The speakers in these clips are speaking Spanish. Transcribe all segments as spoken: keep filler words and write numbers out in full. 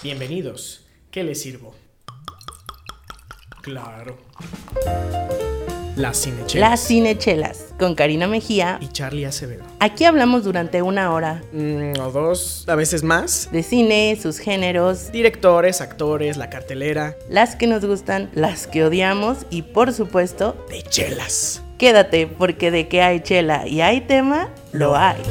Bienvenidos. ¿Qué les sirvo? Claro. Las Cinechelas. Las Cinechelas, con Karina Mejía y Charlie Acevedo. Aquí hablamos durante una hora. Mm, o dos, a veces más. De cine, sus géneros, directores, actores, la cartelera. Las que nos gustan, las que odiamos y, por supuesto, de chelas. Quédate, porque de que hay chela y hay tema, lo hay.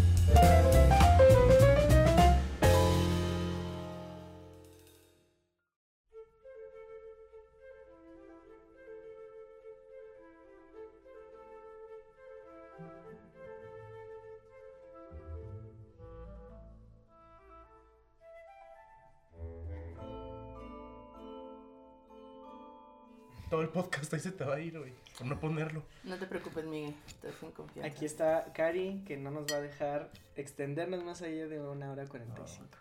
Todo el podcast ahí se te va a ir, güey, por no ponerlo. No te preocupes, Miguel, estás en confianza. Aquí está Cari, que no nos va a dejar extendernos más allá de una hora cuarenta y cinco.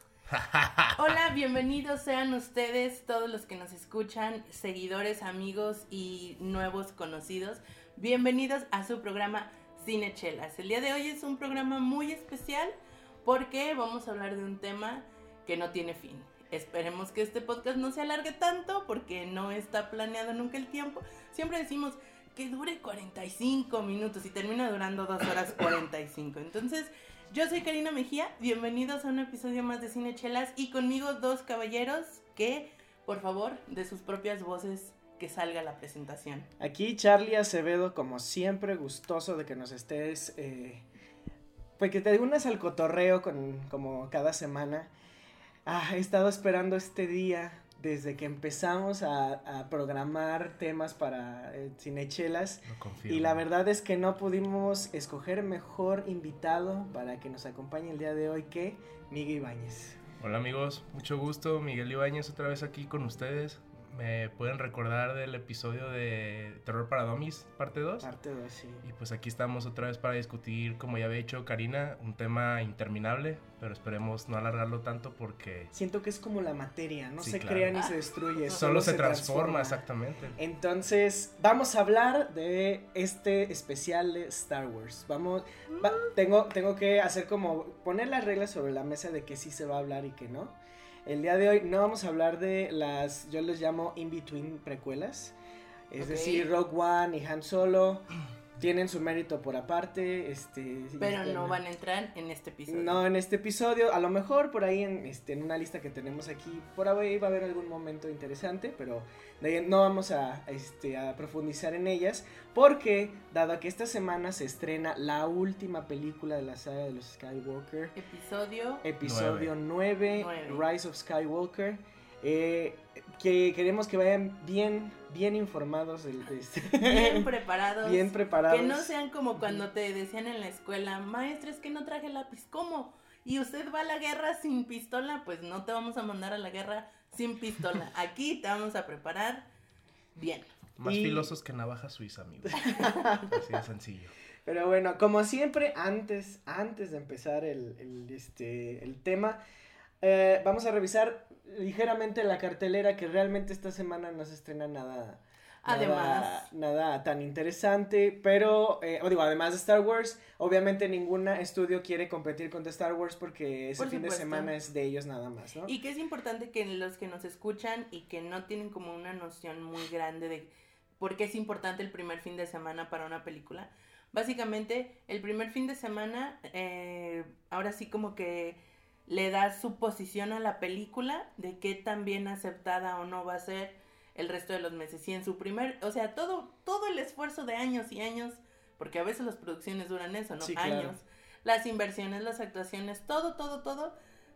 Hola, bienvenidos sean ustedes, todos los que nos escuchan, seguidores, amigos y nuevos conocidos. Bienvenidos a su programa Cinechelas. El día de hoy es un programa muy especial porque vamos a hablar de un tema que no tiene fin. Esperemos que este podcast no se alargue tanto porque no está planeado nunca el tiempo. Siempre decimos que dure cuarenta y cinco minutos y termina durando dos horas cuarenta y cinco. Entonces, yo soy Karina Mejía, bienvenidos a un episodio más de Cinechelas y conmigo dos caballeros que, por favor, de sus propias voces, que salga la presentación. Aquí Charlie Acevedo, como siempre, gustoso de que nos estés, eh, pues que te unas al cotorreo con, como cada semana. Ah, he estado esperando este día desde que empezamos a, a programar temas para eh, Cinechelas. Y la verdad es que no pudimos escoger mejor invitado para que nos acompañe el día de hoy que Miguel Ibáñez. Hola amigos, mucho gusto, Miguel Ibáñez otra vez aquí con ustedes. Me pueden recordar del episodio de Terror para Dummies, parte dos. Parte dos, sí. Y pues aquí estamos otra vez para discutir, como ya había dicho Karina, un tema interminable, pero esperemos no alargarlo tanto porque... Siento que es como la materia, no sí, se claro. crea ni se destruye, solo, solo se, se transforma, transforma. Exactamente. Entonces, vamos a hablar de este especial de Star Wars. Vamos, va, tengo, tengo que hacer como, poner las reglas sobre la mesa de que sí se va a hablar y que no. El día de hoy no vamos a hablar de las, yo les llamo in-between precuelas, es okay. decir, Rogue One y Han Solo tienen su mérito por aparte, este, pero este, no van a entrar en este episodio. No en este episodio, a lo mejor por ahí en, este, en una lista que tenemos aquí, por ahí va a haber algún momento interesante, pero de ahí no vamos a, este, a profundizar en ellas, porque dado que esta semana se estrena la última película de la saga de los Skywalker, episodio episodio nueve, Rise of Skywalker, eh, que queremos que vayan bien, bien informados, el, este, bien preparados, bien preparados, que no sean como cuando te decían en la escuela, maestra, es que no traje lápiz, ¿cómo? Y usted va a la guerra sin pistola, pues no te vamos a mandar a la guerra sin pistola, aquí te vamos a preparar bien. Más y... filosos que navaja suiza, amigos. Así de sencillo. Pero bueno, como siempre, antes, antes de empezar el, el, este, el tema, eh, vamos a revisar ligeramente la cartelera, que realmente esta semana no se estrena nada, además, nada, nada tan interesante, pero, eh, digo, además de Star Wars, obviamente ningún estudio quiere competir contra Star Wars porque ese Por fin supuesto. de semana es de ellos nada más, ¿no? Y que es importante que los que nos escuchan y que no tienen como una noción muy grande de por qué es importante el primer fin de semana para una película, básicamente el primer fin de semana, eh, ahora sí como que le da su posición a la película de qué tan bien aceptada o no va a ser el resto de los meses. Y en su primer, o sea, todo, todo el esfuerzo de años y años, porque a veces las producciones duran eso, ¿no? Sí, años. claro. Las inversiones, las actuaciones, todo, todo, todo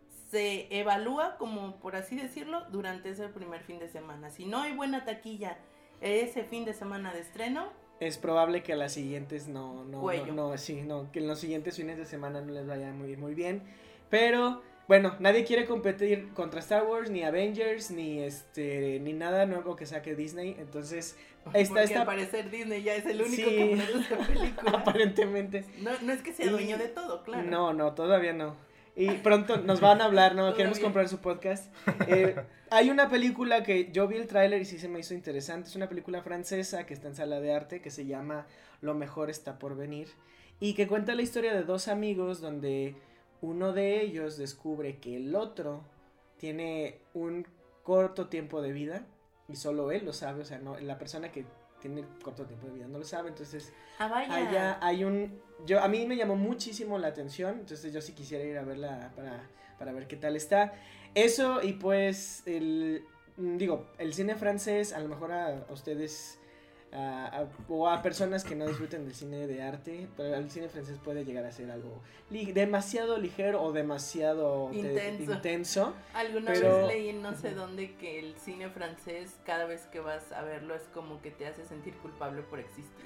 se evalúa, como por así decirlo, durante ese primer fin de semana. Si no hay buena taquilla ese fin de semana de estreno, es probable que a las siguientes no, no, Cuello. no, no, sí, no, que en los siguientes fines de semana no les vaya muy, muy bien. Pero, bueno, nadie quiere competir contra Star Wars, ni Avengers, ni este, ni nada nuevo que saque Disney, entonces, esta, porque esta... al parecer Disney ya es el único Sí. que produce películas. Aparentemente. No, no es que sea dueño de todo, claro. No, no, todavía no. Y pronto nos van a hablar, ¿no? Todavía. Queremos comprar su podcast. Eh, hay una película que yo vi el tráiler y sí se me hizo interesante. Es una película francesa que está en sala de arte que se llama Lo mejor está por venir. Y que cuenta la historia de dos amigos donde uno de ellos descubre que el otro tiene un corto tiempo de vida y solo él lo sabe, o sea, no, la persona que tiene corto tiempo de vida no lo sabe, entonces Ah, vaya. allá hay un, yo, a mí me llamó muchísimo la atención, entonces yo sí quisiera ir a verla para, para ver qué tal está, eso y pues el, digo, el cine francés, a lo mejor a, a ustedes... A, a, o a personas que no disfruten del cine de arte, pero el cine francés puede llegar a ser algo li- demasiado ligero o demasiado te- Intenso. intenso. Alguna pero- vez leí en no sé dónde que el cine francés, cada vez que vas a verlo, es como que te hace sentir culpable por existir.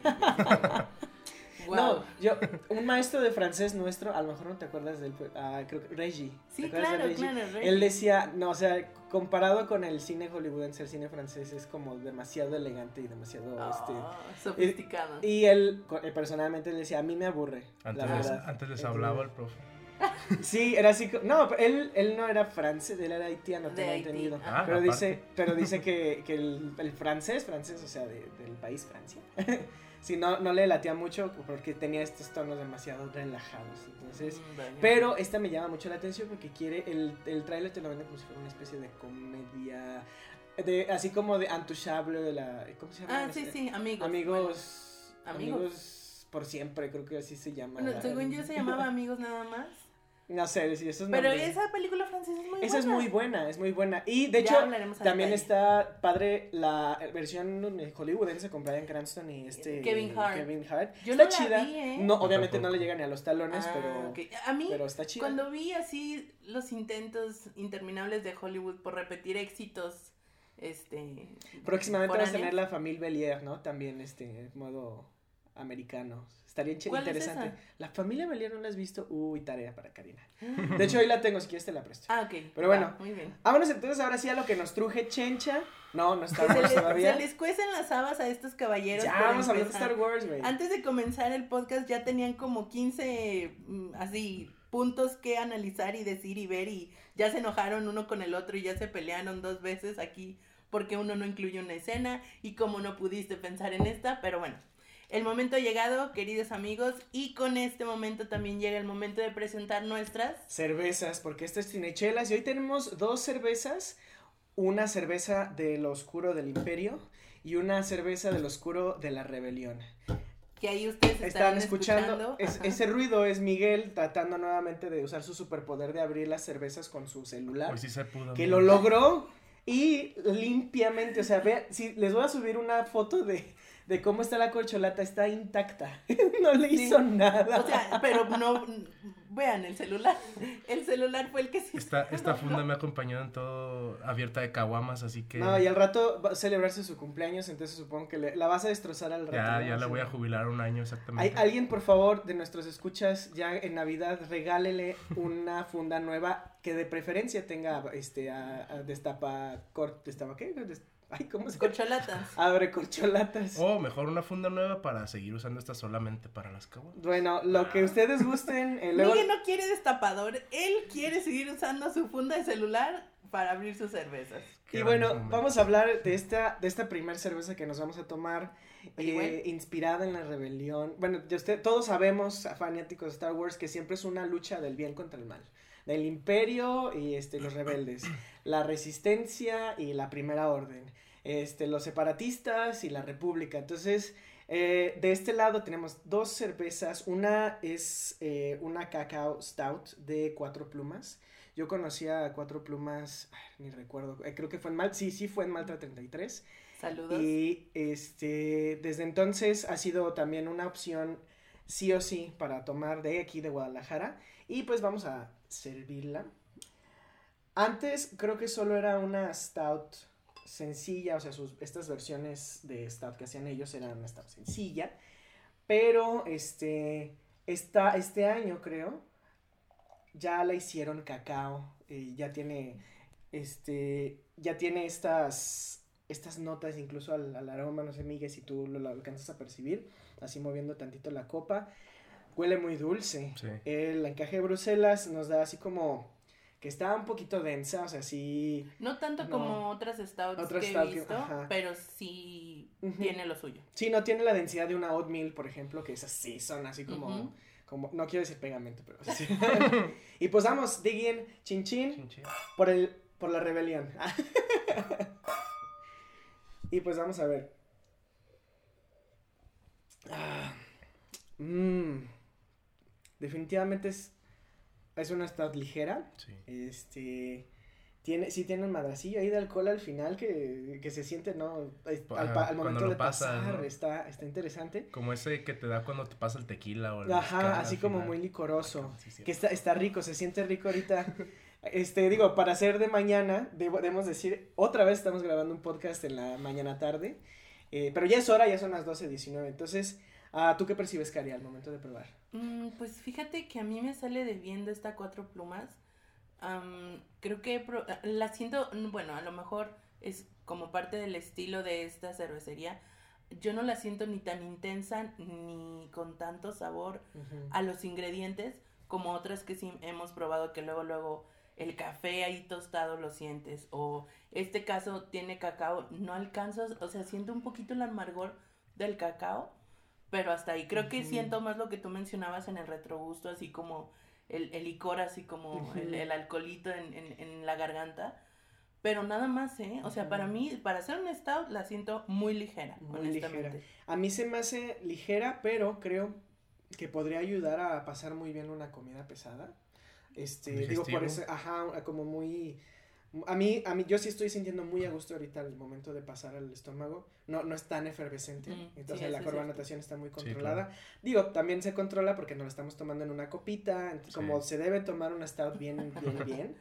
Wow. No, yo, un maestro de francés nuestro, a lo mejor no te acuerdas del, uh, creo que Reggie. ¿te Sí, acuerdas de claro, Reggie? claro. Reggie. Él decía, no, o sea, comparado con el cine hollywoodense, el cine francés es como demasiado elegante y demasiado, Oh, este... sofisticado. Y él, co- eh, personalmente, él decía, a mí me aburre, Antes, la les, verdad. antes les Entonces, hablaba el profe. Sí, era así, co- no, pero él, él no era francés, él era haitiano, De tengo Haití, entendido. ajá. Ah, Pero aparte. dice, pero dice que, que el, el francés, francés, o sea, de- del país Francia, sí, no, no le latía mucho porque tenía estos tonos demasiado relajados, entonces... Mm, vaya. Pero esta me llama mucho la atención porque quiere, el, el tráiler te lo vende como si fuera una especie de comedia, de, así como de Intouchable, de la, ¿cómo se llama? Ah, sí, sí, amigos. Amigos, Bueno, amigos, amigos. por siempre, creo que así se llama. Bueno, la- según yo se llamaba Amigos nada más. No sé, sí, eso es Pero nombre. esa película francesa es muy buena. Esa es muy buena, es muy buena. Y de Ya hecho, hablaremos a también detalle. está padre la versión hollywoodense con Bryan Cranston y este Kevin Hart. Kevin Hart. Yo está no la chida. vi, ¿eh? No, obviamente tampoco. no le llega ni a los talones, Ah, pero, ok. A mí, pero está chida. cuando vi así los intentos interminables de Hollywood por repetir éxitos, este... Próximamente vas a foráneos. tener la familia Belier, ¿no? También este modo americano. Estaría ch- ¿Cuál es interesante. esa? La familia Belier no la has visto. Uy, tarea para Karina. De hecho, hoy la tengo, si quieres te la presto. Ah, ok. Pero va, bueno. muy bien. Vámonos entonces ahora sí a lo que nos truje Chencha. No, no Star Se Wars les, todavía. se les cuecen las habas a estos caballeros. Ya por vamos a hablar de empezar. Star Wars, güey. Antes de comenzar el podcast ya tenían como quince mm, así puntos que analizar y decir y ver y ya se enojaron uno con el otro y ya se pelearon dos veces aquí porque uno no incluye una escena y como no pudiste pensar en esta, pero bueno, el momento ha llegado, queridos amigos, y con este momento también llega el momento de presentar nuestras... Cervezas, porque esto es Cinechelas y hoy tenemos dos cervezas, una cerveza del oscuro del imperio y una cerveza del oscuro de la rebelión. Que ahí ustedes Están estarán escuchando, escuchando. es- Ajá. ese ruido es Miguel tratando nuevamente de usar su superpoder de abrir las cervezas con su celular, Hoy sí se pudo. que amigo. lo logró y limpiamente, o sea, vean, si les voy a subir una foto de, de cómo está la corcholata, está intacta, no le Sí. hizo nada. O sea, pero no, vean el celular, el celular fue el que se... Esta, esta funda me ha acompañado en todo, abierta de caguamas, así que No, y al rato va a celebrarse su cumpleaños, entonces supongo que le- la vas a destrozar al rato. ya, ¿no? ya O la sea, voy a jubilar un año Hay, exactamente. alguien, por favor, de nuestros escuchas, ya en Navidad, regálele una funda nueva que de preferencia tenga, este, a, a destapa, cor, destapa, ¿qué? Des- ay, ¿cómo se llama? Corcholatas. Abre corcholatas. O mejor una funda nueva para seguir usando esta solamente para las caguamas. Bueno, lo que ustedes gusten, eh, luego... Miguel no quiere destapador, él quiere seguir usando su funda de celular para abrir sus cervezas. Y Qué bueno, grandes vamos a hablar de esta, de esta primer cerveza que nos vamos a tomar, Oye, eh, güey. inspirada en la rebelión. Bueno, de usted, todos sabemos, fanáticos de Star Wars, que siempre es una lucha del bien contra el mal. Del imperio y este, los rebeldes. La resistencia y la primera orden. Este, los separatistas y la república. Entonces, eh, de este lado tenemos dos cervezas. Una es eh, una cacao stout de cuatro plumas. Yo conocía a Cuatro Plumas, ay, ni recuerdo, eh, creo que fue en Malta, sí, sí fue en Malta treinta y tres. Saludos. Y este, desde entonces ha sido también una opción sí o sí para tomar de aquí de Guadalajara. Y pues vamos a servirla. Antes creo que solo era una stout sencilla, o sea, sus, estas versiones de stout que hacían ellos eran una stout sencilla. Pero este, esta, este año creo, ya la hicieron cacao, eh, ya tiene, este, ya tiene estas, estas notas incluso al, al aroma, no sé, Miguel, si tú lo, lo alcanzas a percibir, así moviendo tantito la copa, huele muy dulce. Sí. El encaje de Bruselas nos da así como que está un poquito densa, o sea, sí, No tanto No. como otras stouts Otras que he stout que- visto, ajá. pero sí Ujú. tiene lo suyo. sí, no tiene la densidad de una oatmeal, por ejemplo, que esas sí son así como... Ujú. Como, no quiero decir pegamento, pero sí. Y pues vamos, dig in, chin chin, Chin, chin. por el, por la rebelión. Y pues vamos a ver. Ah, mmm, definitivamente es, es una stout ligera. Sí. Este... Tiene, sí tiene un madracillo ahí de alcohol al final que, que se siente, ¿no? Al, al, al momento de pasa, pasar, ¿no? está, está interesante. Como ese que te da cuando te pasa el tequila o el Ajá, mezcal así al como final. muy licoroso. Sí, sí. Que está, está rico, se siente rico ahorita. Este, digo, para ser de mañana, debo, debemos decir, otra vez estamos grabando un podcast en la mañana tarde. Eh, pero ya es hora, ya son las doce diecinueve. Entonces, uh, ¿tú qué percibes, Cari, al momento de probar? Mm, pues fíjate que a mí me sale de bien de esta Cuatro Plumas. Um, creo que pro- la siento, bueno, a lo mejor es como parte del estilo de esta cervecería. Yo no la siento ni tan intensa ni con tanto sabor Uh-huh. a los ingredientes como otras que sí hemos probado, que luego luego el café ahí tostado lo sientes, o este caso tiene cacao, no alcanzo, o sea, siento un poquito el amargor del cacao, pero hasta ahí. Creo que Ujú. siento más lo que tú mencionabas en el retrogusto, así como El, el licor, así como Ujú. el, el alcoholito en, en, en la garganta. Pero nada más, ¿eh? O sea, Ujú. para mí, para hacer un stout, la siento muy ligera, Muy honestamente. ligera. A mí se me hace ligera, pero creo que podría ayudar a pasar muy bien una comida pesada. Este, digo, por Digestivo. eso, ajá, como muy... A mí, a mí, yo sí estoy sintiendo muy a gusto ahorita el momento de pasar al estómago. No, no es tan efervescente. Mm, Entonces sí, la eso es carbonatación está muy Sí, controlada. claro. Digo, también se controla porque nos lo estamos tomando en una copita. ent- Sí. Como se debe tomar una stout bien, bien, bien.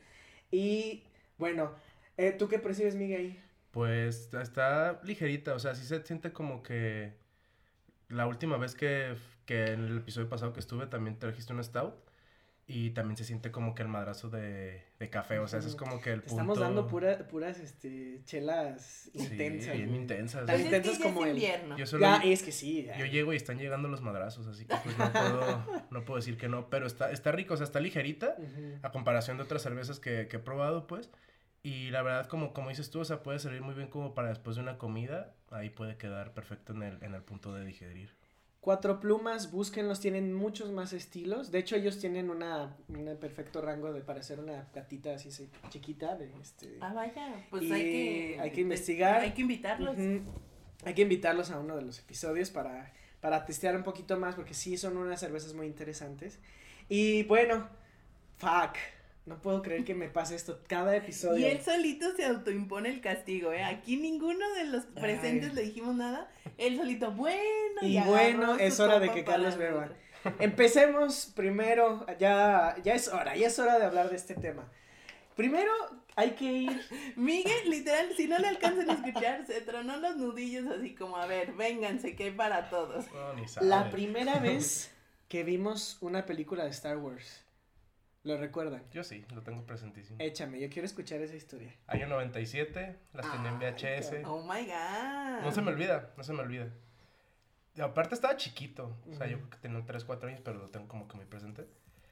Y bueno, eh, ¿tú qué percibes, Miguel? Pues está ligerita, o sea, sí se siente como que la última vez que, que en el episodio pasado que estuve también trajiste un stout y también se siente como que el madrazo de, de café, o sea, eso es como que el Te punto... estamos dando pura, puras este, chelas Sí, intensas. bien güey. intensas. Pues Tan es intensas que ya como es el- invierno. Yo solo... Ya, es que sí. ya. Yo llego y están llegando los madrazos, así que pues no puedo, no puedo decir que no, pero está, está rico, o sea, está ligerita Ujú. a comparación de otras cervezas que, que he probado, pues, y la verdad, como, como dices tú, o sea, puede servir muy bien como para después de una comida, ahí puede quedar perfecto en el, en el punto de digerir. Cuatro Plumas, búsquenlos, tienen muchos más estilos. De hecho, ellos tienen una, un perfecto rango de para hacer una gatita así se- chiquita. De este. Ah, vaya, pues Y hay que... hay que investigar. Hay que invitarlos. Ujú. Hay que invitarlos a uno de los episodios para, para testear un poquito más, porque sí son unas cervezas muy interesantes. Y bueno, fuck, no puedo creer que me pase esto cada episodio. Y él solito se autoimpone el castigo, ¿eh? Aquí ninguno de los presentes Ay. le dijimos nada. Él solito, bueno. Y agarró bueno, su es hora de copa que para Carlos beba. adentro. Empecemos primero, ya, ya es hora, ya es hora de hablar de este tema. Primero hay que ir, Miguel, literal, si no le alcanzan a escuchar, se tronó los nudillos así como, a ver, vénganse, que hay para todos. No, ni sabe. la primera vez que vimos una película de Star Wars. ¿Lo recuerdan? Yo sí, lo tengo presentísimo. Échame, yo quiero escuchar esa historia. Año noventa y siete, las tenía en V H S. Ay, Oh my god. No se me olvida, no se me olvida. Y aparte estaba chiquito, o sea, yo Ujú. creo que tenía tres, cuatro años, pero lo tengo como que muy presente.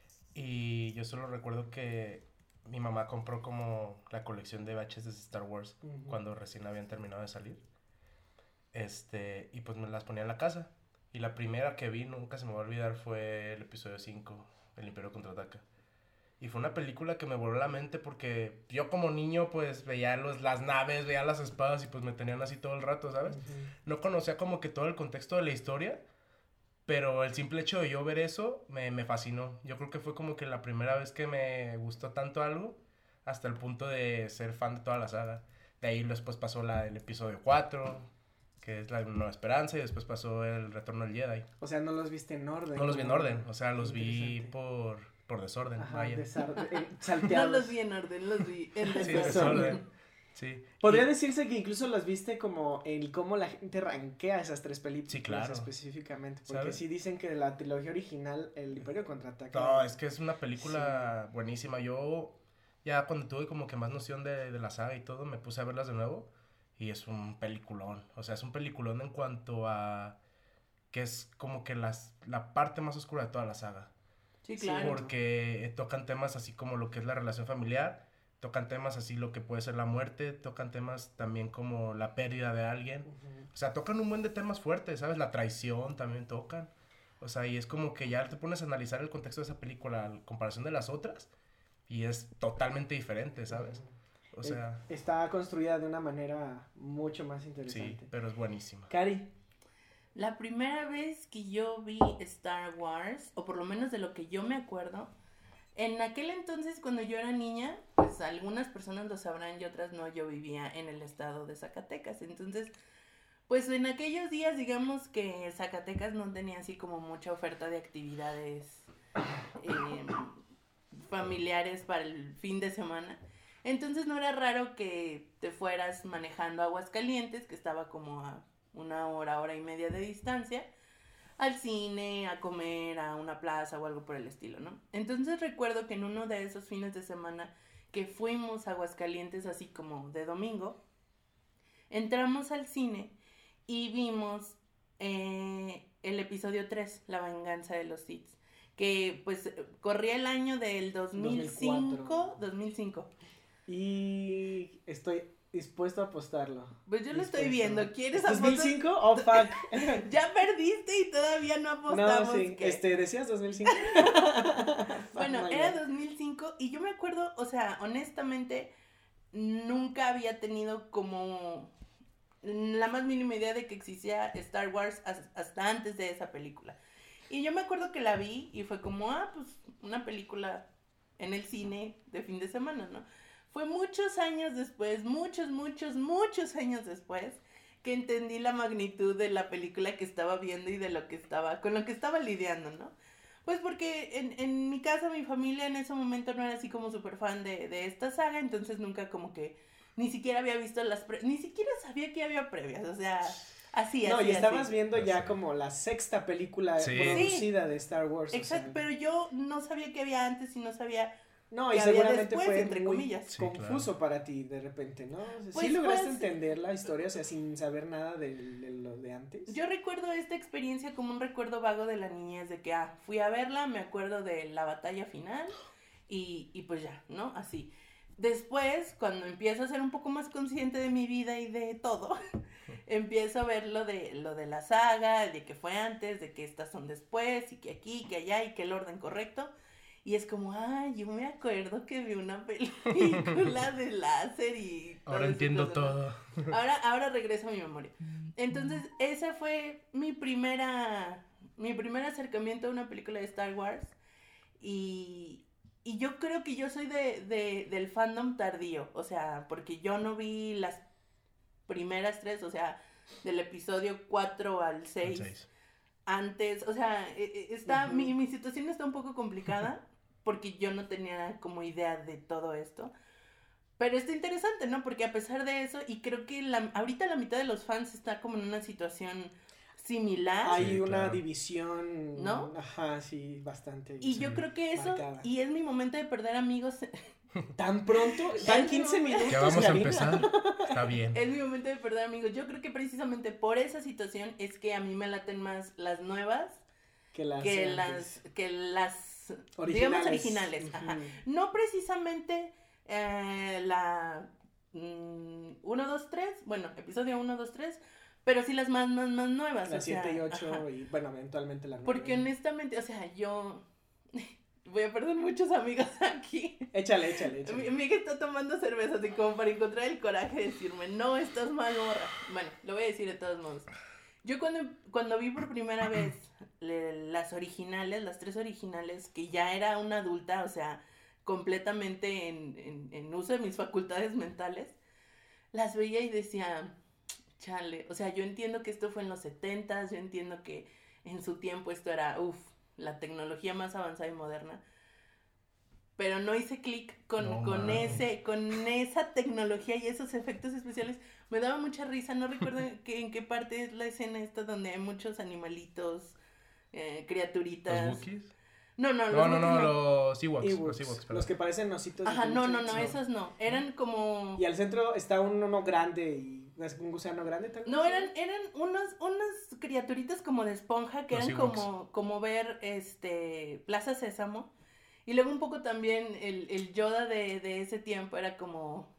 Y yo solo recuerdo que mi mamá compró como la colección de V H S de Star Wars Ujú. cuando recién habían terminado de salir. Este, y pues me las ponía en la casa. Y la primera que vi, nunca se me va a olvidar, fue el episodio cinco, El Imperio Contraataca. Y fue una película que me voló la mente porque yo como niño pues veía los, las naves, veía las espadas y pues me tenían así todo el rato, ¿sabes? Ujú. No conocía como que todo el contexto de la historia, pero el simple hecho de yo ver eso me, me fascinó. Yo creo que fue como que la primera vez que me gustó tanto algo, hasta el punto de ser fan de toda la saga. De ahí después pasó la, el episodio cuatro, que es la Nueva Esperanza, y después pasó el Retorno del Jedi. O sea, no los viste en orden. No los vi en como- orden, o sea, los vi Interesante. por, por desorden, Ajá, vaya. desar- eh, No salteados. los vi en orden, los vi en Sí, desorden. desorden. Sí. Podría Y- decirse que incluso los viste como el cómo la gente rankea esas tres películas Sí, claro. específicamente. Porque ¿Sabes? sí dicen que la trilogía original, El Imperio Contraataca. No, es que es una película buenísima. Yo ya cuando tuve como que más noción de, de la saga y todo, me puse a verlas de nuevo y es un peliculón. O sea, es un peliculón en cuanto a que es como que las, la parte más oscura de toda la saga. Sí, Sí, claro. Porque eh, tocan temas así como lo que es la relación familiar, tocan temas así lo que puede ser la muerte, tocan temas también como la pérdida de alguien. Ujú. O sea, tocan un buen de temas fuertes, ¿sabes? La traición también tocan. O sea, y es como que ya te pones a analizar el contexto de esa película a comparación de las otras y es totalmente diferente, ¿sabes? o sea... Está construida de una manera mucho más interesante. Sí, pero es buenísima. Cari. La primera vez que yo vi Star Wars, o por lo menos de lo que yo me acuerdo, en aquel entonces cuando yo era niña, pues algunas personas lo sabrán y otras no, yo vivía en el estado de Zacatecas, entonces, pues en aquellos días digamos que Zacatecas no tenía así como mucha oferta de actividades eh, familiares para el fin de semana, entonces no era raro que te fueras manejando a Aguascalientes, que estaba como a una hora, hora y media de distancia, al cine, a comer, a una plaza o algo por el estilo, ¿no? Entonces recuerdo que en uno de esos fines de semana que fuimos a Aguascalientes así como de domingo, entramos al cine y vimos eh, el episodio tres, La venganza de los Sith, que pues corría el año del dos mil cinco, dos mil cinco. Y estoy dispuesto a apostarlo. Pues yo lo Dispuesto. estoy viendo. ¿Quieres ¿dos mil cinco o oh, fuck? Ya perdiste y todavía no apostamos. No, sí. que... Este, ¿decías dos mil cinco? Bueno, era dos mil cinco y yo me acuerdo, o sea, honestamente, nunca había tenido como la más mínima idea de que existía Star Wars hasta antes de esa película. Y yo me acuerdo que la vi y fue como, ah, pues, una película en el cine de fin de semana, ¿no? Fue muchos años después, muchos, muchos, muchos años después, que entendí la magnitud de la película que estaba viendo y de lo que estaba, con lo que estaba lidiando, ¿no? Pues porque en, en mi casa, mi familia en ese momento no era así como súper fan de, de esta saga, entonces nunca como que, ni siquiera había visto las, pre- ni siquiera sabía que había previas, o sea, así, así, No, y estabas así. viendo ya como la sexta película Sí. producida de Star Wars. Exacto, o sea, pero yo no sabía que había antes y no sabía... No, que y había seguramente después, fue entre muy comillas. Sí, confuso para ti de repente, ¿no? O sea, Pues ¿sí lograste fue así. entender la historia, o sea, sin saber nada de, de lo de antes? Yo recuerdo esta experiencia como un recuerdo vago de la niñez, de que, ah, fui a verla, me acuerdo de la batalla final y, y pues ya, ¿no? Así. Después, cuando empiezo a ser un poco más consciente de mi vida y de todo, empiezo a ver lo de, lo de la saga, de que fue antes, de que estas son después, y que aquí, que allá, y que el orden correcto. Y es como, ay, yo me acuerdo que vi una película de láser y... Ahora entiendo todo. Ahora, ahora regreso a mi memoria. Entonces, ese fue mi primera, mi primer acercamiento a una película de Star Wars. Y, y yo creo que yo soy de, de, del fandom tardío. O sea, porque yo no vi las primeras tres, o sea, del episodio cuatro al seis. Seis. Antes, o sea, está, Uh-huh. mi, mi situación está un poco complicada porque yo no tenía como idea de todo esto. Pero está interesante, ¿no? Porque a pesar de eso, y creo que la, ahorita la mitad de los fans está como en una situación similar. Hay Sí, una claro. división, ¿No? Ajá, sí, bastante. Y sí, yo creo que eso, marcada. y es mi momento de perder amigos, ¿Tan pronto? ¿Tan Es quince mi minutos, Ya vamos a Karina? empezar. Está bien. es mi momento de perder amigos. Yo creo que precisamente por esa situación es que a mí me laten más las nuevas Que las, que antes. las, que las, Originales. digamos, originales. Ajá. Ujú. No precisamente eh, la uno, dos, tres, bueno, episodio uno, dos, tres, pero sí las más, más, más nuevas. Las o sea, siete y ocho ajá. y bueno, eventualmente la nueve. Porque honestamente, o sea, yo voy a perder muchos amigos aquí. Échale, échale, Mi échale. amiga está tomando cerveza así como para encontrar el coraje de decirme, no, estás mal, morra. Bueno, lo voy a decir de todos modos. Yo cuando, cuando vi por primera vez le- las originales, las tres originales, que ya era una adulta, o sea, completamente en, en, en uso de mis facultades mentales, las veía y decía, chale, o sea, yo entiendo que esto fue en los setentas, yo entiendo que en su tiempo esto era, uff, la tecnología más avanzada y moderna, pero no hice clic con, No, con, mames. ese, con esa tecnología y esos efectos especiales. Me daba mucha risa, no recuerdo en qué, en qué parte es la escena esta donde hay muchos animalitos, eh, criaturitas. ¿Los Wookiees? No, no, los No, no, no, Wookiees los Ewoks. Ewoks, Los Ewoks, perdón. los que parecen ositos. de Ajá, no, no, peluche. no, esos no. Eran como... Y al centro está un uno grande y es un gusano grande tal vez. No, eran, eran unos, unas criaturitas como de esponja que Los eran Ewoks. como, como ver este Plaza Sésamo. Y luego un poco también el, el Yoda de, de ese tiempo era como,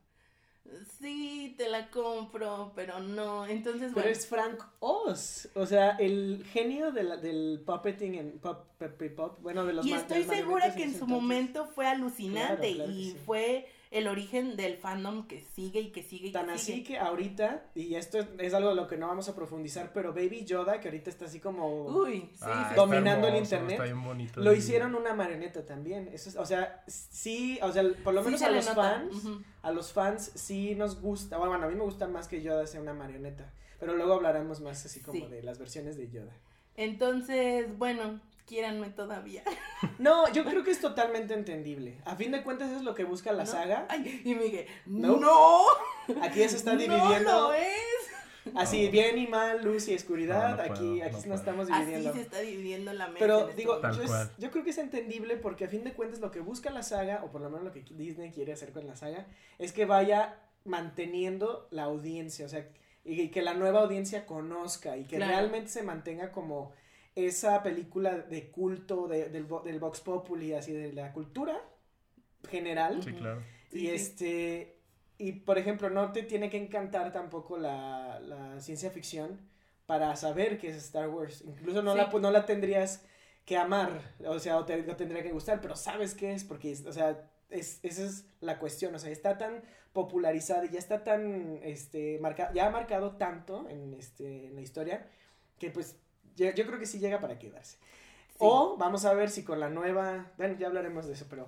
sí, te la compro, pero no. Entonces, Pero bueno. es Frank Oz, o sea, el genio de la- del puppeting en pop, pop, pop, bueno, de los Y ma- estoy de las segura marionetas que en ese su entonces. momento fue alucinante Claro, claro que y sí. fue el origen del fandom que sigue y que sigue y Tan que así sigue. que ahorita, y esto es, es algo de lo que no vamos a profundizar, pero Baby Yoda, que ahorita está así como Uy, sí, Ah, sí. Domi- dominando el hermoso, internet, está bien bonito. lo Sí. hicieron una marioneta también. Eso es, o sea, sí, o sea, por lo Sí menos se a le los nota. fans, Ujú. a los fans sí nos gusta, bueno, a mí me gusta más que Yoda sea una marioneta, pero luego hablaremos más así como Sí. de las versiones de Yoda. Entonces, bueno, quiéranme todavía. No, yo creo que es totalmente entendible. A fin de cuentas es lo que busca la ¿No? saga. Ay, y Miguel, No. no, Aquí ya se está no dividiendo. lo es. Así, No. bien y mal, luz y oscuridad. No, no aquí puedo, aquí no nos puedo. estamos Así dividiendo. se está dividiendo la mesa. Pero en este digo, momento. Tal yo, es- cual. yo creo que es entendible porque a fin de cuentas lo que busca la saga, o por lo menos lo que Disney quiere hacer con la saga, es que vaya manteniendo la audiencia, o sea, y, y que la nueva audiencia conozca y que Claro. realmente se mantenga como esa película de culto de- del, vo- del Vox Populi, así de la cultura general. Sí, claro. Sí, y sí. este, y por ejemplo, no te tiene que encantar tampoco la, la ciencia ficción para saber qué es Star Wars. Incluso no, Sí. la, pues, no la tendrías que amar, o sea, o te, no tendría que gustar, pero sabes qué es, porque, o sea, es, esa es la cuestión, o sea, está tan popularizada y ya está tan, este, marca, ya ha marcado tanto en, este, en la historia, que pues, ya- yo creo que sí llega para quedarse. Sí. O vamos a ver si con la nueva, bueno, ya hablaremos de eso, pero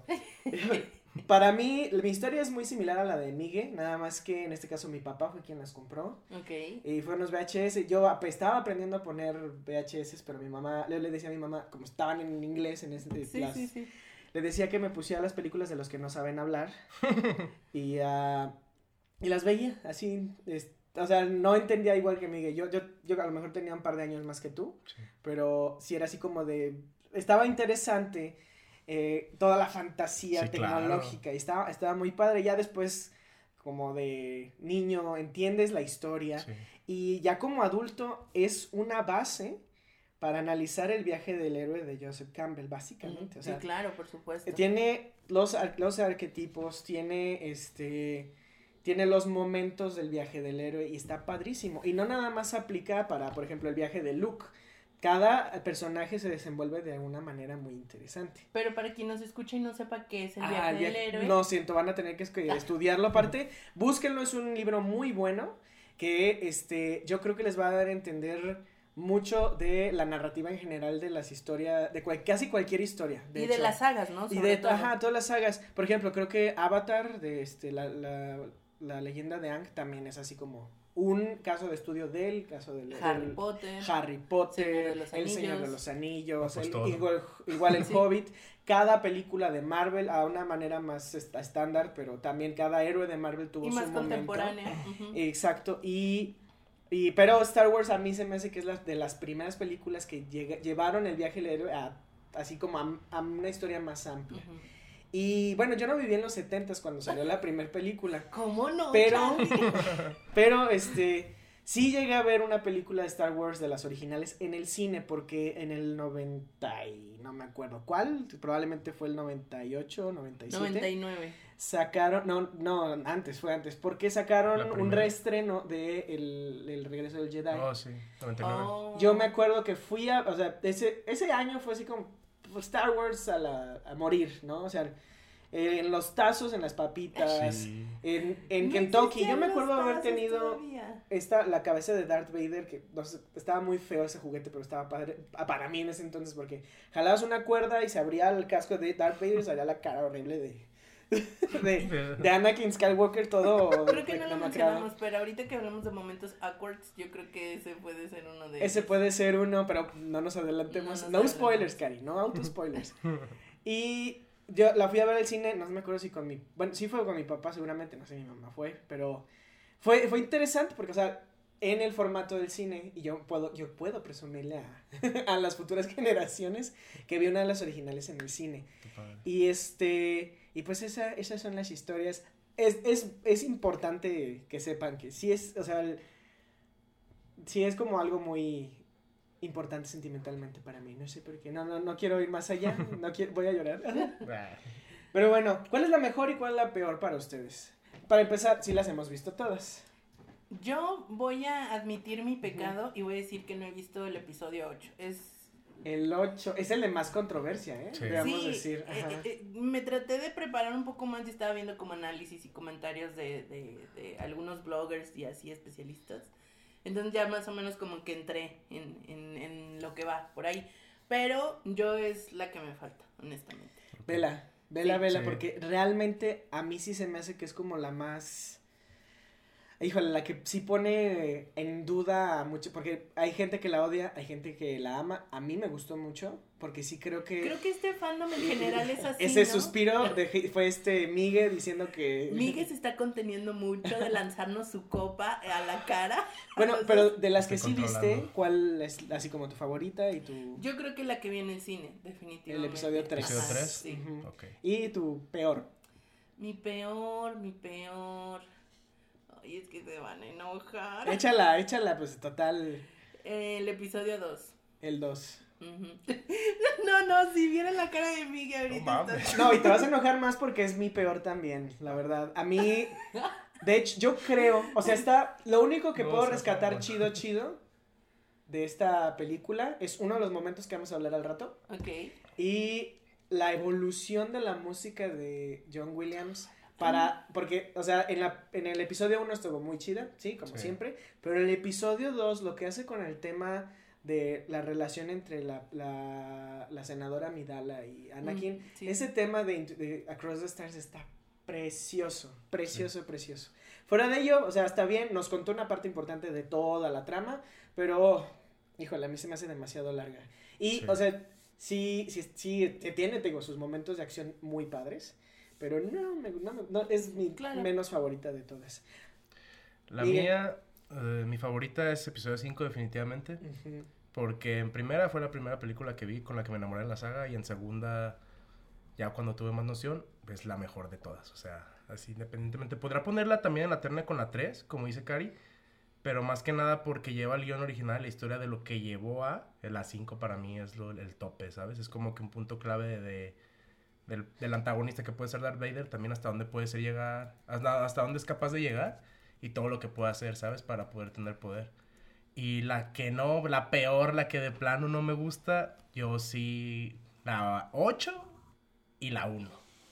para mí mi historia es muy similar a la de Miguel, nada más que en este caso mi papá fue quien las compró Ok. y fueron los V H S. Yo ap- estaba aprendiendo a poner V H S, pero mi mamá, yo le decía a mi mamá, como estaban en inglés en ese Sí, las- sí, sí. le decía que me pusiera las películas de los que no saben hablar y, ah, y las veía así, es- o sea, no entendía igual que Miguel. Yo, yo, yo a lo mejor tenía un par de años más que tú, Sí. pero sí era así como de, estaba interesante eh, toda la fantasía Sí, claro. tecnológica y estaba, estaba muy padre. Ya después, como de niño, entiendes la historia Sí. y ya como adulto es una base para analizar el viaje del héroe de Joseph Campbell, básicamente. O sea, sí, claro, por supuesto. tiene los, ar- los arquetipos, tiene este, tiene los momentos del viaje del héroe y está padrísimo. Y no nada más aplica para, por ejemplo, el viaje de Luke. Cada personaje se desenvuelve de una manera muy interesante. Pero para quien nos escuche y no sepa qué es el Ah, viaje el del viaje- héroe. No, siento, van a tener que escu- estudiarlo aparte. Búsquenlo, es un libro muy bueno que este, yo creo que les va a dar a entender mucho de la narrativa en general de las historias, de cual- casi cualquier historia. y hecho. de las sagas, ¿no? Y Sobre de, todo. ajá, todas las sagas. Por ejemplo, creo que Avatar, de este, la, la, la leyenda de Aang, también es así como un caso de estudio del caso del Harry del- Potter. Harry Potter, Señor de los El Señor de Anillos. los Anillos, Ah, pues el- todo. igual, igual el Sí. Hobbit, cada película de Marvel a una manera más est- estándar, pero también cada héroe de Marvel tuvo Y su más momento. contemporánea. ujú. Exacto, y, y pero Star Wars a mí se me hace que es la, de las primeras películas que llega- llevaron el viaje del héroe a, así como a, a una historia más amplia. Ujú. Y bueno, yo no viví en los setentas cuando salió la primera película, ¿Cómo no? pero, Charlie? pero este, sí llegué a ver una película de Star Wars de las originales en el cine, porque en el noventa y no me acuerdo cuál, probablemente fue el noventa y ocho, noventa y siete. noventa y nueve. Sacaron, no, no, antes, fue antes, porque La sacaron un primera. reestreno de el, el Regreso del Jedi. Oh, sí. noventa y nueve. Oh. Yo me acuerdo que fui a, o sea, ese, ese año fue así como pues, Star Wars a, la, a morir, ¿no? O sea, eh, en los tazos, en las papitas, Sí. en, en No Kentucky. existían Yo me los acuerdo haber tazos tenido todavía. esta, la cabeza de Darth Vader, que no sé, estaba muy feo ese juguete, pero estaba padre ah, para mí en ese entonces, porque jalabas una cuerda y se abría el casco de Darth Vader y salía la cara horrible de, de, de Anakin Skywalker, todo Creo que no lo demacrado. mencionamos, pero ahorita que hablamos de momentos awkwards, yo creo que ese puede ser uno de Ese ellos. puede ser uno, pero no nos adelantemos. No No, nos spoilers, Cari, no auto spoilers. Y yo la fui a ver al cine, no me acuerdo si con mi, bueno, sí fue con mi papá seguramente, no sé, mi mamá fue, pero fue, fue interesante porque, o sea, en el formato del cine, y yo puedo, yo puedo presumirle a, a las futuras generaciones que vi una de las originales en el cine. Qué padre. Y este, y pues esa, esas son las historias. Es, es, es importante que sepan que sí es, o sea, el- sí es como algo muy importante sentimentalmente para mí, no sé por qué, no, no, no quiero ir más allá, no quiero, voy a llorar. Ah, Pero bueno, ¿cuál es la mejor y cuál es la peor para ustedes? Para empezar, sí las hemos visto todas. Yo voy a admitir mi pecado y voy a decir que no he visto el episodio ocho. Es El ocho, es el de más controversia, ¿eh? Sí. Debemos Sí, decir. eh, Ajá. eh, me traté de preparar un poco más y estaba viendo como análisis y comentarios de, de, de algunos bloggers y así especialistas. Entonces ya más o menos como que entré en, en, en lo que va por ahí. Pero yo es la que me falta, honestamente. Vela, vela, Sí. vela, Sí. porque realmente a mí sí se me hace que es como la más... Híjole, la que sí pone en duda a mucho, porque hay gente que la odia, hay gente que la ama. A mí me gustó mucho, porque sí creo que... Creo que este fandom en general es así, Ese ¿no? suspiro de, fue este Migue diciendo que... Migue se está conteniendo mucho de lanzarnos su copa a la cara. Bueno, Entonces, pero de las que Estoy sí viste, controlando. ¿cuál es así como tu favorita y tu... yo creo que la que viene en cine, definitivamente. El episodio tres. ¿Episodio Ajá, tres? sí. Ujú. Ok. Y tu peor? Mi peor, mi peor. Ay, es que se van a enojar. Échala, échala, pues total, El episodio dos. el dos. No, no, si vieran la cara de Migue No ahorita. mames. está- No, y te vas a enojar más porque es mi peor también, la verdad. A mí, de hecho, yo creo, o sea, está, lo único que No, puedo sí, rescatar por chido, chido de esta película es uno de los momentos que vamos a hablar al rato Ok. y la evolución de la música de John Williams para, porque, o sea, en, la, en el episodio uno estuvo muy chida, sí, como Sí. siempre, pero el episodio dos lo que hace con el tema de la relación entre la, la, la senadora Amidala y Anakin, Mm, sí. ese tema de, de Across the Stars está precioso, precioso, precioso. Fuera de ello, o sea, está bien, nos contó una parte importante de toda la trama, pero, híjole, a mí se me hace demasiado larga. Y, Sí. o sea, sí, sí, sí, te- tiene, tengo sus momentos de acción muy padres, pero no, me, no, me- no, es mi Claro. menos favorita de todas. La Miguel. mía, eh, mi favorita es episodio cinco definitivamente. Ujú. Porque en primera fue la primera película que vi con la que me enamoré de la saga. Y en segunda, ya cuando tuve más noción, es la mejor de todas. O sea, así independientemente. Podrá ponerla también en la terna con la tres, como dice Cari. Pero más que nada porque lleva el guión original, la historia de lo que llevó a la cinco para mí es lo, el tope, ¿sabes? Es como que un punto clave de, de- del, del antagonista que puede ser Darth Vader. También hasta dónde puede ser llegar, hasta, hasta dónde es capaz de llegar. Y todo lo que puede hacer, ¿sabes? Para poder tener poder. Y la que no, la peor, la que de plano no me gusta, yo sí, la ocho y la uno.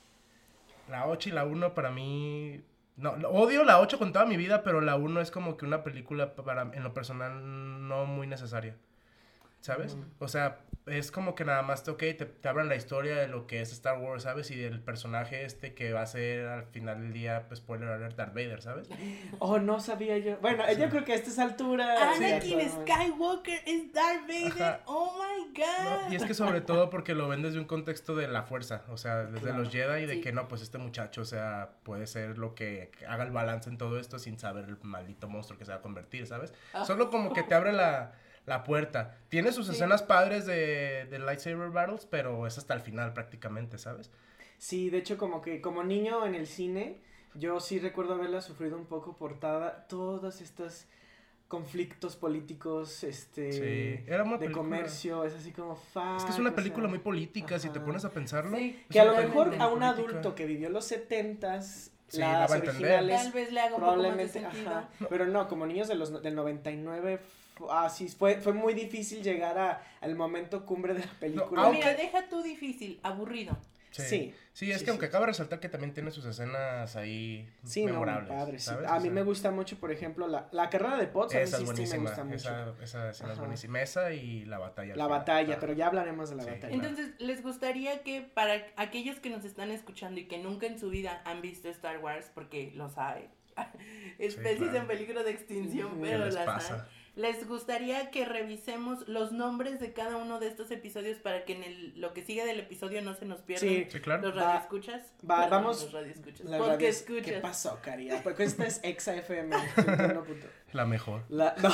La ocho y la uno para mí, no, no, odio la ocho con toda mi vida, pero la uno es como que una película para, en lo personal, no muy necesaria, ¿sabes? Ujú. O sea, es como que nada más, ok, te, te hablan la historia de lo que es Star Wars, ¿sabes? Y del personaje este que va a ser al final del día, pues, spoiler alert, Darth Vader, ¿sabes? Oh, no sabía yo. Bueno, Sí. yo creo que a estas alturas... Anakin ya todo- Skywalker es Darth Vader. Ajá. Oh my god. No, y es que sobre todo porque lo ven desde un contexto de la fuerza, o sea, desde Claro. los Jedi, de Sí. que no, pues este muchacho, o sea, puede ser lo que que haga el balance en todo esto sin saber el maldito monstruo que se va a convertir, ¿sabes? Ah. Solo como que te abre la, la puerta. Tiene sus Sí. escenas padres de, de lightsaber battles, pero es hasta el final prácticamente, ¿sabes? Sí, de hecho, como que como niño en el cine, yo sí recuerdo haberla sufrido un poco por toda- todos estos conflictos políticos, este, Sí, era una de película- comercio, es así como fuck, Es que es una o película sea, muy política, si te ajá. pones a pensarlo. Sí. es que a lo una mejor película a un muy política. adulto que vivió los setentas, Sí, la las va a entender. originales, Tal vez le haga un poco más de probablemente, sentido. ajá, pero no, como niños de los, del noventa y nueve, fu- ah, sí, fue, fue muy difícil llegar a, al momento cumbre de la película. aunque- Mira, deja tú difícil, aburrido. Sí. Sí. Sí, es Sí, que aunque sí. cabe resaltar que también tiene sus escenas ahí Sí, no, muy memorables. padre, sí. ¿sabes? A O mí sea, me gusta mucho, por ejemplo, la, la carrera de Potts, a mí Esa sí, es sí me buenísima, gusta mucho. esa, esa escena es Ajá. buenísima. Esa y la batalla. al La final. batalla, Ah, pero ya hablaremos de la Sí. batalla. Entonces, les gustaría que para aquellos que nos están escuchando y que nunca en su vida han visto Star Wars, porque los hay, especies claro. en peligro de extinción, Ujú. ¿Qué pero les las pasa? hay. Les gustaría que revisemos los nombres de cada uno de estos episodios para que en el, lo que sigue del episodio no se nos pierdan Sí, Sí, claro. los Va- radioescuchas. va- Perdón, vamos- Los radioescuchas. La Porque radio- escuchas. ¿Qué pasó, Caria? Porque esta es Exa F M. ciento uno punto- La mejor. La- no.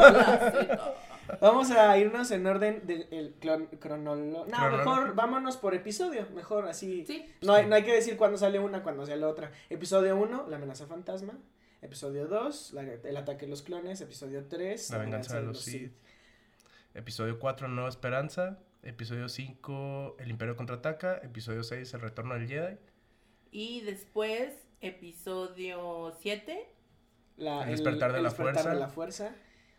La- Vamos a irnos en orden del el clon- cronolo- No, Cronológico. mejor vámonos por episodio. Mejor así. Sí. No hay, no hay que decir cuándo sale una, cuándo sale otra. Episodio uno, La amenaza fantasma. Episodio dos, la- El ataque de los clones. Episodio tres, La venganza de los Sith. Episodio cuatro, Nueva Esperanza. Episodio cinco, El Imperio Contraataca. Episodio seis, El Retorno del Jedi. Y después, episodio siete. La- El despertar de la despertar fuerza. de la fuerza.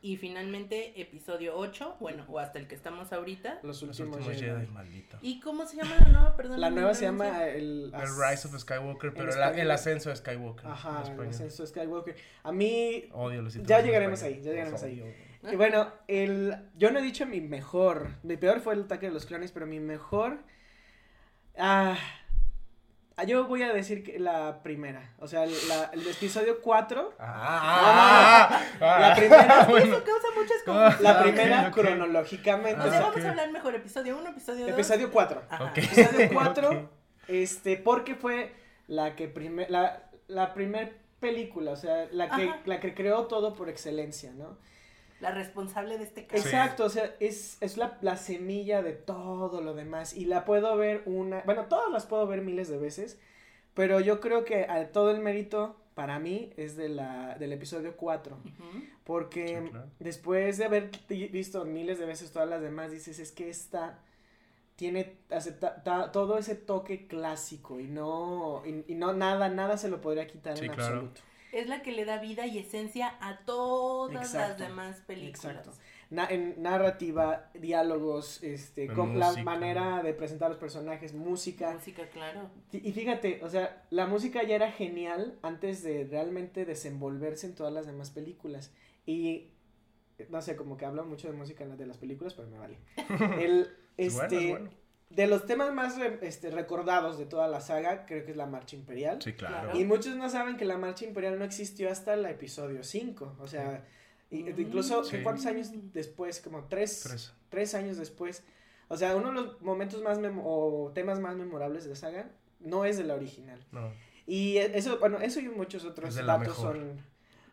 y finalmente episodio ocho, bueno, o hasta el que estamos ahorita. Los Los últimos, últimos Jedi. Jedi, maldito. ¿Y cómo se llama la nueva? Perdón. La mi nueva se ignorancia. llama el... El Rise of Skywalker, pero el, español. el ascenso de Skywalker. Ajá, en el español. ascenso de Skywalker. A mí... Odio los títulos Ya en llegaremos español. ahí, ya llegaremos Los ahí. odio. Y bueno, el... Yo no he dicho mi mejor. Mi peor fue el ataque de los clones, pero mi mejor... Ah... Yo voy a decir que la primera. O sea, la, el episodio cuatro. Ah, ah, ah, La primera- Es que bueno. eso causa muchas Ah, confusiones. La ok, primera ok. cronológicamente. O o sea, sea, ok. vamos a hablar mejor episodio uno, episodio dos. episodio cuatro. Ajá. Ok. Episodio cuatro. Ok. Este, porque fue la que primer, la, la primer película, o sea, la que, Ajá. la que creó todo por excelencia, ¿no? La responsable de este caso. Sí. Exacto, o sea, es, es la, la semilla de todo lo demás. Y la puedo ver una, bueno, todas las puedo ver miles de veces, pero yo creo que a, todo el mérito para mí es de la, del episodio cuatro. Ujú. Porque Sí, claro. después de haber ti- visto miles de veces todas las demás, dices, es que esta tiene hace ta- ta- todo ese toque clásico y no, y, y no nada, nada se lo podría quitar Sí, en claro. absoluto. Es la que le da vida y esencia a todas las Exacto, demás películas. Exacto. Na- en narrativa, diálogos, este, En con la música. manera de presentar los personajes, música. Música, claro. Y fíjate, o sea, la música ya era genial antes de realmente desenvolverse en todas las demás películas. Y no sé, como que hablo mucho de música en las de las películas, pero me vale. El, Es este, bueno, es bueno. de los temas más re- este, recordados de toda la saga, creo que es la Marcha Imperial. Sí, claro. Claro. Y muchos no saben que la Marcha Imperial no existió hasta el episodio cinco. O sea, y- Mm. incluso, Sí. ¿cuántos años después? Como tres, Tres. tres años después. O sea, uno de los momentos más mem- o temas más memorables de la saga no es de la original. No. Y e- eso, bueno, eso y muchos otros Es de la datos mejor. son,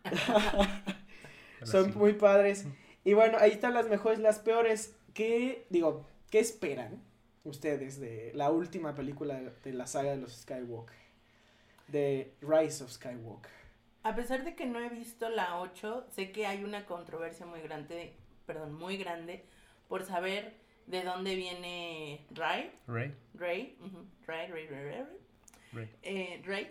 Pero son sí. muy padres. Y bueno, ahí están las mejores, las peores. ¿Qué, digo, qué esperan ustedes de la última película de, de la saga de los Skywalker? De Rise of Skywalker. A pesar de que no he visto la ocho, sé que hay una controversia muy grande, perdón, muy grande, por saber de dónde viene Rey, Rey. Rey, ujú, Rey, Rey, Rey, Rey, Rey. eh, Rey,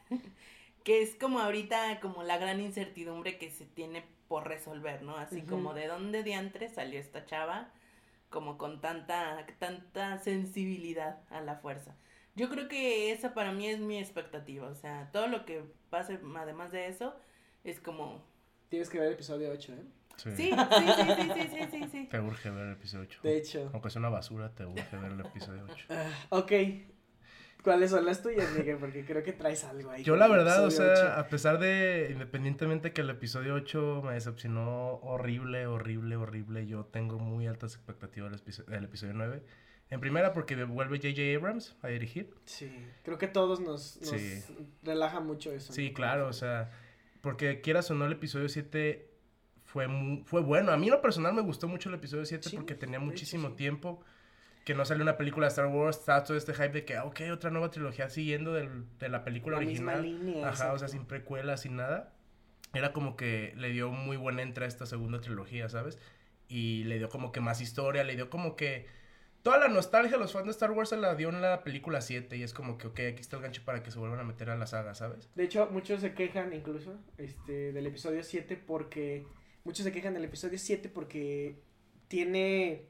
que es como ahorita como la gran incertidumbre que se tiene por resolver, ¿no? Así Ujú. como de dónde diantre salió esta chava, como con tanta, tanta sensibilidad a la fuerza. Yo creo que esa para mí es mi expectativa, o sea, todo lo que pase además de eso es como... Tienes que ver el episodio ocho, ¿eh? Sí. Sí, sí, sí, sí, sí, sí, sí, sí. Te urge ver el episodio ocho. De hecho. Aunque sea una basura, te urge ver el episodio ocho. Ah, ok. ¿Cuáles son las tuyas, Miguel? Porque creo que traes algo ahí. Yo con la el verdad, o episodio sea, ocho. a pesar de, independientemente que el episodio ocho me decepcionó horrible, horrible, horrible, yo tengo muy altas expectativas del episodio, del episodio nueve. En primera porque vuelve J J Abrams a dirigir. Sí, creo que todos nos, nos Sí. relaja mucho eso. Sí, ¿no? claro, o sea, porque quieras o no, el episodio siete fue, mu- fue bueno. A mí en lo personal me gustó mucho el episodio siete Sí, porque tenía de hecho, muchísimo sí. tiempo que no salió una película de Star Wars, estaba todo este hype de que, ah, ok, otra nueva trilogía siguiendo del, de la película La misma original. línea. Ajá, o sea, exacto. sin precuelas, sin nada. Era como que le dio muy buena entrada a esta segunda trilogía, ¿sabes? Y le dio como que más historia, le dio como que... Toda la nostalgia a los fans de Star Wars se la dio en la película siete y es como que, ok, aquí está el gancho para que se vuelvan a meter a la saga, ¿sabes? De hecho, muchos se quejan incluso este, del episodio siete porque... Muchos se quejan del episodio siete porque tiene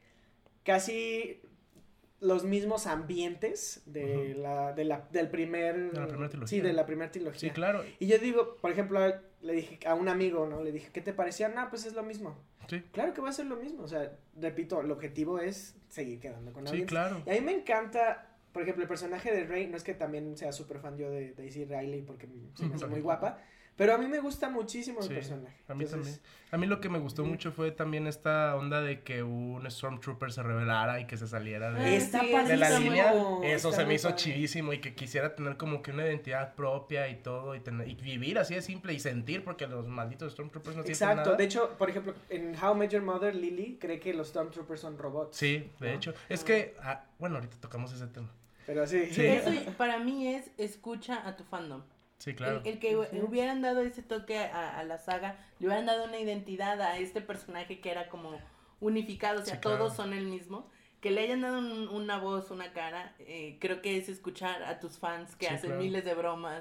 casi los mismos ambientes de Ujú. la, de la, del primer... De la primera trilogía. Sí, de la primera trilogía. Sí, claro. Y yo digo, por ejemplo, a- le dije a un amigo, ¿no? Le dije, ¿qué te parecía? No, pues es lo mismo. Sí, Claro que va a ser lo mismo. O sea, repito, el objetivo es seguir quedando con la sí, audiencia. claro. Y a mí me encanta, por ejemplo, el personaje de Rey, no es que también sea súper fan yo de Daisy Riley porque se me hace muy guapa, pero a mí me gusta muchísimo el Sí, personaje. A mí Entonces, también. A mí lo que me gustó Ujú. mucho fue también esta onda de que un Stormtrooper se revelara y que se saliera Ah, de, Está sí, de la padrísimo. línea. Está Eso se muy me hizo padre. chivísimo y que quisiera tener como que una identidad propia y todo y, tener, y vivir así de simple y sentir porque los malditos Stormtroopers no sienten Exacto. nada. De hecho, por ejemplo, en How I Met Your Mother, Lily cree que los Stormtroopers son robots. Sí, de ¿no? hecho. Es que, ah, bueno, ahorita tocamos ese tema. Pero sí. Sí. Eso para mí es escucha a tu fandom. Sí, claro. El, el que Ujú. hubieran dado ese toque a, a la saga, le hubieran dado una identidad a este personaje que era como unificado, o sea, Sí, claro. todos son el mismo. Que le hayan dado un- una voz, una cara, eh, creo que es escuchar a tus fans que Sí, hacen claro. miles de bromas,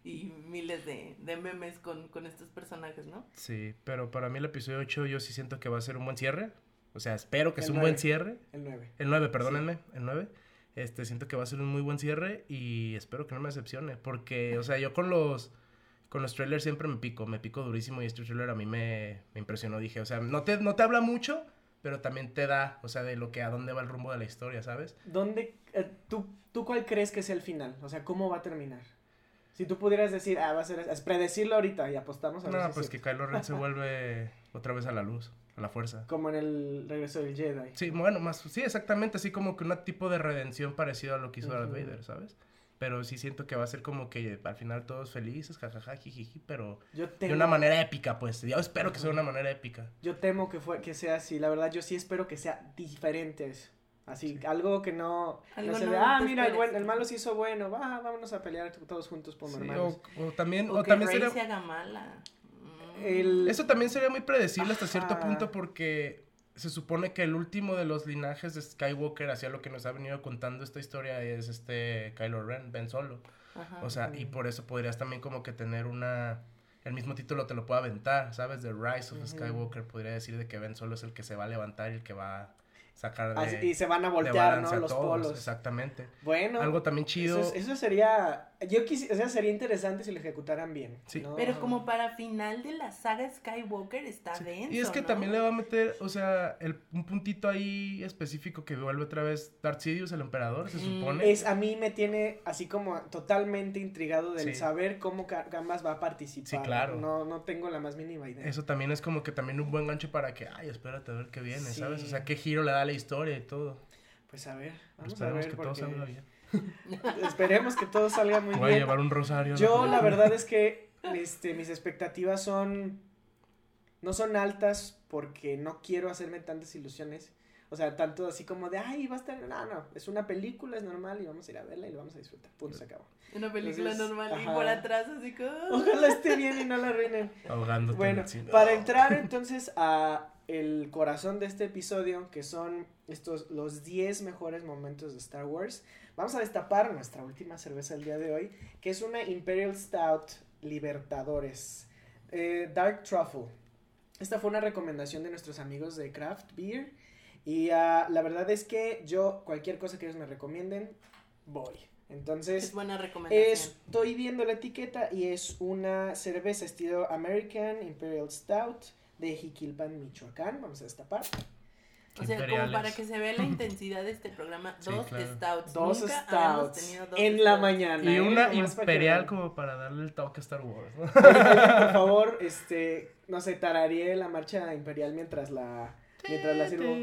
y miles de, de memes con, con estos personajes, ¿no? Sí, pero para mí el episodio ocho yo sí siento que va a ser un buen cierre. O sea, espero que El sea un nueve. buen cierre. El nueve. El nueve, perdónenme, el nueve. Este, siento que va a ser un muy buen cierre y espero que no me decepcione. Porque, o sea, yo con los... Con los trailers siempre me pico, me pico durísimo y este trailer a mí me, me impresionó. Dije, o sea, no te, no te habla mucho, pero también te da, o sea, de lo que a dónde va el rumbo de la historia, ¿sabes? ¿Dónde, eh, tú, tú cuál crees que sea el final? O sea, ¿cómo va a terminar? Si tú pudieras decir, ah, va a ser, es predecirlo ahorita y apostamos a ver No, si pues es que cierto. Kylo Ren se vuelve otra vez a la luz, a la fuerza. Como en el regreso del Jedi. Sí, bueno, más, sí, exactamente, así como que un tipo de redención parecido a lo que hizo Darth Ujú. Vader, ¿sabes? Pero sí siento que va a ser como que al final todos felices, jajaja, jijiji, pero Yo temo, de una manera épica, pues. Yo espero que sea de una manera épica. yo temo que, fue, que sea así. La verdad, yo sí espero que sea diferente a eso. Así, Sí. algo que no, Algo no se no de, ah, te mira, el, esperes. buen, el malo se hizo bueno, va, vámonos a pelear todos juntos por Sí, hermanos. o, o también, O, o que también Rey sería... se haga mala. Mm. El, Eso también sería muy predecible hasta cierto Ajá. punto porque se supone que el último de los linajes de Skywalker, hacia lo que nos ha venido contando esta historia, es este Kylo Ren, Ben Solo. Ajá. O sea, y por eso podrías también como que tener una... El mismo título te lo puede aventar, ¿sabes? The Rise of Ujú. Skywalker podría decir de que Ben Solo es el que se va a levantar y el que va a sacar de... así, y se van a de voltear, balance ¿no? a Los todos, polos. Exactamente. Bueno, Algo también chido. Eso, es- eso sería, yo quisi, o sea, sería interesante si lo ejecutaran bien. Sí. ¿no? Pero como para final de la saga Skywalker está Sí. denso, Y es que ¿no? también le va a meter, o sea, el, un puntito ahí específico que vuelve otra vez Darth Sidious, el emperador, se Mm. supone. Es, a mí me tiene así como totalmente intrigado del Sí. saber cómo Ca- Gambas va a participar. Sí, claro. No, no tengo la más mínima idea. Eso también es como que también un buen gancho para que, ay, espérate a ver qué viene, Sí. ¿sabes? O sea, qué giro le da a la historia y todo. Pues a ver, vamos a Esperemos ver que todo porque salga bien. esperemos que todo salga muy Voy a bien. llevar un rosario. a Yo película. la verdad es que este, mis expectativas son, no son altas porque no quiero hacerme tantas ilusiones. O sea, tanto así como de, ay, va a estar, no, no, es una película, es normal y vamos a ir a verla y lo vamos a disfrutar. Punto, se acabó. Una película Entonces, normal y ajá. por atrás así como... Ojalá esté bien y no la arruinen. Ahogándote en Bueno, el cine. para entrar entonces a el corazón de este episodio, que son estos los diez mejores momentos de Star Wars, vamos a destapar nuestra última cerveza del día de hoy, que es una Imperial Stout Libertadores eh, Dark Truffle. Esta fue una recomendación de nuestros amigos de Craft Beer y uh, la verdad es que yo cualquier cosa que ellos me recomienden voy. Entonces Es buena recomendación. estoy viendo la etiqueta y es una cerveza estilo American Imperial Stout de Jiquilpan, Michoacán. Vamos a destapar. O sea, como Imperiales. para que se vea la intensidad de este programa, Sí, dos claro. stouts. Dos Nunca habíamos stouts tenido dos en la stouts. mañana. Y ¿eh? una Nomás para que imperial vean. como para darle el toque a Star Wars, ¿no? Alguien, por favor, este, no sé, tarareé la marcha imperial mientras la, mientras la sirvo.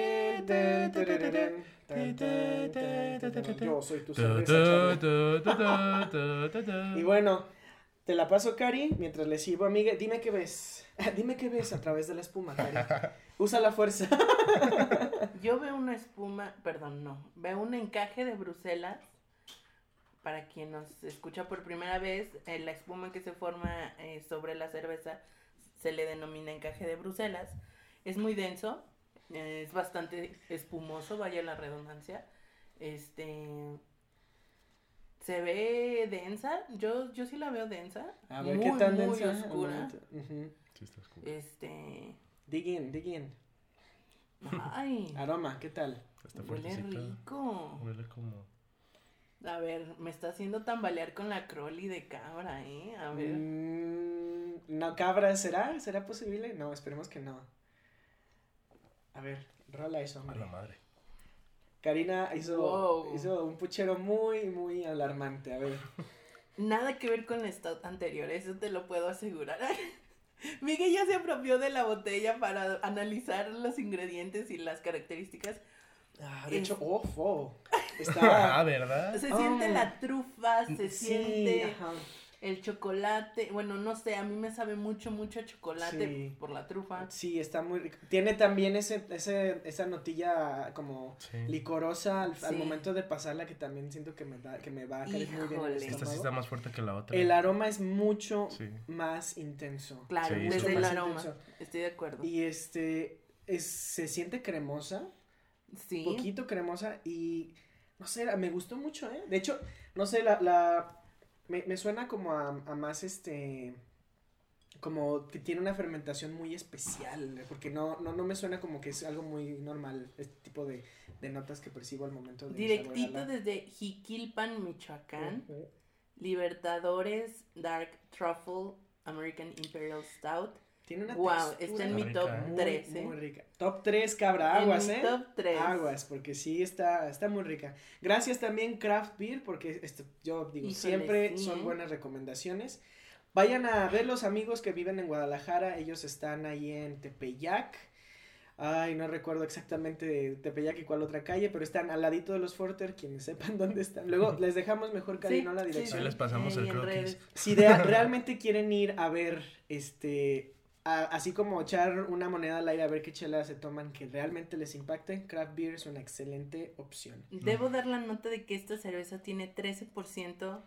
Yo soy tu cerveza, Charlie. Y bueno, te la paso, Cari, mientras le sirvo, amiga. Dime qué ves. Dime qué ves a través de la espuma, Cari. Usa la fuerza. Yo veo una espuma, perdón, no, veo un encaje de Bruselas. Para quien nos escucha por primera vez, eh, la espuma que se forma eh, sobre la cerveza se le denomina encaje de Bruselas. Es muy denso, eh, es bastante espumoso, vaya la redundancia. Este se ve densa, yo yo sí la veo densa. A ver, muy, ¿qué tan muy densa? oscura. Ujú. Sí, está oscuro. Este, Dig in, dig in. ay, Aroma, ¿qué tal? Está huele fuertecita. rico. Huele como... A ver, me está haciendo tambalear con la croli de cabra, ¿eh? A ver. Mm, no, cabra, ¿será? ¿Será posible? No, esperemos que no. A ver, rola eso, A hombre. la madre. Karina hizo, Wow. hizo un puchero muy, muy alarmante. A ver. Nada que ver con el stout anterior, eso te lo puedo asegurar. Miguel ya se apropió de la botella para analizar los ingredientes y las características. Ah, de Es- hecho, oh, oh, Ah, está... ¿verdad? Se Oh. siente la trufa, se sí, siente ajá. el chocolate. Bueno, no sé, a mí me sabe mucho, mucho a chocolate Sí. por la trufa. Sí, está muy rico. Tiene también ese, ese, esa notilla como Sí. licorosa al, al Sí. momento de pasarla que también siento que me da, que me va a caer muy bien en el Híjole. Esta sí estómago. está más fuerte que la otra. El aroma es mucho Sí. más intenso. Claro, Sí, desde sí. el Mucho más aroma. intenso. Estoy de acuerdo. Y este, es, se siente cremosa, Sí. poquito cremosa y, no sé, me gustó mucho, ¿eh? De hecho, no sé, la, la, me, me suena como a, a más este, como que tiene una fermentación muy especial, porque no, no, no me suena como que es algo muy normal, este tipo de, de notas que percibo al momento de Directito saborearla. desde Jiquilpan, Michoacán. Uh-huh. Libertadores, Dark Truffle, American Imperial Stout. Tiene una Wow, textura está en mi Muy top rica, ¿eh? tres, muy, ¿eh? muy rica. Top tres, cabra, aguas, en mi ¿eh? top tres. Aguas, porque sí está, está muy rica. Gracias también Craft Beer, porque este, yo digo, Híjole, siempre sí, son ¿eh? buenas recomendaciones. Vayan a ver los amigos que viven en Guadalajara, ellos están ahí en Tepeyac. Ay, no recuerdo exactamente de Tepeyac y cuál otra calle, pero están al ladito de los Forter, quienes sepan dónde están. Luego les dejamos mejor, Cari, Sí, ¿no? La sí, dirección. Ahí les pasamos ahí el en croquis. redes. Si de- realmente quieren ir a ver, este, a- así como echar una moneda al aire a ver qué chela se toman que realmente les impacte, Craft Beer es una excelente opción. Debo dar la nota de que esta cerveza tiene trece por ciento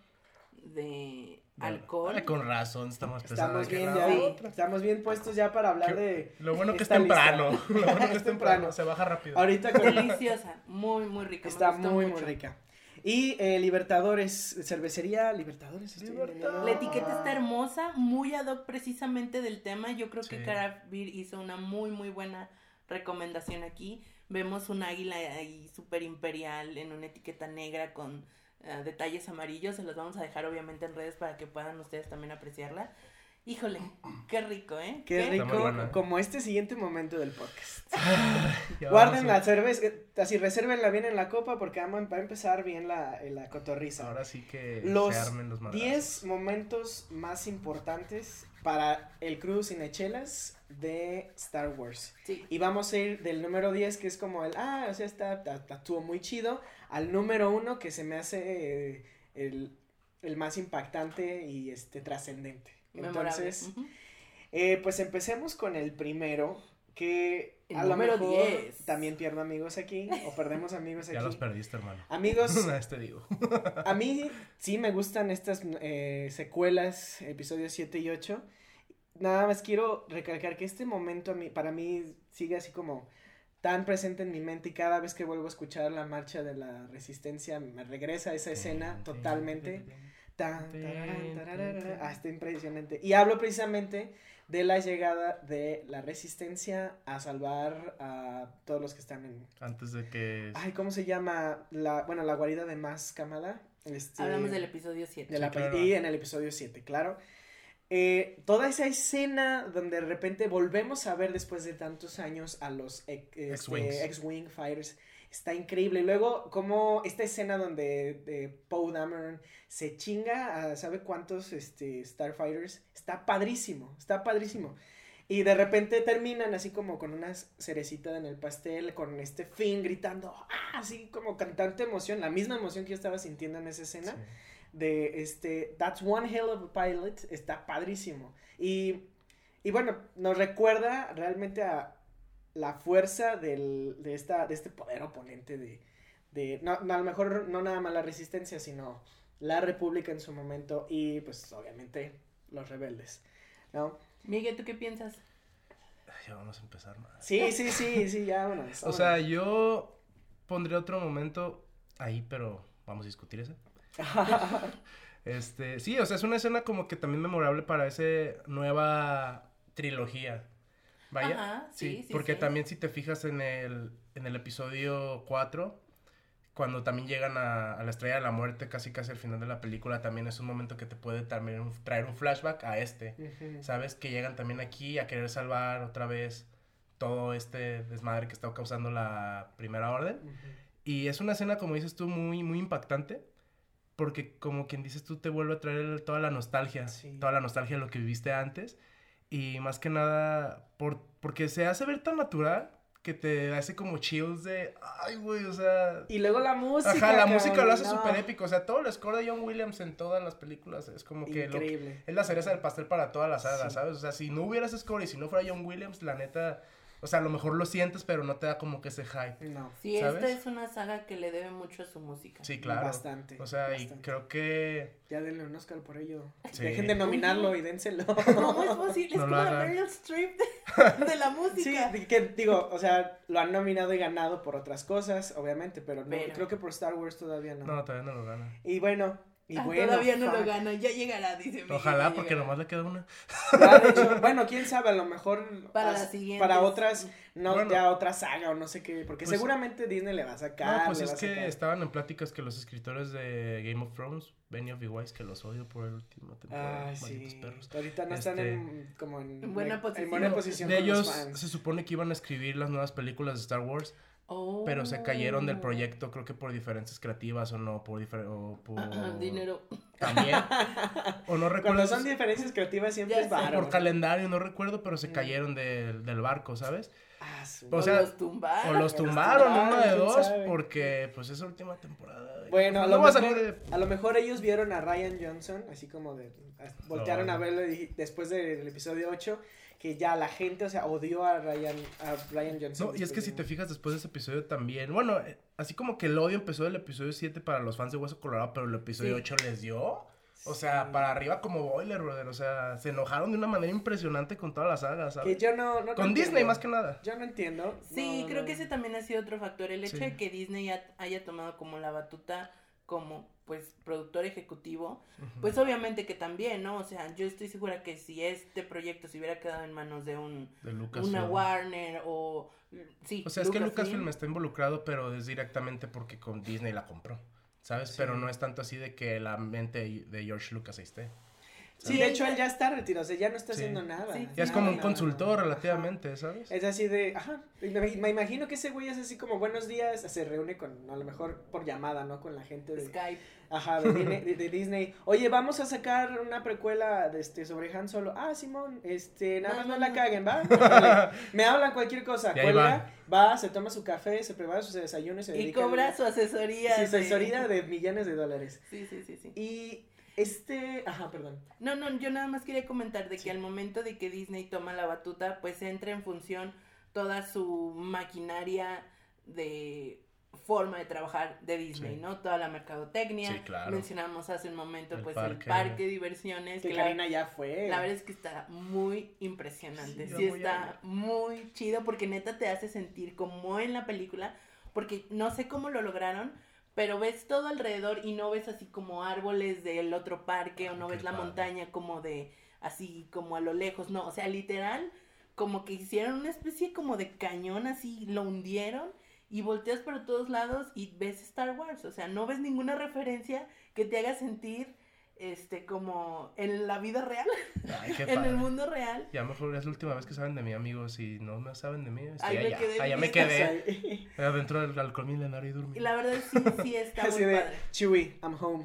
de alcohol. Ay, con razón, está más pesada Estamos que bien la ya, Sí. otra. estamos bien puestos ya para hablar Qué- de Lo bueno que es esta lista. temprano. Lo bueno que es Es temprano. temprano. Se baja rápido. ahorita con- Deliciosa, muy, muy rica. me está gustó muy mucho. muy rica. Y eh, Libertadores, cervecería Libertadores. estoy Libertad. entendiendo. La etiqueta Ah. está hermosa, muy ad hoc precisamente del tema. Yo creo que Sí. Craft Beer hizo una muy, muy buena recomendación aquí. Vemos un águila ahí súper imperial en una etiqueta negra con uh, detalles amarillos. Se los vamos a dejar obviamente en redes para que puedan ustedes también apreciarla. Híjole, qué rico, ¿eh? Qué Está muy rico, buena. como este siguiente momento del podcast. Ya Guarden la vamos a- cerveza, eh, así resérvenla bien en la copa porque vamos- va a empezar bien la, eh, la cotorriza. Ahora sí que Los se armen los madrazos. diez momentos más importantes para el Crudo Cinechelas de Star Wars. Sí. Y vamos a ir del número diez, que es como el, ah, o sea, está, está, está- estuvo muy chido, al número uno, que se me hace eh, el, el más impactante y este trascendente. Memorable. Entonces, Ujú. eh, pues empecemos con el primero, que El a lo número mejor diez. también pierdo amigos aquí, o perdemos amigos aquí. Ya los perdiste, hermano. Amigos, Una vez te digo. a mí sí me gustan estas eh, secuelas, episodios siete y ocho. Nada más quiero recalcar que este momento a mí, para mí sigue así como tan presente en mi mente y cada vez que vuelvo a escuchar la marcha de la resistencia me regresa a esa escena totalmente. Tan, tararán, tararara. Ah, está impresionante. Y hablo precisamente de la llegada de la resistencia a salvar a todos los que están en... Antes de que... Ay, ¿cómo se llama? La, bueno, la guarida de Maz Kamala. Este, Hablamos del episodio siete. de la Sí, claro. Y en el episodio siete, claro. Eh, toda esa escena donde de repente volvemos a ver después de tantos años a los ex- este, X-Wings. X-Wing Fighters está increíble. Y luego, como esta escena donde eh, Poe Dameron se chinga a sabe cuántos este, Starfighters, está padrísimo, está padrísimo. Y de repente terminan así como con una cerecita en el pastel, con este Finn gritando, ¡ah! Así como con tanta emoción, la misma emoción que yo estaba sintiendo en esa escena. Sí. De este, That's One Hell of a Pilot, está padrísimo. Y, y bueno, nos recuerda realmente a la fuerza del, de, esta, de este poder oponente de, de no, no, a lo mejor no nada más la resistencia, sino la república en su momento y pues obviamente los rebeldes, ¿no? Miguel, ¿tú qué piensas? Ay, ya vamos a empezar más. Sí, sí, sí, sí, ya, bueno. O sea, yo pondré otro momento ahí, pero vamos a discutir ese. Este, sí, o sea, es una escena como que también memorable para esa nueva trilogía. Vaya. Ajá, sí, sí, porque sí. también si te fijas en el, en el episodio cuatro, cuando también llegan a, a la Estrella de la Muerte, casi casi al final de la película, también es un momento que te puede también un- traer un flashback a este. Ujú. ¿Sabes? Que llegan también aquí a querer salvar otra vez todo este desmadre que está causando la Primera Orden. Ujú. Y es una escena, como dices tú, muy, muy impactante. Porque como quien dices tú, te vuelve a traer toda la nostalgia. Sí. Toda la nostalgia de lo que viviste antes. Y más que nada, por, porque se hace ver tan natural que te hace como chills de... Ay, güey, o sea... Y luego la música. Ajá, la cabrón, música lo hace no. súper épico. O sea, todo el score de John Williams en todas las películas es como que... lo- Increíble. es la cereza del pastel para toda la saga, Sí. ¿sabes? O sea, si no hubiera ese score y si no fuera John Williams, la neta... O sea, a lo mejor lo sientes, pero no te da como que ese hype. No. Sí, ¿sabes? esta es una saga que le debe mucho a su música. Sí, claro. Bastante. O sea, bastante. y creo que... Ya denle un Oscar por ello. Sí. Dejen de nominarlo y dénselo. ¿Cómo es posible? No es lo como la hagan. Meryl Streep de, de la Sí, música. di- que digo, o sea, lo han nominado y ganado por otras cosas, obviamente, pero, no, Pero- creo que por Star Wars todavía no. No, todavía no lo gana. Y bueno, Y Ah, bueno, todavía no fuck. lo gana, ya llegará, dice Miguel, Ojalá, ya porque llegará. nomás le queda una. Ya, de hecho, bueno, quién sabe, a lo mejor Para as- las siguientes. para otras, no, Bueno. ya otra saga o no sé qué, porque Pues- seguramente Disney le va a sacar. No, pues le es va a que sacar. estaban en pláticas que los escritores de Game of Thrones, Benioff y Weiss, que los odio por el último temporada, Ay, malditos sí. perros. Ahorita no están Este- en, como en, En buena en posición. buena posición De con los ellos fans. se supone que iban a escribir las nuevas películas de Star Wars, Oh. pero se cayeron del proyecto, creo que por diferencias creativas o no, por difer- o por Dinero. también. O no recuerdo. Cuando son si- diferencias creativas siempre Ya es sé. varo. por calendario, no recuerdo, pero se Mm. cayeron del, del barco, ¿sabes? Ah, su- O O sea, los tumbaron. O los O los tumbaron, tumbaron, uno de quién dos, sabe. porque pues es la última temporada. Bueno, a no lo, va a mejor, salir de... a lo mejor ellos vieron a Ryan Johnson, así como de, a- voltearon No. a verlo y dij- después del episodio ocho, que ya la gente, o sea, odió a Ryan, a Ryan Johnson. No, y es que después si de- te fijas después de ese episodio también, bueno, eh, así como que el odio empezó del episodio siete para los fans de Hueso Colorado, pero el episodio Sí. ocho les dio, o sea, Sí. para arriba como boiler, brother, o sea, se enojaron de una manera impresionante con toda la saga, Que ¿sabes? yo no, no Con no Disney entiendo. más que nada. Yo no entiendo. Sí, no, creo no. que ese también ha sido otro factor, el hecho Sí. de que Disney ha- haya tomado como la batuta como pues productor ejecutivo, pues obviamente que también, ¿no? O sea, yo estoy segura que si este proyecto se hubiera quedado en manos de un De Lucasfilm. una Warner o sí, O sea, es que Lucasfilm, Lucasfilm está involucrado, pero es directamente porque con Disney la compró, ¿sabes? Sí. Pero no es tanto así de que la mente de George Lucas ahí esté. Sí, Sí, de hecho ella- él ya está retirado, o sea, ya no está Sí. haciendo nada. Sí, Ya es sí, como no, un no, consultor Ajá. relativamente, ¿sabes? Es así de, ajá, me, me imagino que ese güey es así como buenos días, se reúne con, a lo mejor por llamada, ¿no? Con la gente de, Skype. ajá, de, Disney- de- de Disney. Oye, vamos a sacar una precuela de este, sobre Han Solo. Ah, Simón, este, nada No, más no, no, la no. caguen, ¿va? Órale. Me hablan cualquier cosa, Y ahí cuelga, va, se toma su café, se prepara su desayuno y se Y dedica cobra a su asesoría. su de- asesoría de millones de dólares. Sí, sí, sí, sí. Y este, ajá, perdón. No, no, yo nada más quería comentar de Sí. que al momento de que Disney toma la batuta, pues entra en función toda su maquinaria de forma de trabajar de Disney, Sí. ¿no? Toda la mercadotecnia. Sí, claro. Mencionamos hace un momento, El pues, el parque. parque de diversiones. Que que la- Karina ya fue. La verdad es que está muy impresionante. Sí, Sí, yo voy está a muy chido porque neta te hace sentir como en la película. Porque no sé cómo lo lograron, pero ves todo alrededor y no ves así como árboles del otro parque o no Qué ves la padre. montaña como de así como a lo lejos. No, o sea, literal, como que hicieron una especie como de cañón así, lo hundieron y volteas por todos lados y ves Star Wars. O sea, no ves ninguna referencia que te haga sentir este como en la vida real, Ay, qué en padre. el mundo real. Ya mejor es la última vez que saben de mí, amigos, y no me saben de mí. Estoy Ahí me allá, quedé allá me bien. quedé. Adentro del alcohol milenario y dormí. Y la verdad sí, sí está Así muy de, padre. Chewie, I'm home.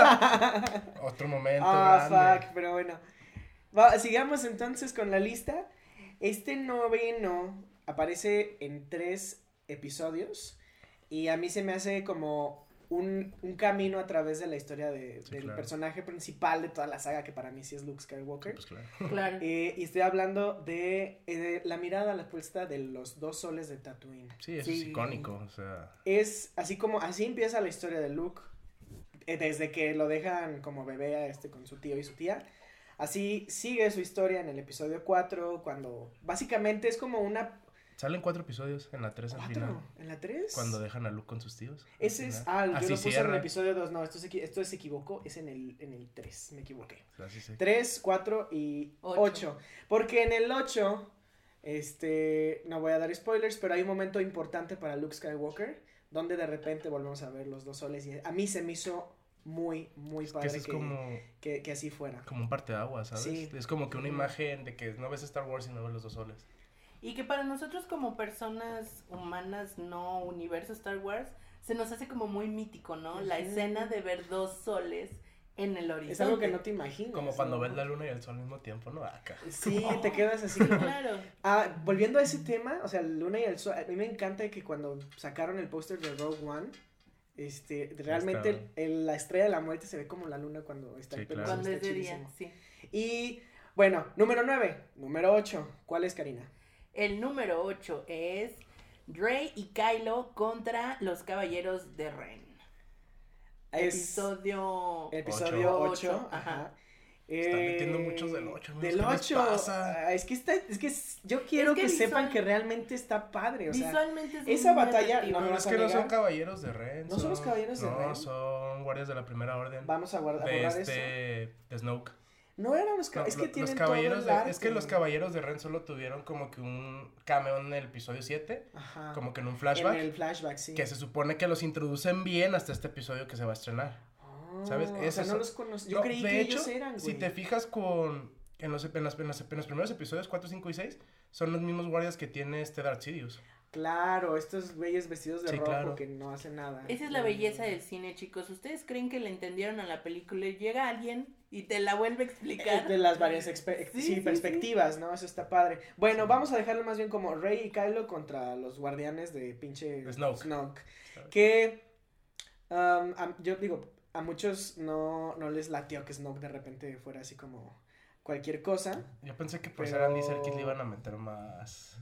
Otro momento Ah, grande. fuck, pero bueno. Va, sigamos entonces con la lista. Este noveno aparece en tres episodios y a mí se me hace como un, un camino a través de la historia de- Sí, del claro. personaje principal de toda la saga, que para mí sí es Luke Skywalker. Pues claro. Claro. Eh, y estoy hablando de, eh, de la mirada a la puesta de los dos soles de Tatooine. Sí, eso Sí. es icónico, o sea... Es así como, así empieza la historia de Luke, eh, desde que lo dejan como bebé a este con su tío y su tía. Así sigue su historia en el episodio cuatro, cuando básicamente es como una... Salen cuatro episodios, en la tres al final. ¿Cuatro? ¿En la tres? Cuando dejan a Luke con sus tíos. al Ese es... final. Ah, yo Así lo puse en cierra. el episodio dos, no, esto se, equi- esto se equivocó, es en el, en el tres, me equivoqué. Así se- tres, cuatro y Ocho. ocho. Porque en el ocho, este, no voy a dar spoilers, pero hay un momento importante para Luke Skywalker, donde de repente volvemos a ver los dos soles y a mí se me hizo muy, muy Es que padre eso es que, como, que, que así fuera. como un parteaguas, ¿sabes? Sí. Es como que una Ujú. imagen de que no ves Star Wars y no ves los dos soles. Y que para nosotros como personas humanas no universo Star Wars, se nos hace como muy mítico, ¿no? La Ujú. escena de ver dos soles en el horizonte. Es algo que no te imaginas. Como cuando ¿no? ves la luna y el sol al mismo tiempo, ¿no? Acá. Sí, te quedas así como... Claro. Ah, volviendo a ese tema, o sea, la luna y el sol, a mí me encanta que cuando sacaron el póster de Rogue One, este, realmente Está. el- el- la estrella de la muerte se ve como la luna cuando está Sí, en claro. pelusa, Cuando es está de día, chidísimo. sí. Y bueno, número nueve, número ocho, ¿cuál es, Karina? El número ocho es Rey y Kylo contra los Caballeros de Ren. Es Episodio... episodio Ocho. ocho, Ajá. ajá. Están Eh, metiendo muchos del ocho, amigos, Del ¿qué les ocho. pasa? Ah, es que está, es que es- yo quiero Es que que, visual- sepan que realmente está padre, o sea, Visualmente es esa muy batalla atractivo. no me Pero vas es a que no son negar. caballeros de Ren. ¿No son los caballeros de no, Ren? No, son guardias de la primera orden. Vamos a, guardar, a de borrar este, eso. de Snoke. No eran los No, caballeros, es que lo- tienen los caballeros todo de, el arte. es que los caballeros de Ren solo tuvieron como que un cameo en el episodio siete, Ajá. como que en un flashback, En el flashback, sí. que se supone que los introducen bien hasta este episodio que se va a estrenar. Ah, ¿sabes? O sea, Esos no son- los conocí. Yo No, creí de que hecho, ellos eran, güey. si te fijas con en los, en, las- en las- en los primeros episodios cuatro, cinco y seis, son los mismos guardias que tiene este Darth Sidious. Claro, estos güeyes vestidos de Sí, rojo claro. que no hacen nada. Esa es la belleza del cine, chicos. ¿Ustedes creen que le entendieron a la película? Llega alguien y te la vuelve a Eh, explicar. De las varias expe- Sí, sí, sí, perspectivas, ¿no? Eso está padre. Bueno, vamos a dejarlo más bien como Rey y Kylo contra los guardianes de pinche Snoke. ¿sabes? Que um, a- yo digo, a muchos no, no les latió que Snoke de repente fuera así como cualquier cosa. Yo pensé que por Pero- ser Andy Serkis le iban a meter más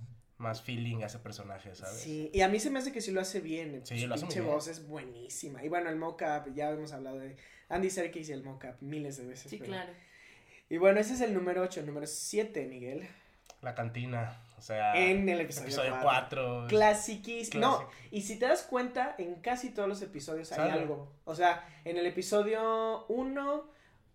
más feeling a ese personaje, ¿sabes? Sí, y a mí se me hace que sí lo hace bien. Sí, Su lo hace muy pinche bien. voz es buenísima. Y bueno, el mocap, ya hemos hablado de Andy Serkis y el mocap miles de veces. Sí, pero- claro. Y bueno, ese es el número ocho. El número siete, Miguel. La cantina, o sea, En el episodio cuatro. Clasiquísimo. No, Clásico. y si te das cuenta, en casi todos los episodios hay Sale. algo. O sea, en el episodio uno,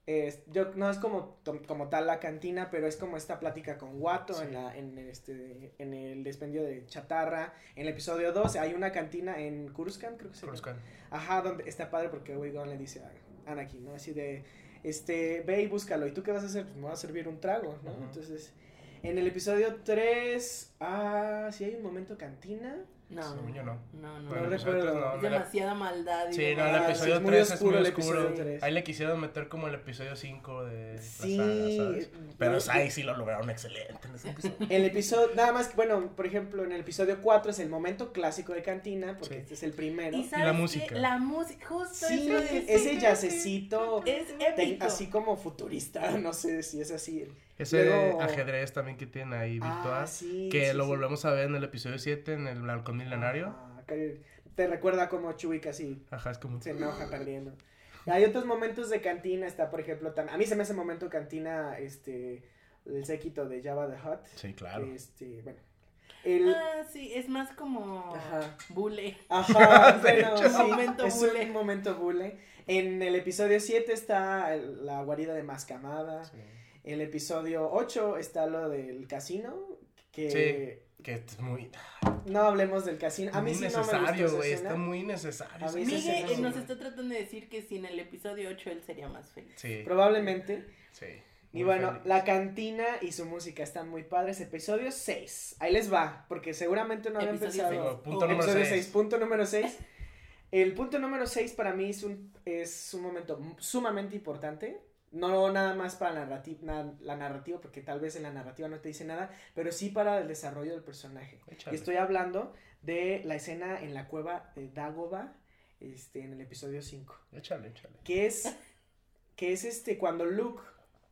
yo, no es como, como tal la cantina, pero es como esta plática con Watto Sí. en, la, en, este, en el despendio de chatarra. En el episodio dos hay una cantina en Coruscant, creo que se llama. Coruscant. Ajá, donde está padre porque Obi-Wan le dice a Anakin, ¿no? Así de, este, ve y búscalo. ¿Y tú qué vas a hacer? Pues me voy a servir un trago, ¿no? Ujú. Entonces, en el episodio tres, ah, sí hay un momento cantina. No, Según yo no. no, no. No Bueno, el episodio recuerdo. tres no, Es no le- demasiada maldad. y Sí, no, el demasiado- Ah, episodio sí, es muy tres es oscuro muy el oscuro. episodio tres. Ahí le quisieron meter como el episodio cinco de Sí, la saga, ¿sabes? Pero no, ahí sí lo lograron excelente en ese episodio. El episodio, nada más que, bueno, por ejemplo, en el episodio cuatro es el momento clásico de cantina, porque Sí. este es el primero. ¿Y sabes la qué? música. La música, justo Sí, eso decir. ese jazzecito, Es ten- épico. así como futurista, no sé si es así. Ese Luego- ajedrez también que tiene ahí virtual, Ah, sí, que sí, lo sí. volvemos a ver en el episodio siete, en el halcón milenario. Ah, que te recuerda como Chewie casi Ajá, es como... se enoja también, ¿no? Hay otros momentos de cantina, está por ejemplo, tam- a mí se me hace momento de cantina, este, el séquito de Jabba the Hutt. Sí, claro. Este, bueno, el... Ah, sí, es más como Ajá. bule. Ajá, De bueno, hecho. sí, Momento es bule. un momento bule. En el episodio siete está el- la guarida de Mascamada. Sí. El episodio ocho está lo del casino, que Sí. Que es muy... no hablemos del casino. A mí muy sí no me necesario, gustó esa güey, escena. está muy necesario. A mí esa sí se me Miguel hace- eh, nos está tratando de decir que si en el episodio ocho él sería más feliz. Sí, Probablemente. sí. Y muy bueno, feliz. la cantina y su música están muy padres. Episodio seis. Ahí les va, porque seguramente no habían Episodio pensado. seis. Punto número Episodio seis. seis. Punto número seis. El punto número seis para mí es un, es un momento sumamente importante. No nada más para la narrativa, na- la narrativa, porque tal vez en la narrativa no te dice nada, pero sí para el desarrollo del personaje. Échale. Y estoy hablando de la escena en la cueva de Dagobah, este, en el episodio cinco. Échale, échale. Que es, que es este, cuando Luke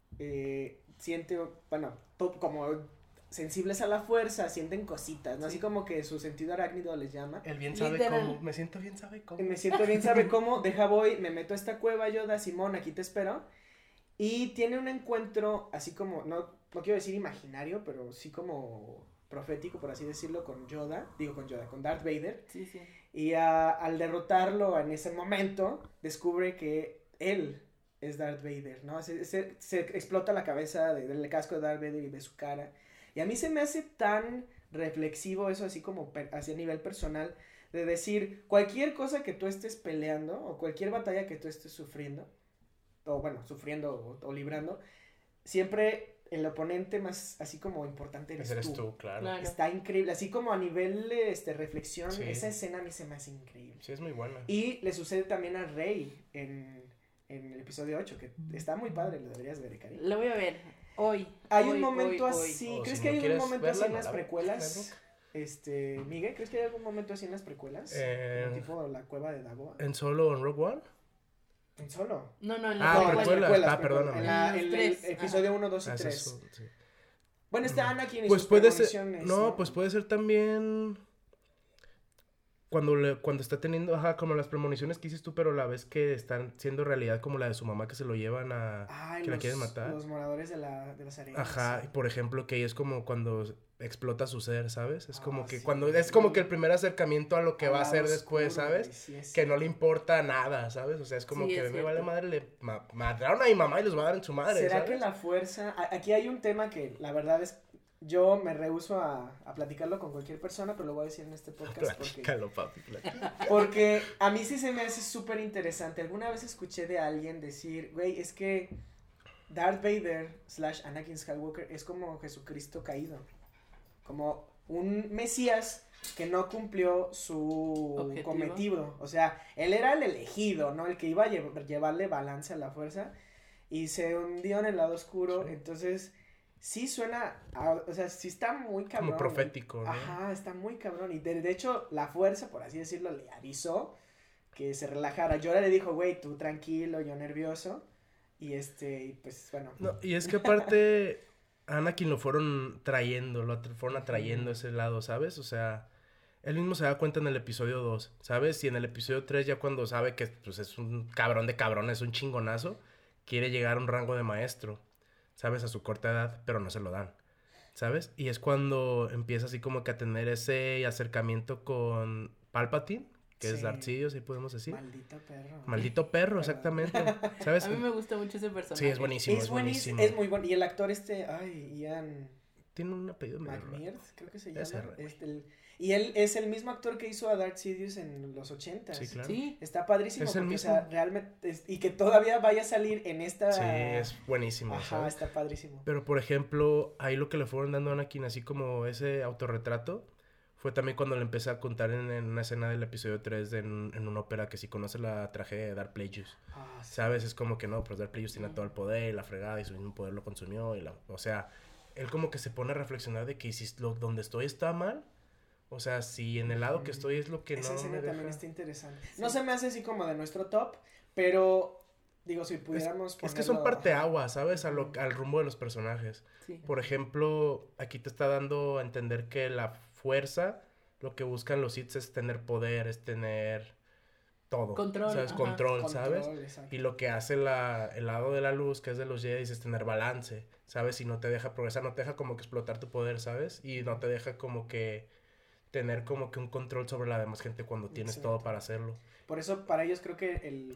eh, siente, bueno, to- como sensibles a la fuerza, sienten cositas, ¿no? Así como que su sentido arácnido les llama. Él bien sabe Literal. cómo. Me siento bien sabe cómo. Y me siento bien, ¿sabe cómo? Deja voy, me meto a esta cueva, Yoda, Simón, aquí te espero. Y tiene un encuentro así como, no, no quiero decir imaginario, pero sí como profético, por así decirlo, con Yoda, digo con Yoda, con Darth Vader. Sí, sí. Y a- al derrotarlo en ese momento, descubre que él es Darth Vader, ¿no? Se, se- se explota la cabeza de- del casco de Darth Vader y de su cara. Y a mí se me hace tan reflexivo eso, así como per- así a nivel personal, de decir, cualquier cosa que tú estés peleando o cualquier batalla que tú estés sufriendo, o bueno, sufriendo o, o librando, siempre el oponente más así como importante eres, Ese eres tú. tú, claro. Claro. Está increíble, así como a nivel este, reflexión, Sí. esa escena a mí se me hace increíble. Sí, es muy buena. Y le sucede también a Rey en, en el episodio ocho, que está muy padre, lo deberías ver, Cari. Lo voy a ver hoy. Hay hoy, un momento hoy, hoy. así, O ¿crees si que no hay un quieres momento verla, así en no las la- precuelas? Este, Miguel, ¿crees que hay algún momento así en las precuelas? Eh, Como tipo la cueva de Dagobah. ¿En Solo o en Rogue One? ¿En solo? No, no, en Ah, la No, en las precuelas, precuelas, ah, precuelas. perdóname. En, la- En en los el tres, episodio uno, dos y Ah, ese tres. es un- sí. Bueno, está Anakin y Pues sus puede ser. premoniciones, No, pues puede ser también. cuando, le, cuando está teniendo, ajá, como las premoniciones que dices tú, pero la vez que están siendo realidad como la de su mamá que se lo llevan a... Ay, que los, la quieren matar. Los moradores de, la, de las arenas. Ajá, sí. por ejemplo, que es como cuando explota su ser, ¿sabes? Es Ah, como que sí. cuando, es como que el primer acercamiento a lo que Al va a lado ser después, oscuro, ¿sabes? güey, sí, es Que no le importa nada, ¿sabes? O sea, es como Sí, que es me vale cierto. madre, le ma- mataron a mi mamá y los va a dar en su madre, ¿Será ¿sabes? que la fuerza? a- Aquí hay un tema que la verdad es, yo me rehúso a, a platicarlo con cualquier persona, pero lo voy a decir en este podcast porque, Platícalo, papi, platícalo. porque a mí sí se me hace súper interesante. Alguna vez escuché de alguien decir, güey, es que Darth Vader slash Anakin Skywalker es como Jesucristo caído, como un Mesías que no cumplió su Objetivo. cometido. O sea, él era el elegido, ¿no? El que iba a lle- llevarle balance a la fuerza y se hundió en el lado oscuro. Sí. Entonces, sí suena, a- o sea, sí está muy cabrón. Como profético, ¿no? Ajá, está muy cabrón. Y de, de hecho, la fuerza, por así decirlo, le avisó que se relajara. Yoda le dijo, güey, tú tranquilo, yo nervioso. Y este, y pues bueno. No, y es que aparte, a Anakin lo fueron trayendo, lo atra- fueron atrayendo a ese lado, ¿sabes? O sea, él mismo se da cuenta en el episodio dos, ¿sabes? Y en el episodio tres ya cuando sabe que pues, es un cabrón de cabrón, es un chingonazo, quiere llegar a un rango de maestro, ¿sabes? A su corta edad, pero no se lo dan, ¿sabes? Y es cuando empieza así como que a tener ese acercamiento con Palpatine, que es Sí. Darth Sidious, ahí podemos decir. Maldito perro. Maldito perro, exactamente, ¿sabes? A mí me gusta mucho ese personaje. Sí, es buenísimo, Es es buenísimo, buenísimo. es muy bueno. Y el actor este, ay, Ian Tiene un apellido medio raro. McMeard, creo que se llama. Ese raro. Este, el- y él es el mismo actor que hizo a Darth Sidious en los ochentas. Sí, claro. Sí, Está padrísimo Es el porque, mismo. o sea, realmente, es- y que todavía vaya a salir en esta... Sí, es buenísimo, Ajá, ¿sabes? está padrísimo. Pero, por ejemplo, ahí lo que le fueron dando a Anakin, así como ese autorretrato, fue también cuando le empecé a contar en, en una escena del episodio tres de en, en una ópera que si conoce la tragedia de Darth Plagueis, Ah, sí. ¿sabes? Es como que no, pues Darth Plagueis tiene todo el poder y la fregada y su mismo poder lo consumió y la... O sea, él como que se pone a reflexionar de que si lo, donde estoy está mal, o sea, si en el lado que estoy es lo que Esa no escena me también deja... está interesante. No se me hace así como de nuestro top, pero digo, si pudiéramos Es que son ponerlo- parteaguas, ¿sabes? A lo, al rumbo de los personajes. sí. Por ejemplo, aquí te está dando a entender que la fuerza, lo que buscan los Sith es tener poder, es tener todo. Control, ¿Sabes? ajá. Control, ¿sabes? Control, exacto. Y lo que hace la, el lado de la luz, que es de los Jedi, es tener balance, ¿sabes? Y no te deja progresar, no te deja como que explotar tu poder, ¿sabes? Y no te deja como que tener como que un control sobre la demás gente cuando tienes Exacto. todo para hacerlo. Por eso, para ellos creo que el,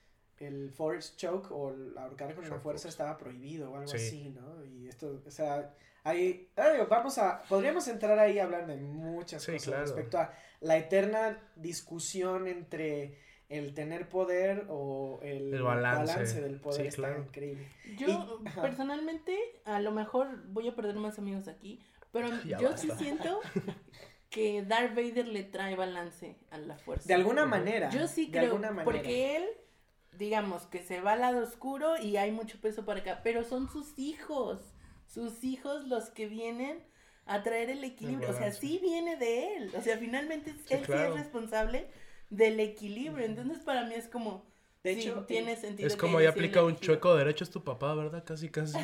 el Force Choke o el ahorcar con la Choke fuerza Force. estaba prohibido o algo Sí. así, ¿no? Y esto, o sea, ahí, ay, vamos a, podríamos entrar ahí a hablar de muchas Sí, cosas claro. respecto a la eterna discusión entre el tener poder o el, El balance. del poder. Sí, Está claro. increíble. Yo, Y- ajá. personalmente, a lo mejor voy a perder más amigos aquí, pero Ya yo basta. sí siento que Darth Vader le trae balance a la fuerza. De alguna Ujú. manera. Yo sí de creo, alguna manera. porque él, digamos, que se va al lado oscuro y hay mucho peso para acá, pero son sus hijos, sus hijos los que vienen a traer el equilibrio, o sea, balance. sí viene de él, o sea, finalmente Sí, él sí claro. es responsable del equilibrio, entonces para mí es como, De sí, hecho, tiene sentido. Es que como haya ya sido aplica un elegido. chueco derecho, es tu papá, ¿verdad? Casi, casi.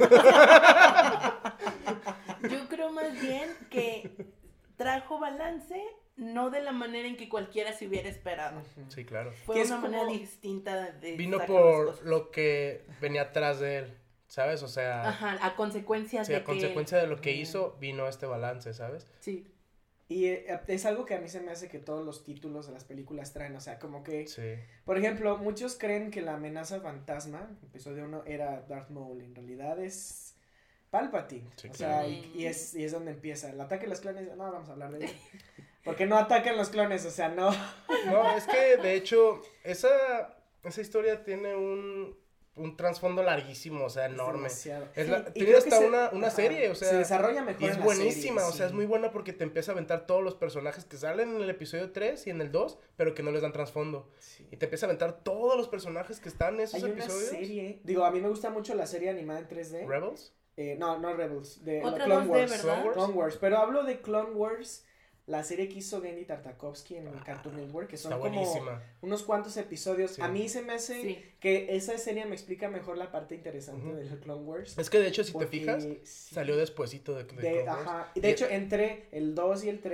Yo creo más bien que trajo balance, no de la manera en que cualquiera se hubiera esperado. Ujú. Sí, claro. Fue Que una es manera como- distinta de Vino sacar las por cosas. lo que venía atrás de él, ¿sabes? O sea, Ajá, a consecuencia sí, de a que... consecuencia de lo que hizo, vino este balance, ¿sabes? Sí, Y eh, es algo que a mí se me hace que todos los títulos de las películas traen, o sea, como que, Sí. por ejemplo, muchos creen que la amenaza fantasma, episodio uno, era Darth Maul, en realidad es Palpatine, Sí, o claro. sea, y, y es, y es donde empieza, el ataque de los clones, no vamos a hablar de eso, porque no atacan los clones, o sea, no, No, es que de hecho, esa, esa historia tiene un, un trasfondo larguísimo, o sea, es enorme. demasiado. Es Sí, la- y tiene creo hasta que se- una, una ajá, serie, o sea. se desarrolla mejor Y es en la buenísima, serie, o sea, sí. es muy buena porque te empieza a aventar todos los personajes que salen en el episodio tres y en el dos, pero que no les dan trasfondo. Sí. Y te empieza a aventar todos los personajes que están en esos Hay una episodios. serie, digo, a mí me gusta mucho la serie animada en tres D, Rebels. eh, no, no Rebels, de Otra Clone dos D, Wars. ¿verdad? Clone Wars. Clone Wars, pero hablo de Clone Wars, la serie que hizo Genndy Tartakovsky en Ah, Cartoon Network, que son Está como buenísima. unos cuantos episodios. Sí. A mí se me hace sí. que esa serie me explica mejor la parte interesante Ujú. de Clone Wars. Es que de hecho, si porque te fijas, sí, salió despuesito de, de de, Clone Wars. ajá, y de hecho entre el dos y el tres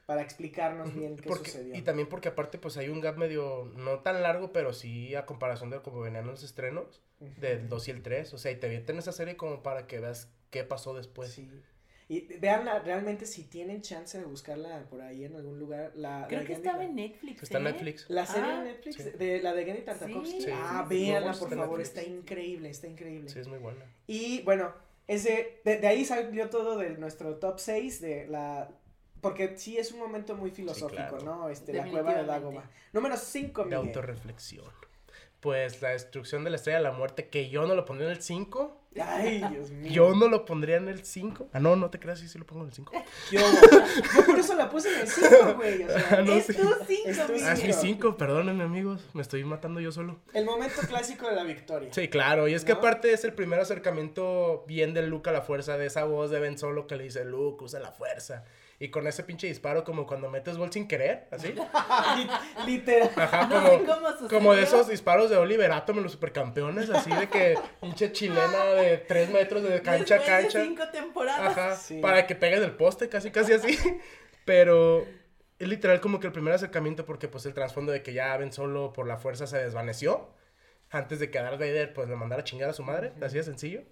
para explicarnos bien qué porque, sucedió. Y también porque aparte pues hay un gap medio, no tan largo, pero sí a comparación de cómo venían los estrenos, uh-huh. del dos y el tres, o sea, y te avientan esa serie como para que veas qué pasó después. Sí. Y veanla, realmente si tienen chance de buscarla por ahí en algún lugar, la creo que estaba en Netflix. Está en ¿eh? Netflix. La serie ah, en Netflix, sí. de la de Genndy Tartakovsky. Sí, ah, sí, véanla sí, por está favor, Netflix. está increíble, está increíble. Sí, es muy buena. Y bueno, ese, de, de ahí salió todo de nuestro top seis de la... Porque sí es un momento muy filosófico, sí, claro. ¿no? Este, la cueva de Dagobah. Número cinco, De Miguel. autorreflexión. Pues la destrucción de la Estrella de la Muerte, que yo no lo pondría en el cinco. Ay, Dios mío. Yo no lo pondría en el cinco. Ah, no, no te creas, sí, sí lo pongo en el cinco. Yo, yo por eso la puse en el cinco, güey. O sea, no, es sí. tu cinco, Es tu Miguel. Ah, es mi cinco, perdónenme amigos, me estoy matando yo solo. el momento clásico de la victoria. Sí, claro, y es que ¿No? aparte es el primer acercamiento bien de Luke a la fuerza, de esa voz de Ben Solo que le dice, Luke, usa la fuerza. Y con ese pinche disparo como cuando metes gol sin querer, así. Literal. Ajá, No como, sé cómo sucedió. como de esos disparos de Oliver Atom en los supercampeones, así de que pinche chilena de tres metros de cancha a Después cancha. de cinco temporadas. Ajá, Sí. para que pegues el poste, casi, casi así. Pero es literal como que el primer acercamiento, porque pues el trasfondo de que ya Ben Solo por la fuerza se desvaneció, antes de que Darth Vader pues le mandara a chingar a su madre, así de sencillo.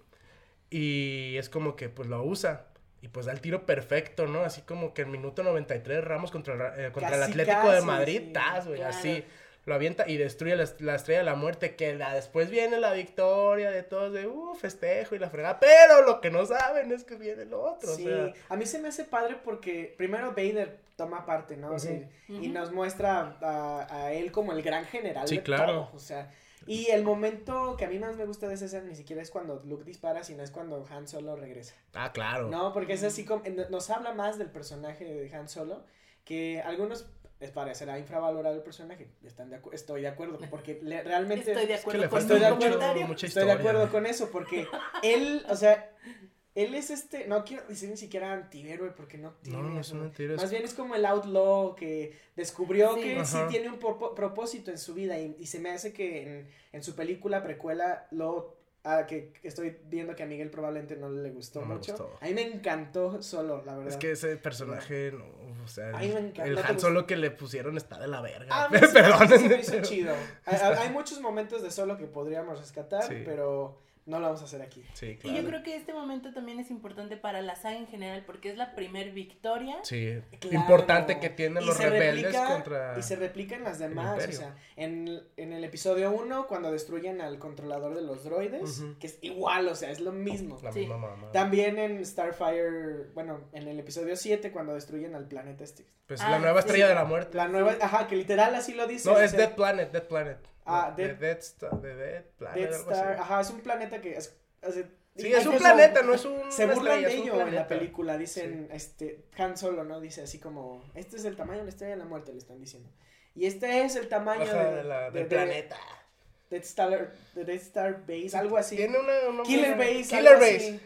Y es como que pues lo usa. Y pues da el tiro perfecto, ¿no? Así como que en minuto noventa y tres Ramos contra, el, eh, contra el Casi, Atlético casi, de Madrid, sí, tas, güey, claro. así. Lo avienta y destruye la, la Estrella de la Muerte, que la, después viene la victoria de todos, de uh, festejo y la fregada. Pero lo que no saben es que viene lo otro, Sí, o sea. a mí se me hace padre porque primero Vader toma parte, ¿no? O sea, Ujú. y nos muestra a, a él como el gran general Sí, de claro. todo, o sea, y el momento que a mí más me gusta de esa escena ni siquiera es cuando Luke dispara, sino es cuando Han Solo regresa, Ah, claro. ¿no? Porque es así como, nos habla más del personaje de Han Solo, que algunos les parecerá infravalorado el personaje, están de acu- estoy de acuerdo, porque le- realmente... Estoy de Es que acuerdo le con falta Estoy de tu acuerdo, comentario. mucha Estoy historia. de acuerdo con eso, porque él, o sea, él es este, no quiero decir ni siquiera antihéroe, porque no tiene No, no es eso. una mentira. Más bien es como el outlaw que descubrió Sí. que sí Ajá. tiene un popo- propósito en su vida y, y se me hace que en, en su película precuela lo ah, que estoy viendo que a Miguel probablemente no le gustó No me mucho. gustó. A mí me encantó Solo, la verdad. Es que ese personaje, no, o sea, Ay, me encanta, el ¿no te Han gustó? Solo que le pusieron está de la verga. A mí sí- Perdón. sí se me hizo chido. Hay, hay- hay muchos momentos de Solo que podríamos rescatar, Sí. pero no lo vamos a hacer aquí. Sí, Y claro. yo creo que este momento también es importante para la saga en general porque es la primer victoria. Sí, Claro. importante que tienen Y los se rebeldes replica- contra... Y se replica en las demás, o Imperio. sea, en, en el episodio uno cuando destruyen al controlador de los droides, Ujú. que es igual, o sea, es lo mismo. La Sí. misma mamá. También en Starfire, bueno, en el episodio siete cuando destruyen al planeta este. Pues Ah, la nueva sí. estrella de la muerte. La nueva, ajá, que literal así lo dice. No, o es sea, Dead Planet, Dead Planet. Ah, De Dead- Dead Star, de Dead Planet, Death algo Star, así. ajá, es un planeta que es, o sea, Sí, y es un incluso planeta, no es un Se una burlan estrella, de es un ello en la planeta. película, dicen, este, Han Solo, ¿no? Dice así como, este es el tamaño de la estrella de la muerte, le están diciendo. Y este es el tamaño Ajá, de, de la- de- del de- planeta. Death Star, de Death Star Base, algo así. Tiene una, una Killer una- Base, Killer algo Base. así.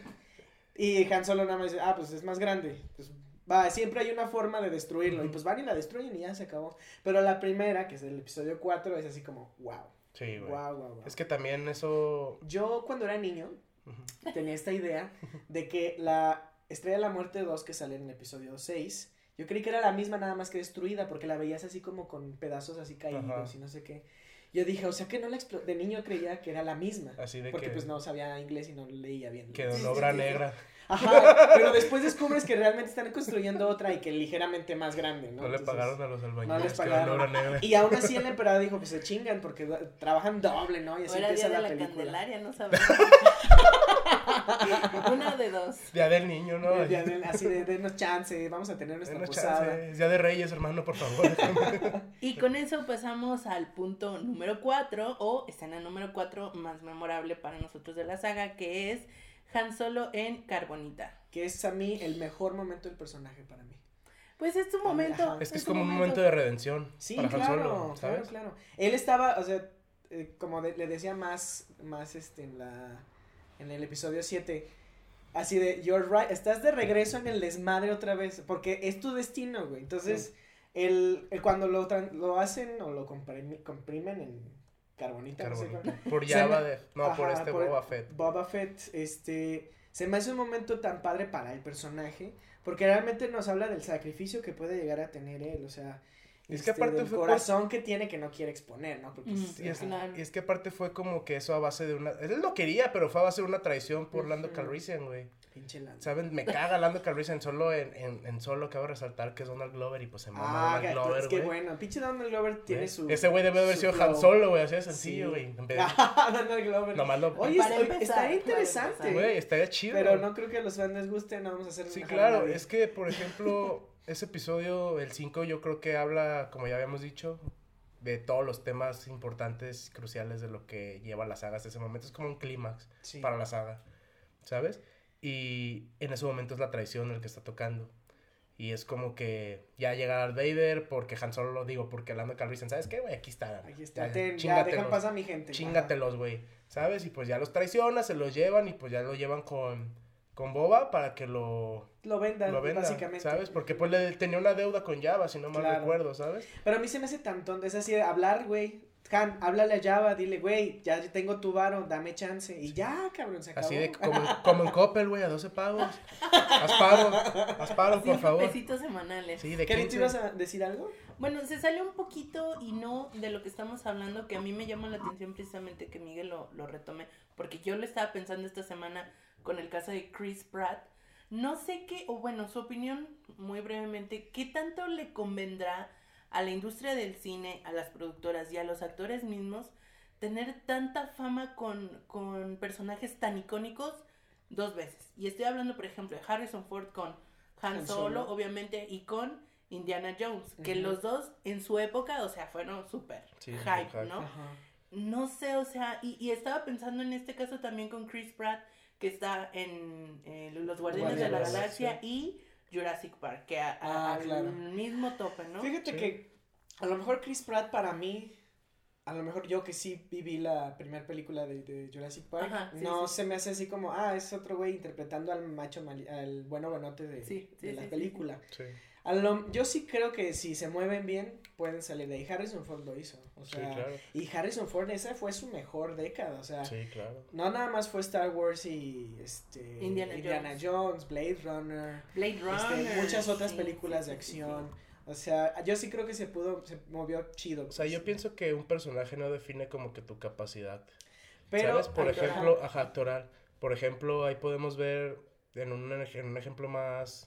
Y Han Solo nada más dice, ah, pues es más grande. Pues va, siempre hay una forma de destruirlo. Y Ujú. pues van y la destruyen y ya se acabó. Pero la primera, que es el episodio cuatro, es así como, wow. Sí, güey. Wow, wow, wow. Es que también eso... Yo cuando era niño Ujú. tenía esta idea de que la Estrella de la Muerte dos que sale en el episodio seis, yo creí que era la misma nada más que destruida porque la veías así como con pedazos así caídos Ajá. y no sé qué. Yo dije, o sea que no la explo- de niño creía que era la misma. Así de Porque que... pues no sabía inglés y no leía bien. Que Sí, en obra sí, sí. negra. Ajá, pero después descubres que realmente están construyendo otra y que ligeramente más grande, ¿no? No, le Entonces, pagaron a los albañiles les que eran pagaron. obra negra. Y aún así el emperador dijo, pues se chingan porque do- trabajan doble, ¿no? Y así O era empieza día de la la película. Candelaria, no sabemos. Una de dos. Día del niño, ¿no? Eh, ya den- Así de, denos chance, vamos a tener nuestra Denos posada. chance. Día de Reyes, hermano, por favor. Y con eso pasamos al punto número cuatro, o escena número cuatro más memorable para nosotros de la saga, que es Han Solo en Carbonita. Que es a mí el mejor momento del personaje para mí. Pues es tu momento. Ajá. Es que es tu como un momento de redención Sí, para Han claro, Solo, ¿sabes? claro, claro. Él estaba, o sea, eh, como de- le decía más, más este, en la, en el episodio siete, así de, you're right, estás de regreso en el desmadre otra vez, porque es tu destino, güey. Entonces, el, el cuando lo, tran- lo hacen o lo comprimi- comprimen en carbonita, no sé Carbonita. cómo- Por Se Java me- de... No, por Ajá, este por- Boba Fett. Boba Fett, este, se me hace un momento tan padre para el personaje, porque realmente nos habla del sacrificio que puede llegar a tener él, o sea, Es este, que aparte del fue corazón por... que tiene que no quiere exponer, ¿no? Porque Mm, es, Y es, Claro. y es que aparte fue como que eso a base de una... Él lo quería, pero fue a base de una traición por Lando Ujú. Calrissian, güey. pinche Lando. ¿Saben? Me caga Lando Calrissian solo en, en, en solo cabe resaltar que es Donald Glover y pues se mama Ah, Donald Glover, es que güey. bueno, pinche Donald Glover tiene ¿Ves? su... Ese güey debe haber su sido flow. Han Solo, güey, así de sencillo, Sí. güey. En vez de- Donald Glover. Nomás lo... Oye, Para oye, empezar, estaría para interesante. empezar. Güey, estaría chido. Pero no creo que a los fans les guste, no vamos a hacer Sí, enojar a claro, nadie. es que, por ejemplo, ese episodio, el cinco, yo creo que habla, como ya habíamos dicho, de todos los temas importantes, cruciales de lo que lleva la saga hasta ese momento. Es como un clímax Sí. para la saga, ¿sabes? Y en ese momento es la traición el que está tocando. Y es como que ya llega Darth Vader, porque Han Solo lo digo, porque Lando Calrissian, ¿sabes qué, güey? Aquí está. Aquí está, Ya, ten, ya, chíngatelos, deja pasar a mi gente. Chíngatelos, güey, ¿sabes? Y pues ya los traiciona, se los llevan y pues ya lo llevan con, con Boba para que lo... Ajá. Lo vendan, lo venda, básicamente. ¿sabes? Porque pues le tenía una deuda con Java, si no mal Claro. recuerdo, ¿sabes? Pero a mí se me hace tan tonto, es así de hablar, güey. Han, háblale a Java, dile, güey, ya tengo tu varo, dame chance. Y ya, cabrón, se acabó. Así de como, como en Coppel, güey, a doce pagos. Haz paro, haz paro, por Cinco favor. pesitos semanales. Sí, de ¿Qué te quince. ibas a decir algo? Bueno, se sale un poquito y no de lo que estamos hablando, que a mí me llama la atención precisamente que Miguel lo, lo retome, porque yo lo estaba pensando esta semana con el caso de Chris Pratt. No sé qué, o bueno, su opinión, muy brevemente, ¿qué tanto le convendrá a la industria del cine, a las productoras y a los actores mismos tener tanta fama con, con personajes tan icónicos dos veces? Y estoy hablando, por ejemplo, de Harrison Ford con Han, Han Solo, Solo. obviamente, y con Indiana Jones, que Ujú. los dos en su época, o sea, fueron súper Sí, hype, hype. ¿no? Ajá. No sé, o sea, y, y estaba pensando en este caso también con Chris Pratt, que está en eh, Los Guardianes de la Guardianes, Galaxia y Jurassic Park, que a, a- Ah, al claro. mismo tope, ¿no? Fíjate Sí. que a lo mejor Chris Pratt para mí, a lo mejor yo que sí viví la primera película de, de Jurassic Park, Ajá, sí, no sí. se me hace así como, ah, es otro güey interpretando al macho, mali- al bueno buenote de, Sí, sí, de sí, la sí, película. Sí, A lo, yo sí creo que si se mueven bien, pueden salir de ahí. Harrison Ford lo hizo, o sí, sea, claro. y Harrison Ford esa fue su mejor década, o sea, Sí, claro. no nada más fue Star Wars y este Indiana Jones. Jones, Blade Runner, Blade Runner. este, muchas otras sí, películas sí, de sí, sí, acción. O sea, yo sí creo que se pudo, se movió chido. O sea, yo pienso que un personaje no define como que tu capacidad. Pero, ¿Sabes? Por ajá, ejemplo, ajá, actoral. Por ejemplo, ahí podemos ver en un, ej- en un ejemplo más,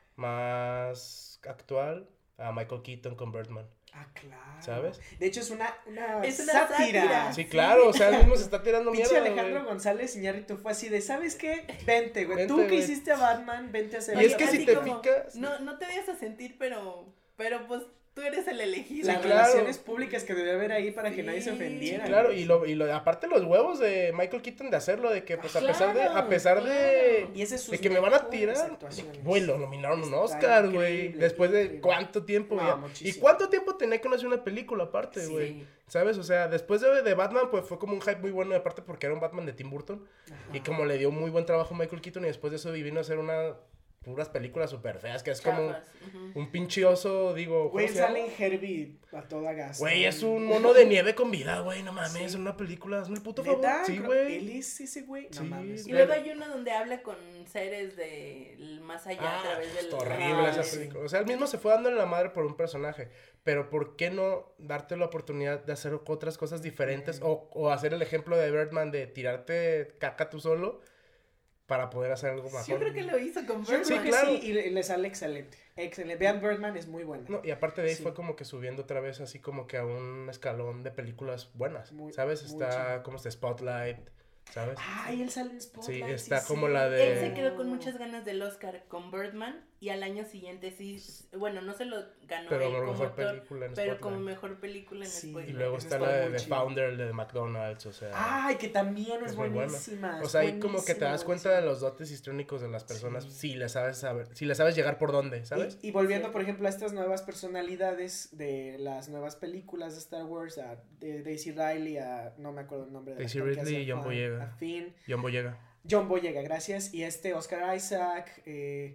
más actual a Michael Keaton con Birdman. Ah, claro. ¿Sabes? De hecho, es una, una, Es una sátira. sátira. Sí, claro, o sea, él mismo se está tirando Pinche mierda, Alejandro güey. González Iñárritu fue así de, ¿sabes qué? Vente, güey. Vente, Tú que güey. hiciste a Batman, vente a hacer. Y es Oye, que si así te como, fijas- No, no te vayas a sentir, pero, pero pues tú eres el elegido. Las Sí, claro. relaciones públicas que debía haber ahí para que Sí, nadie se Sí, ofendiera. claro, y lo, y lo, aparte los huevos de Michael Keaton de hacerlo, de que pues a pesar de, a Claro, pesar de, claro. Y ese es sus de que me van a mejores tirar, actuaciones. güey, lo nominaron a un Está Oscar, güey, increíble, después de increíble. cuánto tiempo, No, ya? muchísimo. ¿Y cuánto tiempo tenía que no hacer una película aparte, Sí. güey? ¿Sabes? O sea, después de, de Batman, pues fue como un hype muy bueno, y aparte porque era un Batman de Tim Burton, Ajá. y como le dio muy buen trabajo a Michael Keaton, y después de eso vino a hacer una, puras películas súper feas, que es como Chafas, ujú. un pinche oso, digo, Güey, ¿cómo se sale llama? en Herbie a toda gas. Güey, es un mono de nieve con vida, güey, no mames, Sí. es una película, hazme el puto ¿Neta? favor. Sí, Creo- güey. ¿Él es ese güey? No Sí. mames. Y luego hay uno donde habla con seres del más allá a Ah, través del... está horrible Ah, esa sí. película. O sea, él mismo se fue dando en la madre por un personaje. Pero ¿por qué no darte la oportunidad de hacer otras cosas diferentes? Mm. O, o hacer el ejemplo de Birdman de tirarte caca tú solo para poder hacer algo mejor. Yo creo que lo hizo con Yo creo Birdman. que claro. sí, y le, le sale excelente. Excelente. Vean, Birdman es muy buena. No, y aparte de ahí Sí. fue como que subiendo otra vez así como que a un escalón de películas buenas. Muy- ¿Sabes? muy Está chido. como este Spotlight, ¿sabes? Ay, él sale en Spotlight. Sí, está como la de- Él se quedó con muchas ganas del Oscar con Birdman y al año siguiente sí, bueno, no se lo ganó Pero él como como mejor actor, película en pero Spotlight. como mejor película en Sí. Y Spotlight. luego Esa está está la de muy The chida. Founder, el de McDonald's, o sea... Ay, que también es, Es muy buena. buenísima. O sea, es ahí como que te das buenísima, cuenta de los dotes histriónicos de las personas Sí. si le sabes saber, si le sabes llegar por dónde, ¿sabes? Y, y volviendo, Sí. por ejemplo, a estas nuevas personalidades de las nuevas películas de Star Wars, a de Daisy Riley, a no me acuerdo el nombre de Daisy actor que Ridley hace y John a- Boyega. a Finn. John Boyega. John Boyega, gracias. Y este Oscar Isaac, eh,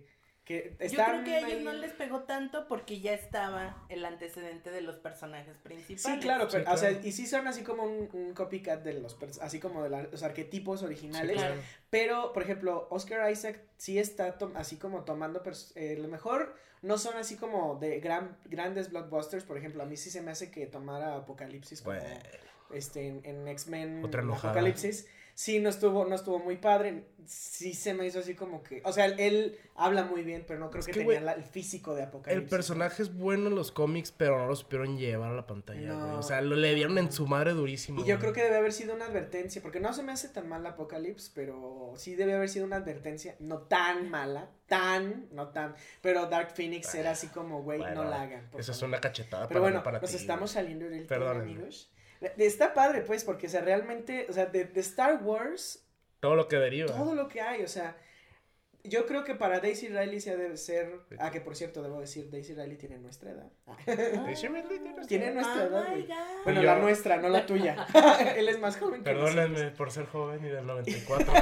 Que Yo están creo que a ellos ahí- no les pegó tanto porque ya estaba el antecedente de los personajes principales. Sí, claro, pero, Sí, o sea, claro. y sí son así como un, un copycat de los, pers- así como de la- los arquetipos originales, claro. pero, por ejemplo, Oscar Isaac sí está tom- así como tomando, pers- eh, lo mejor no son así como de gran, grandes blockbusters, por ejemplo, a mí sí se me hace que tomara Apocalipsis como, Bueno. este, en, en X-Men Otra enojada. Apocalipsis, sí no estuvo, no estuvo muy padre, sí se me hizo así como que, o sea, él, él habla muy bien, pero no creo Es que, que, tenía güey, la- el físico de Apocalipsis. El personaje es bueno en los cómics, pero no lo supieron llevar a la pantalla, No. güey. O sea, lo le dieron en su madre durísimo. Y yo güey. creo que debe haber sido una advertencia, porque no se me hace tan mal Apocalypse, pero sí debe haber sido una advertencia, no tan mala, tan, no tan, pero Dark Phoenix era así como, güey, Bueno, no la hagan. por Esa es favor. una cachetada Pero para, bueno, para nos ti, estamos güey. saliendo del tema, Perdónenme. amigos. Está padre, pues, porque, o sea, realmente, o sea, de, de Star Wars, Todo lo que deriva. todo lo que hay, o sea, yo creo que para Daisy Riley se debe ser, ah, que por cierto, debo decir, Daisy Riley tiene nuestra edad. Ah. Daisy Ridley tiene Tiene nuestra Oh edad, my güey. God. Bueno, Y yo- la nuestra, no la tuya. Él es más joven que nosotros. Perdónenme por ser joven y del noventa y cuatro.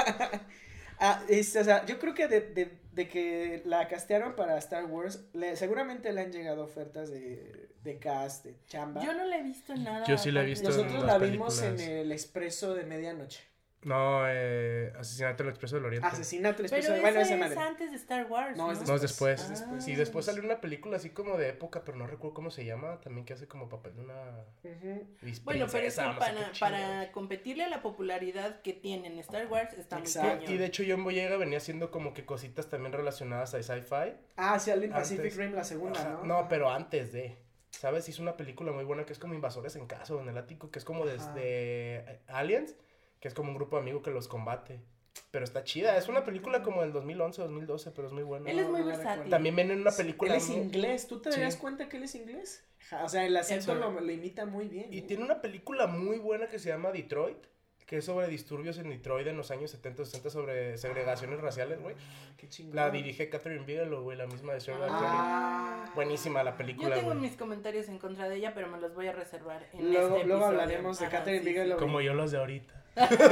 Ah, es, o sea, yo creo que de, de, de que la castearon para Star Wars, le, seguramente le han llegado ofertas de, de cast, de chamba. Yo no le he visto nada. Yo sí la he aparte. visto. Nosotros en la las vimos en películas. el Expreso de Medianoche. No, eh, Asesinato en el Expreso del Oriente. Asesinato el Pero Expreso de esa bueno, esa es madre. antes de Star Wars, No, ¿no? es No, es después. Es después. Sí, después salió una película así como de época, pero no recuerdo cómo se llama. También que hace como papel de una. Ujú. Bueno, pero es que princesa, no sé para, qué chingados. para competirle a la popularidad que tienen Star Wars está muy Exacto. cañón. Y de hecho, John Boyega venía haciendo como que cositas también relacionadas a sci-fi. Ah, sí, Alien Antes. Pacific Rim, la segunda, Ajá, ¿no? No, pero antes de. ¿Sabes? Hizo una película muy buena que es como Invasores en Casa o en el Ático, que es como Ajá. desde Aliens, que es como un grupo de amigos que los combate. Pero está chida, es una película como del dos mil once, dos mil doce, pero es muy buena. Él es muy No, no me versátil. recuerdo. También viene en una película. Él es muy- inglés, ¿tú te Sí. das cuenta que él es inglés? Ja, O sea, el acento Eso. lo, lo imita muy bien. Y ¿eh? tiene una película muy buena que se llama Detroit, que es sobre disturbios en Detroit en los años setenta, sesenta, sobre segregaciones raciales, güey. Ah, qué chingón. La dirige Catherine Bigelow, güey, la misma de Sherlock Holmes. Ah. Buenísima la Yo película, tengo güey. mis comentarios en contra de ella, pero me los voy a reservar en Luego- este luego episodio. hablaremos de Ajá, Catherine sí, sí. Bigelow. Como yo los de ahorita.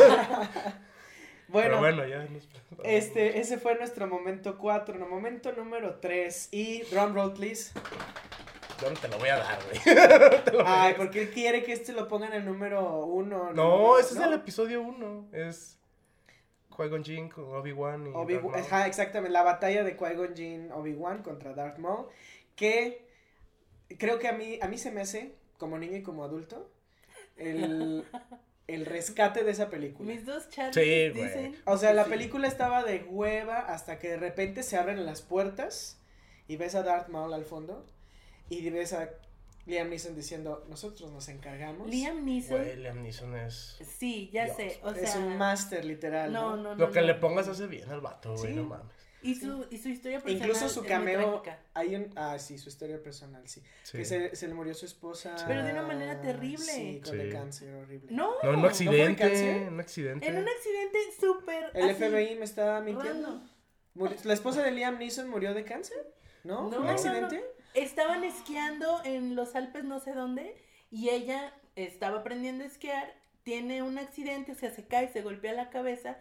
Bueno, Pero bueno, ya nos... este, ese fue nuestro momento cuatro, no, momento número tres. Y drum roll, please. Yo no te lo voy a dar, güey. Te lo Ay, mereces. porque él quiere que este lo pongan en el número uno. No, ese ¿no? es el episodio uno. Es Qui-Gon Jinn con Obi-Wan y Obi Darth Maul. Ajá, exactamente, la batalla de Qui-Gon Jinn, Obi-Wan contra Darth Maul, que creo que a mí, a mí se me hace, como niño y como adulto, el, el rescate de esa película. Mis dos chats Sí, güey. dicen. O sea, la sí. película estaba de hueva hasta que de repente se abren las puertas y ves a Darth Maul al fondo y ves a Liam Neeson diciendo, nosotros nos encargamos. Liam Neeson. Güey, Liam Neeson es... Sí, ya Dios. sé. O sea, es un máster literal, no, ¿no? no, no. Lo que no. le pongas hace bien al vato, güey, Sí. no mames. Y su, y su historia personal Incluso su es muy cameo, trágica. hay un, ah, sí, su historia personal, sí. Sí. Que se, se le murió su esposa. Pero de una manera terrible. Sí, con Sí. de cáncer, horrible. No, No, en un fue accidente, cáncer? en un accidente. en un accidente súper. El así, F B I me estaba mintiendo. random. Murió- ¿La esposa de Liam Neeson murió de cáncer? ¿No? No, ¿Fue un no, accidente? Estaban esquiando en los Alpes, no sé dónde, y ella estaba aprendiendo a esquiar, tiene un accidente, o sea, se cae, se golpea la cabeza,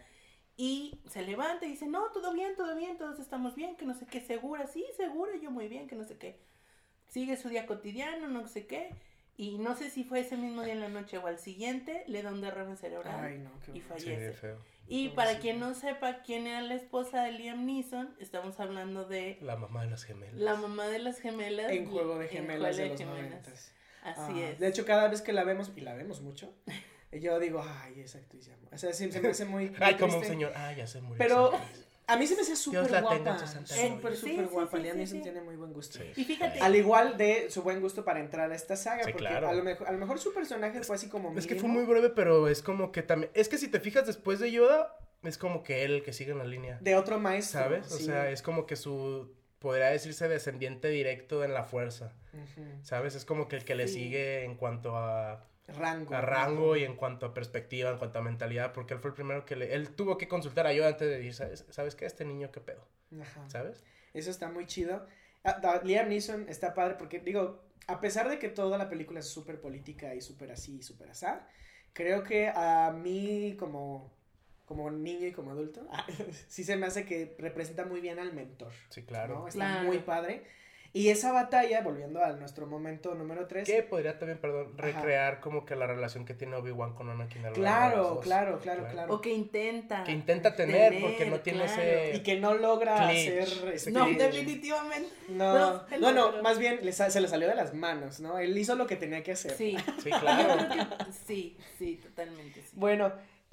y se levanta y dice, no, todo bien, todo bien, todos estamos bien, que no sé qué, segura, sí, segura, yo muy bien, que no sé qué. Sigue su día cotidiano, no sé qué, y no sé si fue ese mismo día en la noche o al siguiente, le da un derrame cerebral Ay, no, qué y horror. Sí, fallece. feo. Y para quien no sepa quién era la esposa de Liam Neeson, estamos hablando de La mamá de las gemelas. la mamá de las gemelas. En Juego de en Gemelas Juego de los Gemelas. noventas. Así Ah, es. De hecho, cada vez que la vemos, y la vemos mucho, yo digo, ay, esa actriz ya. O sea, sí, se me hace muy. muy Ay, como un triste. señor. Ah, ya se murió. Pero esa actriz. a mí se me hace súper la tenga en guapa. su santa Súper, gloria. súper Sí, sí, guapa. sí, Liam sí, Neeson sí. tiene muy buen gusto. Sí. Y fíjate, Al igual de su buen gusto para entrar a esta saga, Sí, porque claro. a, lo mejor, a lo mejor su personaje fue así como Es que mínimo. fue muy breve, pero es como que también. Es que si te fijas después de Yoda, es como que él el que sigue en la línea. De otro maestro. ¿Sabes? O sí. sea, es como que su. Podría decirse descendiente directo en la fuerza. Ujú. ¿Sabes? Es como que el que le Sí. sigue en cuanto a, Rango. a rango y en cuanto a perspectiva, en cuanto a mentalidad, porque él fue el primero que le. Él tuvo que consultar a Yoda antes de decir, ¿sabes, ¿sabes qué? Este niño, ¿qué pedo? Ajá. ¿Sabes? Eso está muy chido. Ah, da- Liam Neeson está padre porque, digo, a pesar de que toda la película es súper política y súper así y súper asá, creo que a mí como, como niño y como adulto, sí se me hace que representa muy bien al mentor. Sí, claro. ¿no? Está Claro. muy padre. Y esa batalla, volviendo a nuestro momento número tres. Que podría también, perdón, recrear Ajá. como que la relación que tiene Obi-Wan con Anakin. Claro, claro, claro, claro, claro. O que intenta. Que intenta tener, tener porque no tiene claro. ese... Y que no logra Glitch. hacer... Este, No, definitivamente. No, No, no, no, pero- más bien le sa- se le salió de las manos, ¿no? Él hizo lo que tenía que hacer. Sí. Sí, claro. Yo creo que sí, sí, totalmente sí. Bueno,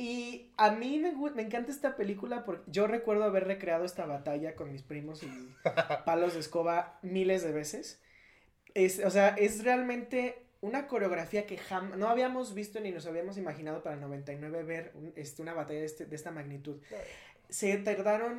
y a mí me, gu- me encanta esta película porque yo recuerdo haber recreado esta batalla con mis primos y palos de escoba miles de veces. Es, o sea, es realmente una coreografía que jamás, no habíamos visto ni nos habíamos imaginado para el noventa y nueve ver un, este, una batalla de, este, de esta magnitud. Se tardaron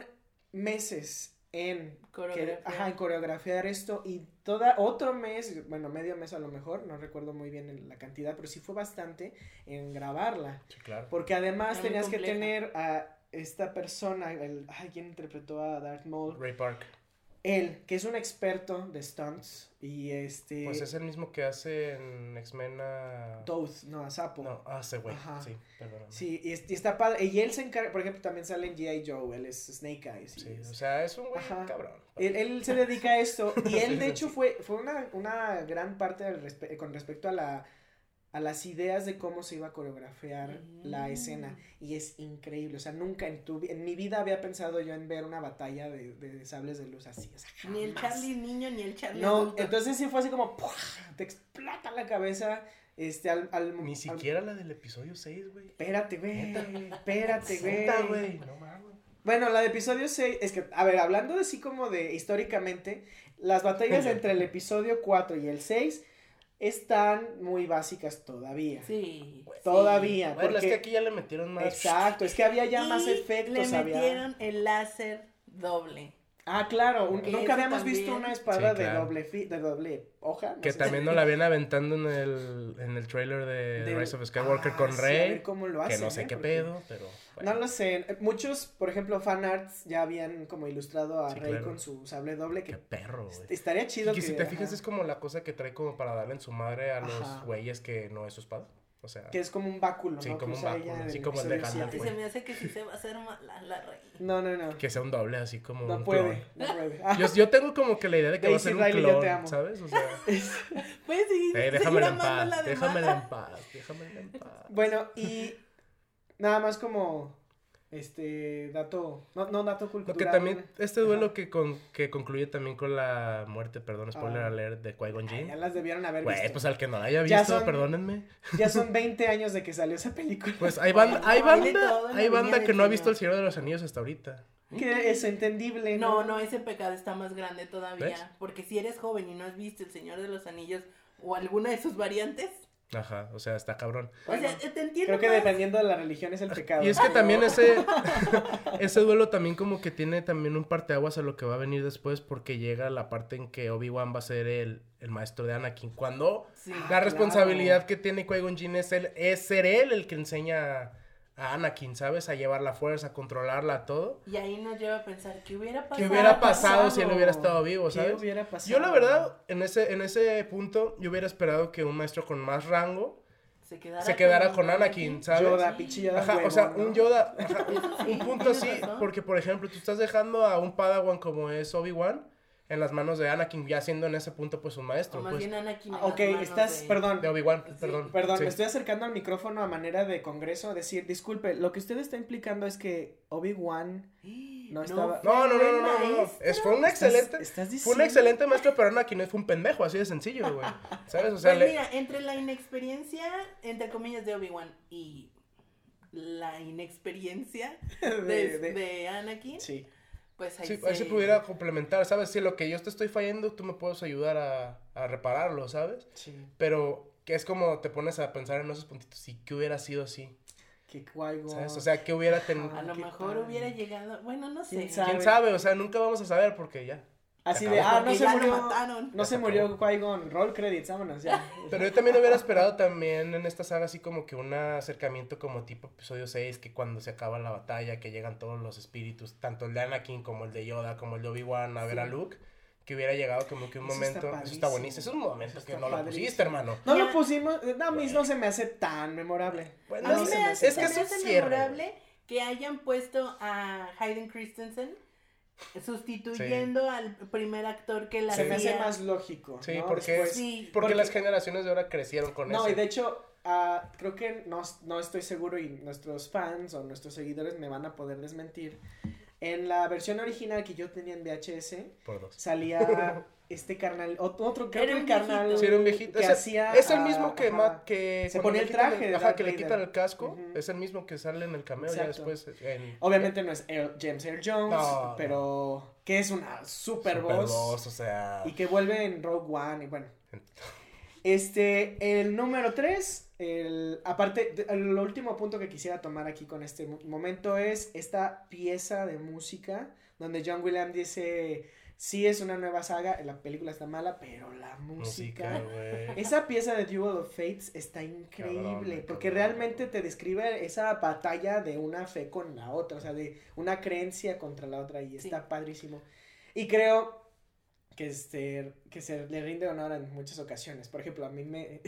meses en, que, Coreografiar. ajá, en coreografiar esto y toda, otro mes, bueno, medio mes a lo mejor, no recuerdo muy bien el- la cantidad, pero sí fue bastante en grabarla. Sí, claro. Porque además Era muy tenías que compleja. tener a esta persona, el, ay, ¿quién interpretó a Darth Maul? Ray Park. Él, que es un experto de stunts y este... Pues es el mismo que hace en X-Men a... Toth, no, a Sapo. No, a ese güey. Ajá. Sí, perdóname. Sí, y, es- y está padre. Y él se encarga, por ejemplo, también sale en G I. Joe, él es Snake Eyes. y Sí, es- o sea, es un güey Ajá. cabrón. Él, él se dedica a esto y él de Sí, hecho sí. fue, fue una, una gran parte del respe- con respecto a la a las ideas de cómo se iba a coreografiar Mm. la escena y es increíble, o sea, nunca en tu vi- en mi vida había pensado yo en ver una batalla de, de sables de luz así, o sea, Ni el jamás. Charlie niño ni el Charlie No, adulto. entonces sí fue así como ¡pua! Te explota la cabeza este al, al Ni al- siquiera la del episodio seis, güey. espérate, güey, espérate, Neta, güey. güey. No mames. Bueno, la de episodio seis, es que, a ver, hablando de así como de históricamente, las batallas entre el episodio cuatro y el seis están muy básicas todavía. Sí. Todavía. Bueno, porque- es que aquí ya le metieron más. Exacto, es que había ya más Y efectos. le había... metieron el láser doble. Ah, claro, un- Que nunca eso habíamos también. visto una espada Sí, de claro. doble fi- de doble hoja. no Que sé también si- nos la ven aventando en el, en el trailer de, de- Rise of Skywalker Ah, con sí, a Rey. ver cómo lo que hacen, no sé ¿eh? qué Porque- pedo, pero. bueno. No lo sé. Muchos, por ejemplo, fanarts ya habían como ilustrado a Sí, Rey claro. con su sable doble Qué que perro, güey. estaría chido Y que si te fijas, ajá, es como la cosa que trae como para darle en su madre a Ajá. los güeyes que no es su espada. O sea. que es como un báculo, Sí, ¿no? como que un usa báculo, ella en así el como el de episodio Gandalf, Y siete. se me hace que sí se va a hacer mala la rey. No, no, no. Que sea un doble, así como. No un puede, clon. no puede. Ah, Yo, yo tengo como que la idea de que va a Daisy ser un Riley, yo te clon, amo. ¿sabes? O sea, Pues sí, eh, seguir déjamela en amándola paz, de déjamela mala. en paz, déjamela en paz. bueno, y nada más como este dato, no, no dato Lo cultural. que también, este duelo Ajá. que, con, que concluye también con la muerte, perdón, spoiler Ah. alert, de Qui-Gon Ay, ya Jinn. las debieron haber Güey, visto. pues al que no la haya Ya visto, son- perdónenme. Ya son veinte años de que salió esa película. Pues hay banda, hay No, hay de banda, todo en la hay viña banda del que no ha Señor. visto El Señor de los Anillos hasta ahorita. Que es entendible, No, ¿no? no, ese pecado está más grande todavía. ¿Ves? Porque si eres joven y no has visto El Señor de los Anillos o alguna de sus variantes, Ajá, o sea, está cabrón. Bueno, o sea, te entiendo Creo que más. dependiendo de la religión es el pecado. Y es que también ese, ese duelo también como que tiene también un parteaguas a lo que va a venir después porque llega la parte en que Obi-Wan va a ser el, el maestro de Anakin. Cuando Sí. Ah, la claro. responsabilidad que tiene Qui-Gon Jinn es, el, es ser él el que enseña a Anakin, ¿sabes? A llevar la fuerza, a controlarla, todo. Y ahí nos lleva a pensar, ¿qué hubiera pasado? ¿Qué hubiera pasado si él hubiera estado vivo, ¿Qué sabes? hubiera pasado? Yo la verdad, en ese, en ese punto, yo hubiera esperado que un maestro con más rango Se quedara, se quedara con Anakin, ¿sabes? Yoda, Sí. pinche Yoda. Ajá, o huevón, sea, ¿no? un Yoda, ajá, Eso sí, un punto tienes así, razón. porque por ejemplo, tú estás dejando a un Padawan como es Obi-Wan en las manos de Anakin, ya siendo en ese punto pues un O maestro, más pues, bien Anakin. en Ah, ok, las manos estás, de- perdón, de Obi-Wan, Sí. perdón. perdón, sí. me estoy acercando al micrófono a manera de congreso, decir, disculpe, lo que usted está implicando es que Obi-Wan no estaba... fue No, no, no, buen no, no, no, maestro. es, fue un ¿Estás- excelente, estás fue un diciendo? excelente maestro, pero Anakin fue un pendejo, así de sencillo, güey, ¿sabes? O sea, Pues le- mira, entre la inexperiencia, entre comillas, de Obi-Wan y la inexperiencia de, de- de, de- Anakin, Sí. pues ahí sí, se... ahí se pudiera complementar, ¿sabes? Si lo que yo te estoy fallando, tú me puedes ayudar a, a repararlo, ¿sabes? Sí, Pero que es como te pones a pensar en esos puntitos, ¿y qué hubiera sido así? que Qui-Gon... ¿Sabes? O sea, ¿qué hubiera tenido? A lo Qué mejor padre. hubiera llegado... Bueno, no sé. ¿Quién sabe? ¿Quién sabe? O sea, nunca vamos a saber porque ya. Así se de, acabó. ah, no Porque se ya lo murió, mataron. no Ya se se murió Qui-Gon, roll credits, vámonos ya. Pero yo también hubiera esperado también en esta saga así como que un acercamiento como tipo episodio seis, que cuando se acaba la batalla, que llegan todos los espíritus, tanto el de Anakin como el de Yoda, como el de Obi-Wan a ver Sí. a Luke, que hubiera llegado como que un Eso está momento, eso está buenísimo, es un padrísimo, momento eso que está no lo padrísimo. pusiste, hermano. No Ya. lo pusimos, no, a mí no se me hace tan memorable. Bueno, A mí No, me se me hace, hace se es que me es un hace cierre, memorable que hayan puesto a Hayden Christensen sustituyendo sí. al primer actor que la se hacía. me hace más lógico. Sí, ¿no? porque, Después, sí, porque, porque las generaciones de ahora crecieron con eso. No, ese. Y de hecho, uh, creo que no, no estoy seguro y nuestros fans o nuestros seguidores me van a poder desmentir. En la versión original que yo tenía en V H S, salía este carnal, otro creo que el carnal sí, era un viejito. que es, hacía es el mismo que, ajá, que se ponía el traje, el, ajá, que le quitan el casco, uh-huh. es el mismo que sale en el cameo. Exacto. Ya después en... Obviamente no es Earl, James Earl Jones, no, pero no. que es una super, super voz, voz, o sea, y que vuelve en Rogue One y bueno. Este, el número tres, el, aparte, el último punto que quisiera tomar aquí con este momento es esta pieza de música donde John Williams dice, sí es una nueva saga, la película está mala, pero la música, música esa pieza de Duel of Fates está increíble, cabrón, porque cabrón. realmente te describe esa batalla de una fe con la otra, o sea, de una creencia contra la otra y está sí. padrísimo. Y creo... que este que se le rinde honor en muchas ocasiones. Por ejemplo, a mí me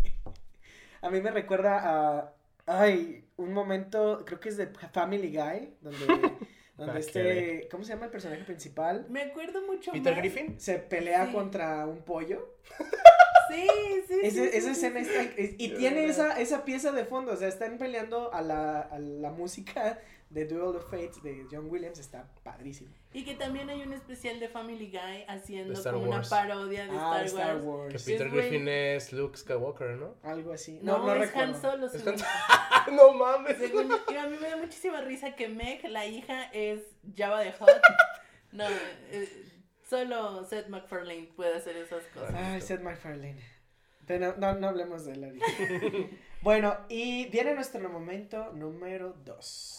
a mí me recuerda a ay, un momento, creo que es de Family Guy, donde donde este, ¿cómo se llama el personaje principal? Me acuerdo mucho Peter más. Griffin se pelea sí. contra un pollo. Sí, sí, Ese, sí, esa sí, escena sí. está y Qué tiene verdad. esa esa pieza de fondo, o sea, están peleando a la a la música de Duel of Fates de John Williams, está padrísimo. Y que también hay un especial de Family Guy haciendo Star como Wars. una parodia de Ah, Star, Star Wars. Wars. Que Peter es Griffin güey. es Luke Skywalker, ¿no? Algo así. No, No, no, es recuerdo. Han Solo. Es según- Han- no mames. según yo. Y a mí me da muchísima risa que Meg, la hija, es Jabba the Hutt. No, eh, solo Seth MacFarlane puede hacer esas cosas. Ay, Seth MacFarlane. Pero no, no hablemos de él ahorita. Bueno, y viene nuestro momento número dos.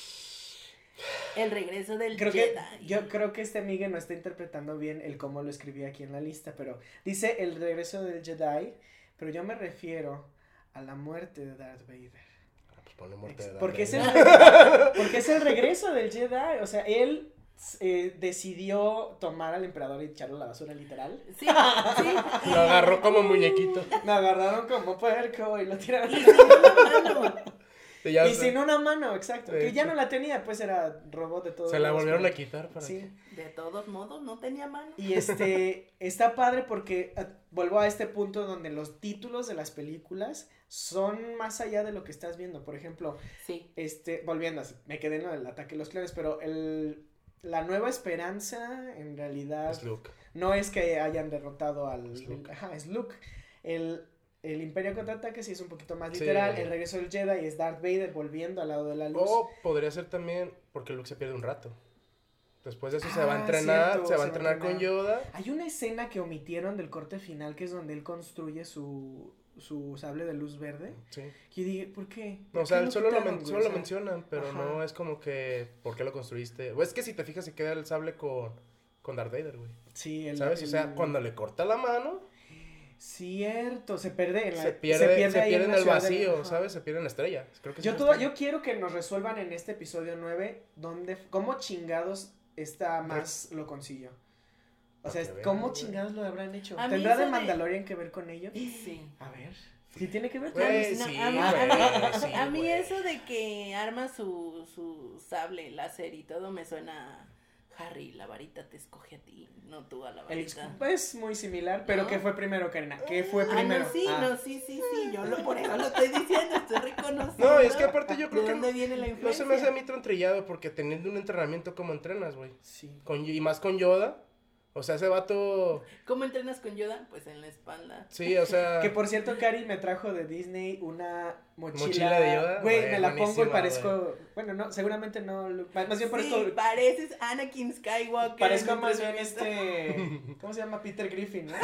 El regreso del Creo que, Jedi. yo creo que este Miguel no está interpretando bien el cómo lo escribí aquí en la lista, pero dice el regreso del Jedi, pero yo me refiero a la muerte de Darth Vader. Ah, pues ponle muerte de Darth Porque es, el, Vader. porque es el regreso del Jedi, o sea, él eh, decidió tomar al emperador y echarlo a la basura literal. Sí, sí. Lo agarró como muñequito. Me agarraron como puerco y lo tiraron. Y sin una mano. Y, ya Y se, sin una mano, exacto. De Que hecho. ya no la tenía, pues era robot de todos se la modos, volvieron pero- a quitar para Sí. que... De todos modos, no tenía mano. Y este, está padre porque a- vuelvo a este punto donde los títulos de las películas son más allá de lo que estás viendo. Por ejemplo, Sí. este, volviendo, así, me quedé en lo del ataque de los clones, pero el, la nueva esperanza en realidad Es Luke. no es que hayan derrotado al... Es Luke. Ajá, es Luke. El, el Imperio Contraataque sí es un poquito más Sí. literal, el regreso del Jedi es Darth Vader volviendo al lado de la luz. O podría ser también porque Luke se pierde un rato. Después de eso se va a Ah, entrenar, cierto, se va a se entrenar con Yoda. Hay una escena que omitieron del corte final que es donde él construye su, su sable de luz verde. Sí. Y yo dije, ¿por qué? No, ¿Por o sea, qué él lo solo, lo, quitaron, men- güey? solo O lo sea, mencionan, pero ajá. no es como que, ¿por qué lo construiste? O es que si te fijas se queda el sable con, con Darth Vader, güey. Sí, el, ¿Sabes? O sea, el- cuando le corta la mano, Cierto, se pierde en la... se pierde, se pierde, ahí en, la el ciudad de- vacío, ajá. ¿sabes? Se pierde en la estrella. Creo que es Yo, una todo, estrella. yo quiero que nos resuelvan en este episodio nueve dónde, cómo chingados esta más lo consiguió. O sea, Para que ¿cómo vean, chingados lo habrán hecho? A mí ¿Tendrá eso de de- Mandalorian que ver con ello? Sí. A ver, ¿sí tiene que ver? Güey, No, sí, a mí, güey, a mí- sí, a mí güey. eso de que arma su, su sable láser y todo me suena a Harry, la varita te escoge a ti, no tú a la El varita. ex- es muy similar, pero ¿No? ¿qué fue primero, Karina? ¿Qué fue Ah, primero? no, sí, Ah. no, sí, sí, sí, yo lo, por eso lo estoy diciendo, estoy reconociendo. No, es que aparte yo creo ¿De que dónde viene la no influencia? se me hace a mí tan trillado porque teniendo un entrenamiento como entrenas, güey. Sí. Con, y más con Yoda. O sea, ese vato... ¿Cómo entrenas con Yoda? Pues en la espalda. Sí, o sea... Que por cierto, Cari me trajo de Disney una mochila. ¿Mochila de Yoda? Güey, Güey, me la pongo y buenísima, parezco. Bueno, no, seguramente no. Más más bien parezco. Sí, pareces Anakin Skywalker. Parezco en más bien entrevista. este. ¿Cómo se llama? Peter Griffin, ¿no?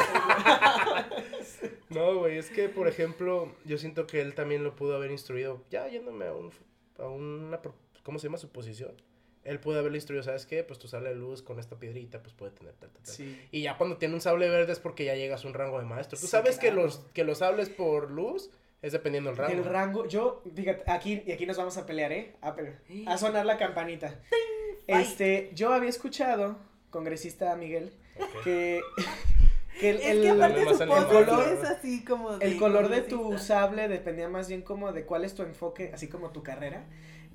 No, güey, es que, por ejemplo, yo siento que él también lo pudo haber instruido, ya yéndome a, un, a una, pro- ¿cómo se llama su posición? Él pudo haberle instruido, ¿sabes qué? Pues tu sable de luz con esta piedrita, pues puede tener tal, tal, tal. Sí. Y ya cuando tiene un sable verde es porque ya llegas a un rango de maestro. Tú Sí, sabes claro. que los que los sables por luz es dependiendo del rango. El rango, yo, fíjate, aquí, y aquí nos vamos a pelear, ¿eh? A, pe- a sonar la campanita. Este, yo había escuchado, congresista Miguel, Ok. que, que el, Es el- que aparte Más su animado. pose el color- sí es así como de el color de tu congresista. sable dependía más bien como de cuál es tu enfoque, así como tu carrera.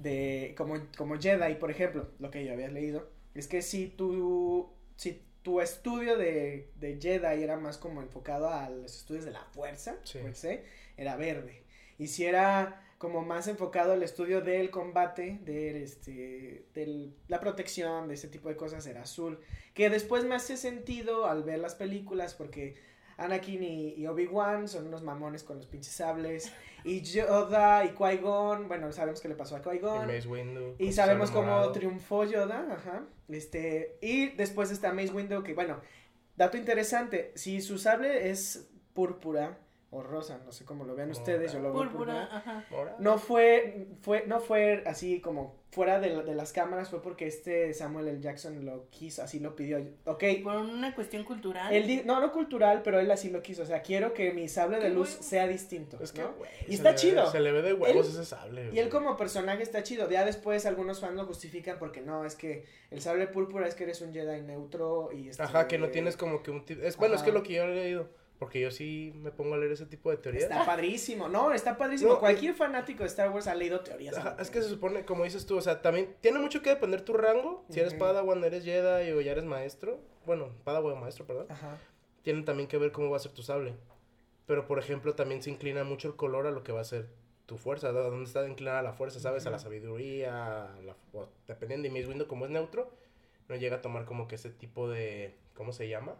de como, como Jedi, por ejemplo, lo que yo había leído, es que si tu, si tu estudio de, de Jedi era más como enfocado a los estudios de la fuerza, Sí. per se, era verde. Y si era como más enfocado al estudio del combate, de este, de la protección, de ese tipo de cosas, era azul. Que después me hace sentido al ver las películas, porque Anakin y, y Obi-Wan son unos mamones con los pinches sables. Y Yoda y Qui-Gon, bueno, sabemos qué le pasó a Y Qui-Gon. Mace Windu. Y con sabemos sable cómo morado. triunfó Yoda, ajá. Este, y después está Mace Windu, que bueno, dato interesante, si su sable es púrpura o rosa, no sé cómo lo vean ustedes, yo lo veo Púrpura, púrpura. ajá. Morado. No fue, fue, no fue así como fuera de, la- de las cámaras, fue porque este Samuel L. Jackson lo quiso, así lo pidió. Ok, Por una cuestión cultural. él di- no, no cultural, pero él así lo quiso. O sea, quiero que mi sable de Qué luz huevos. sea distinto. Es que, ¿no? güey, Y se está le ve- chido. Se le ve de huevos Él- ese sable. Y güey. él como personaje está chido. Ya después algunos fans lo justifican porque no, es que el sable púrpura es que eres un Jedi neutro y este, Ajá, que no tienes como que un tipo... Es, bueno, es Ajá. que lo que yo he leído, porque yo sí me pongo a leer ese tipo de teorías. Está padrísimo. No, está padrísimo. No, Cualquier fanático de Star Wars ha leído teorías. Ajá, al es que se respecto. supone, como dices tú, o sea, también tiene mucho que depender tu rango. Si eres Ujú. Padawan, eres Jedi o ya eres maestro. Bueno, Padawan o maestro, perdón. Ajá. Tienen también que ver cómo va a ser tu sable. Pero, por ejemplo, también se inclina mucho el color a lo que va a ser tu fuerza. ¿A dónde está inclinada la fuerza? ¿Sabes? A la Ujú. sabiduría, a la, o dependiendo de Mace Windu, como es neutro, no llega a tomar como que ese tipo de... ¿Cómo se llama?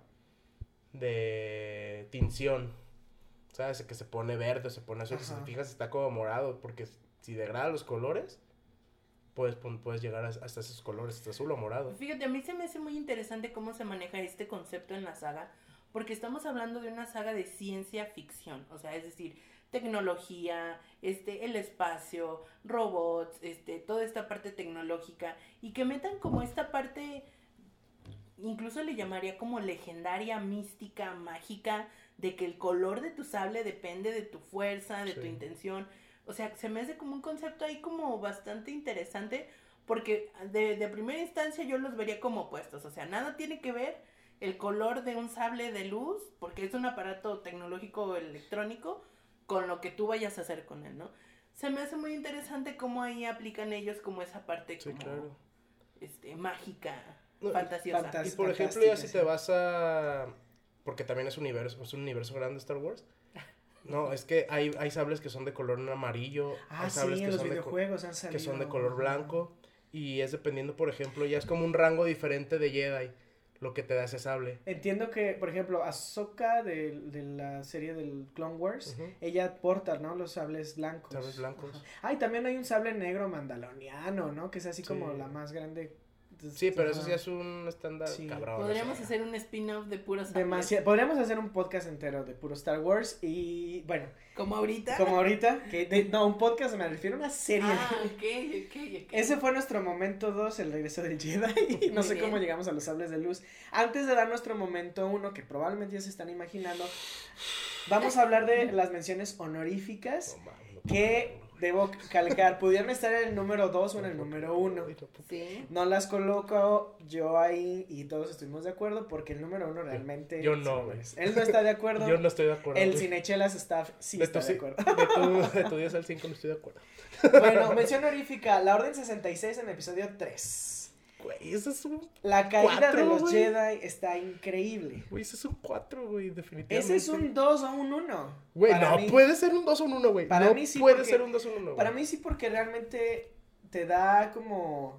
De tinción. ¿Sabes? Que se pone verde o se pone azul. Que si Ajá. te fijas está como morado. Porque si degrada los colores, puedes, pon- puedes llegar a- hasta esos colores, hasta azul o morado. Fíjate, a mí se me hace muy interesante cómo se maneja este concepto en la saga, porque estamos hablando de una saga de ciencia ficción, o sea, es decir, tecnología, este, el espacio, robots, este, toda esta parte tecnológica, y que metan como esta parte, incluso le llamaría como legendaria, mística, mágica, de que el color de tu sable depende de tu fuerza, de tu Sí. intención. O sea, se me hace como un concepto ahí como bastante interesante, porque de, de primera instancia yo los vería como opuestos. O sea, nada tiene que ver el color de un sable de luz, porque es un aparato tecnológico o electrónico, con lo que tú vayas a hacer con él, ¿no? Se me hace muy interesante cómo ahí aplican ellos como esa parte Sí, como claro. este, mágica, No, y- fantasiosa. fantas- Y por ejemplo, ya si fantástica, te sí. vas a... Porque también es, universo, es un universo grande Star Wars. No, es que hay, hay sables que son de color amarillo. Ah, hay sí, sables en que los son de co- videojuegos han salido. que son de color blanco. Y es dependiendo, por ejemplo, ya es como un rango diferente de Jedi lo que te da ese sable. Entiendo que, por ejemplo, Ahsoka de, de la serie del Clone Wars, Ujú. ella porta, ¿no? Los sables blancos. Sables blancos. Ajá. Ah, y también hay un sable negro mandaloriano, ¿no? Que es así como Sí. la más grande. Sí, pero eso Ajá. sí es un estándar Sí. cabrón. o Podríamos sea. hacer un spin-off de puros sables. Demasiado. Podríamos hacer un podcast entero de puro Star Wars y, bueno, Como ahorita. como ahorita, que de- no, un podcast me refiero a una serie. Ah, ok, ok, ok. Ese fue nuestro momento dos, el regreso del Jedi. Y no Muy sé bien. cómo llegamos a los sables de luz. Antes de dar nuestro momento uno, que probablemente ya se están imaginando, vamos a hablar de las menciones honoríficas No mames, no que puedo, debo calcar. Pudieron estar en el número dos o en el número uno. güey, no puedo. Sí. No las coloco yo ahí y todos estuvimos de acuerdo porque el número uno realmente... yo no, güey. Él no está de acuerdo. Yo no estoy de acuerdo. El güey. Cinechelas staff sí de está tu, de ci- acuerdo. de tu, de tu diez al cinco no estoy de acuerdo. Bueno, mención honorífica. La Orden sesenta y seis en el episodio tres. Güey, ese es un... La caída Cuatro, de los güey. Jedi está increíble. Güey, ese es un cuatro, güey, definitivamente. Ese es un dos o un uno. Güey, Para no, mí- puede ser un dos o un uno, güey. Para no mí sí, puede porque- ser un dos o un uno, güey. Para mí sí, porque realmente te da como...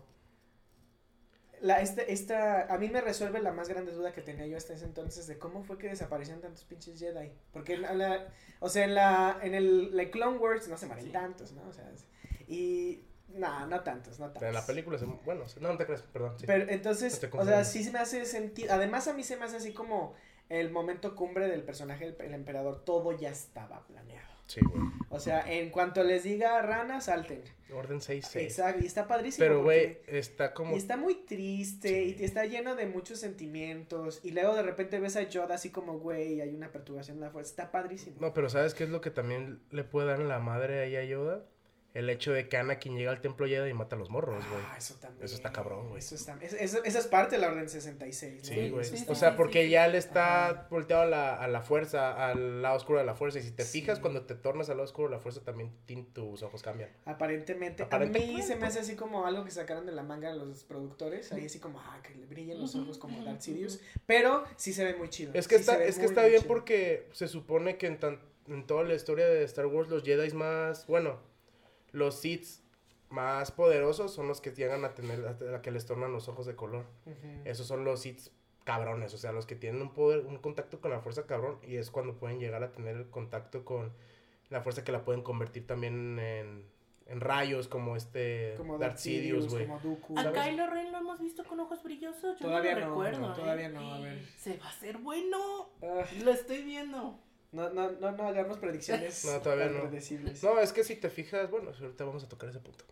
La, este, esta, a mí me resuelve la más grande duda que tenía yo hasta ese entonces de cómo fue que desaparecieron tantos pinches Jedi. Porque, en la, o sea, en la en el la Clone Wars no se mueren Sí. tantos, ¿no? O sea, es- y... No, no tantos, no tantos. En la película, se... bueno, no, no te crees, perdón. Sí. Pero entonces, No te o sea, confundas. sí se me hace sentido. Además, a mí se me hace así como el momento cumbre del personaje, el, el emperador. Todo ya estaba planeado. Sí, güey. O sea, en cuanto les diga rana, salten. Orden seis seis. Exacto, y está padrísimo. Pero, güey, porque- está como... Y está muy triste Sí. y está lleno de muchos sentimientos. Y luego de repente ves a Yoda así como, güey, hay una perturbación en la fuerza. Está padrísimo. No, pero ¿sabes qué es lo que también le puede dar en la madre ahí a Yoda? el hecho de que Anakin llega al templo Jedi y mata a los morros, güey. Ah, eso también. Eso está cabrón, güey. Eso está, eso, eso, esa es parte de la Orden sesenta y seis, ¿no? Sí, güey. Sí, sí, O sea, sí, porque sí. ya le está Ajá. volteado a la, a la fuerza, al lado oscuro de la fuerza. Y si te Sí. fijas, cuando te tornas al lado oscuro de la fuerza, también tin- tus ojos cambian. Aparentemente, a Aparentemente. mí se me hace así como algo que sacaron de la manga los productores, ahí así como, ah, que le brillen los ojos como Darth Sidious, pero sí se ve muy chido. Es que sí está, se ve es que muy, está muy bien chido. porque se supone que en, tan, en toda la historia de Star Wars, los Jedi más, bueno, los Sith más poderosos son los que llegan a tener, a, a que les tornan los ojos de color. Ujú. Esos son los Sith cabrones, o sea, los que tienen un poder, un contacto con la fuerza cabrón, y es cuando pueden llegar a tener el contacto con la fuerza que la pueden convertir también en, en rayos, como este Como Darth Sidious, güey. como Dooku. A ¿sabes? Kylo Ren lo hemos visto con ojos brillosos. Yo Todavía no lo no, recuerdo. no, ¿eh? todavía no, a ver. Se va a hacer bueno. Ah, Lo estoy viendo. no, no, no, no hagamos predicciones No, todavía tan no. predecibles. No, es que si te fijas, bueno, ahorita vamos a tocar ese punto.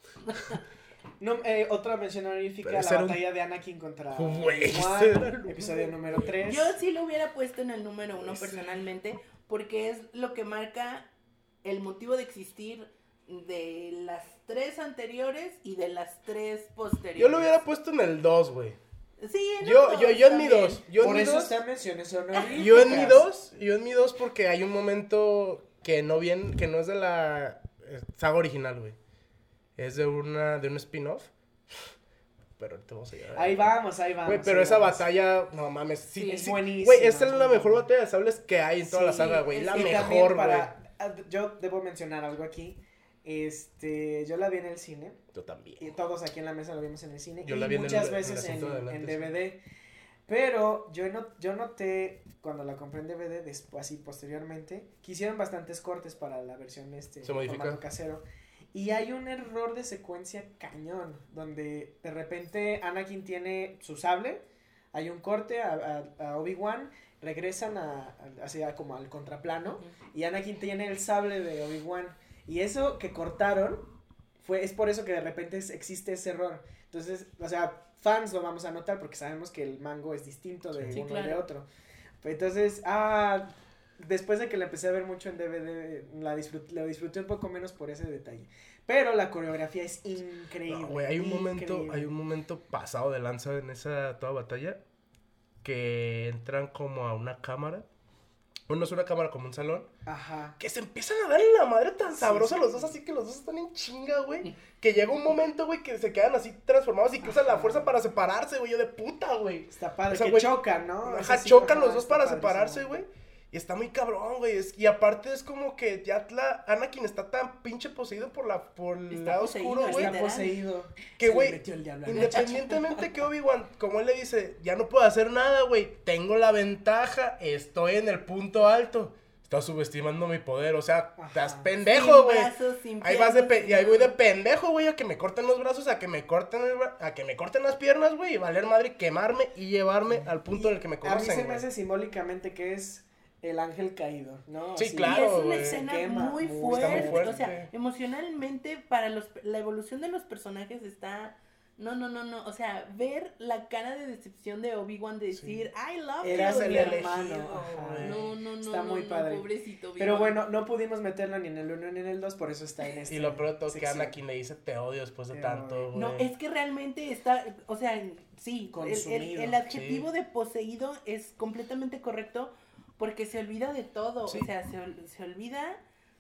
No, eh, otra mención honorífica, Pero la ese era un- batalla de Anakin contra Güey, ese Obi-Wan, era el- episodio número tres. Yo sí lo hubiera puesto en el número uno Sí. personalmente, porque es lo que marca el motivo de existir de las tres anteriores y de las tres posteriores. Yo lo hubiera puesto en el dos, güey. Sí, en Yo, los yo, dos yo en mi también. dos. Yo en Por mi eso dos. está menciones honoríficas. Yo en mi dos. Yo en mi dos porque hay un momento que no bien, que no es de la eh, saga original, güey. Es de una, de un spin-off. Pero ahorita vamos a llegar. Ahí vamos, ahí vamos. Güey, pero ahí esa vamos. batalla, no mames, sí, Sí, es sí. buenísima. Güey, esta es es la muy mejor buena. batalla de sables que hay en toda la Sí, saga, güey. es La que Y también mejor, güey. para- ah, Yo debo mencionar algo aquí. Este, yo la vi en el cine. Yo también. Y todos aquí en la mesa lo vimos en el cine. Yo y la vi en el- muchas en el veces en, asiento de adelante, en sí. D V D. Pero yo, no, yo noté, cuando la compré en D V D, después, así posteriormente, que hicieron bastantes cortes para la versión este Se modifica. formato casero. Y hay un error de secuencia cañón, donde de repente Anakin tiene su sable, hay un corte a, a, a Obi-Wan, regresan a, a- hacia como al contraplano, y Anakin tiene el sable de Obi-Wan. Y eso que cortaron, fue, es por eso que de repente es- existe ese error. Entonces, o sea, fans lo vamos a notar porque sabemos que el mango es distinto de Sí, uno claro. y de otro. Entonces, ah, después de que la empecé a ver mucho en D V D, la disfruté, la disfruté un poco menos por ese detalle. Pero la coreografía es increíble. No, güey, hay un momento, increíble. hay un momento pasado de lanza en esa toda batalla que entran como a una cámara. Bueno, es una cámara como un salón. Ajá. Que se empiezan a darle la madre tan sabrosa sí, los sí. dos, así que los dos están en chinga, güey. Que llega un momento, güey, que se quedan así transformados y que usan la Ajá. fuerza para separarse, güey. Yo de puta, güey. Está padre, O sea, que güey, chocan, ¿no? Es Ajá, así, chocan ajá, los dos está para padrísimo. separarse, güey. Y está muy cabrón, güey. es- Y aparte es como que ya la Anakin está tan pinche poseído por la por el Está lado poseído, oscuro, güey. Está literal. poseído. Que, Se le güey, metió el diablo al muchacho. Independientemente que Obi-Wan, como él le dice, ya no puedo hacer nada, güey. Tengo la ventaja, estoy en el punto alto. Estás subestimando mi poder, o sea, Ajá. estás Sin pendejo, güey. brazos, sin Ahí vas de piernas, pe- y ahí sin voy de nada. pendejo, güey, a que me corten los brazos, a que me corten el bra- a que me corten las piernas, güey, y valer madre, quemarme y llevarme al punto en el que me A mí conocen, se me güey. hace simbólicamente que es el ángel caído, ¿no? Sí, Así. claro, Y es una güey. escena Quema, muy muy- está muy fuerte. fuerte. O sea, emocionalmente, para los, la evolución de los personajes está. No, no, no, no. O sea, ver la cara de decepción de Obi-Wan de decir, I love Eras you. el mi hermano, elegido". ajá. No, no, no. Está no, muy no, padre. pobrecito Obi-Wan. Pero bueno, no pudimos meterlo ni en el uno ni en el dos, por eso está en este. Y lo peor de todo es que sección. Anakin le dice te odio después de Te tanto, odio. güey. No, es que realmente está, o sea, sí, el, el, Consumido, el adjetivo sí. de poseído es completamente correcto porque se olvida de todo, Sí. o sea, se, ol- se olvida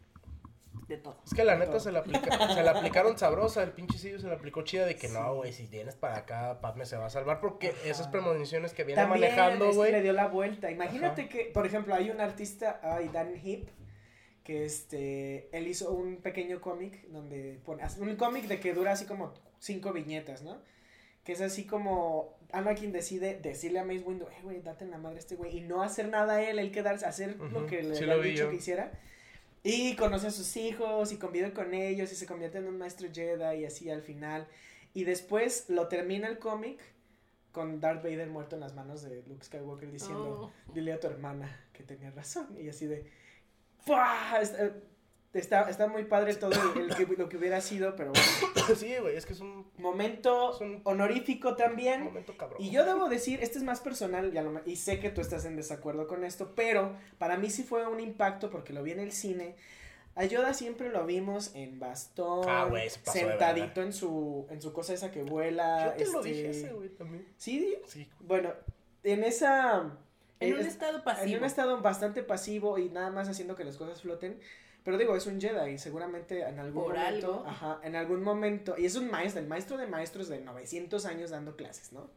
de todo. Es que la neta se la, aplica, se la aplicaron sabrosa, el pinche Sidious se la aplicó chida de que Sí. no, güey, si vienes para acá, Padme se va a salvar, porque Ajá. esas premoniciones que viene También manejando, es que güey. le dio la vuelta. Imagínate Ajá. que, por ejemplo, hay un artista, ay, Dan Hip, que este, él hizo un pequeño cómic donde pone, hace un cómic de que dura así como cinco viñetas, ¿no? Que es así como Anakin decide decirle a Mace Windu, eh, güey, date en la madre a este güey, y no hacer nada a él, él quedarse, hacer lo Ujú, que le sí habían lo vi dicho yo. que hiciera. Y conoce a sus hijos y convive con ellos y se convierte en un maestro Jedi y así al final. Y después lo termina el cómic con Darth Vader muerto en las manos de Luke Skywalker diciendo, Oh. dile a tu hermana que tenía razón. Y así de, ¡fua! Está, está, está muy padre todo el, el que, lo que hubiera sido, pero bueno, Sí, güey, es que es un, momento es un honorífico también. momento cabrón. Y yo debo decir, este es más personal, ya lo, y sé que tú estás en desacuerdo con esto, pero para mí sí fue un impacto porque lo vi en el cine. A Yoda siempre lo vimos en bastón, Ah, güey, se pasó de sentadito verga. en su en su cosa esa que vuela. Yo te lo este, dije ese, güey, también. ¿Sí? Sí. Bueno, en esa... En un es- estado pasivo. En un estado bastante pasivo y nada más haciendo que las cosas floten. Pero digo, es un Jedi y seguramente en algún Por momento... algo. Ajá, en algún momento... Y es un maestro, el maestro de maestros de novecientos años dando clases, ¿no?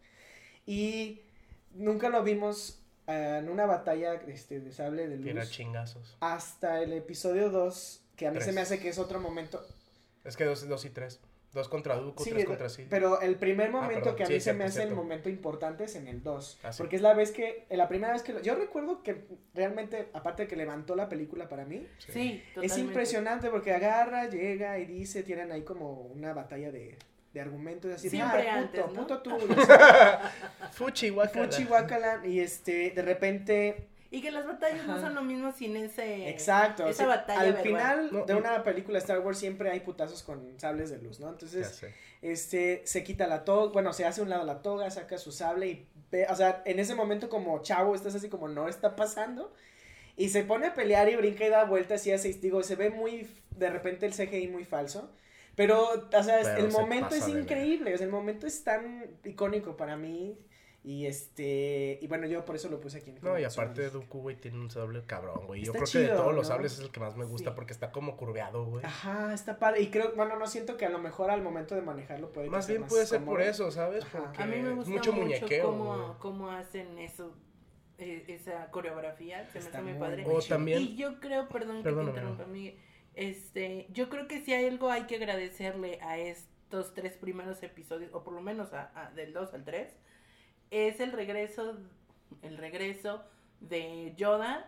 Y nunca lo vimos eh, en una batalla este, de sable de Tira luz. chingazos. Hasta el episodio dos, que a mí Tres. se me hace que es otro momento. Es que dos, dos y tres. Dos contra Dooku, Sí, tres contra sí. pero el primer momento perdón, que a sí, mí se cierto, me hace el cierto. momento importante es en el dos. Ah, sí. Porque es la vez que, la primera vez que, lo- yo recuerdo que realmente, aparte de que levantó la película para mí, Sí, totalmente. es impresionante porque agarra, llega y dice, tienen ahí como una batalla de, de argumentos, así, Siempre ah, antes, puto, ¿no? puto tú, y así, Fuchi, guacala. fuchi, guácala, y este, de repente, Y que las batallas no Ajá. son lo mismo sin ese... exacto, Esa sí, batalla al verbal. final No, de y- una película Star Wars siempre hay putazos con sables de luz, ¿no? Ya Entonces, sé. este, se quita la toga, bueno, se hace a un lado la toga, saca su sable y ve, o sea, en ese momento como chavo estás así como no está pasando y se pone a pelear y brinca y da vueltas y hace, digo, se ve muy, de repente el C G I muy falso, pero, o sea, es- Pero el se momento pasa es de verga. increíble, o sea, el momento es tan icónico para mí y este, y bueno, yo por eso lo puse aquí. en No, y menciones. aparte Dooku, güey, tiene un sable cabrón, güey. Yo Está creo que de chido, todos los ¿no? sables es el que más me gusta Sí. porque está como curveado, güey. Ajá, está padre, y creo, bueno, no siento que a lo mejor al momento de manejarlo puede que Más sea bien puede ser cómodo. por eso, ¿sabes? Ajá. Porque A mí me es gusta mucho mucho, muñequeo, güey. cómo, cómo hacen eso, eh, esa coreografía, se me Está hace muy muy padre. bien. O también, Y yo creo, perdón que Perdóname, te interrumpa, Miguel, este, yo creo que si hay algo hay que agradecerle a estos tres primeros episodios, o por lo menos a, a- del dos al tres, es el regreso, el regreso de Yoda,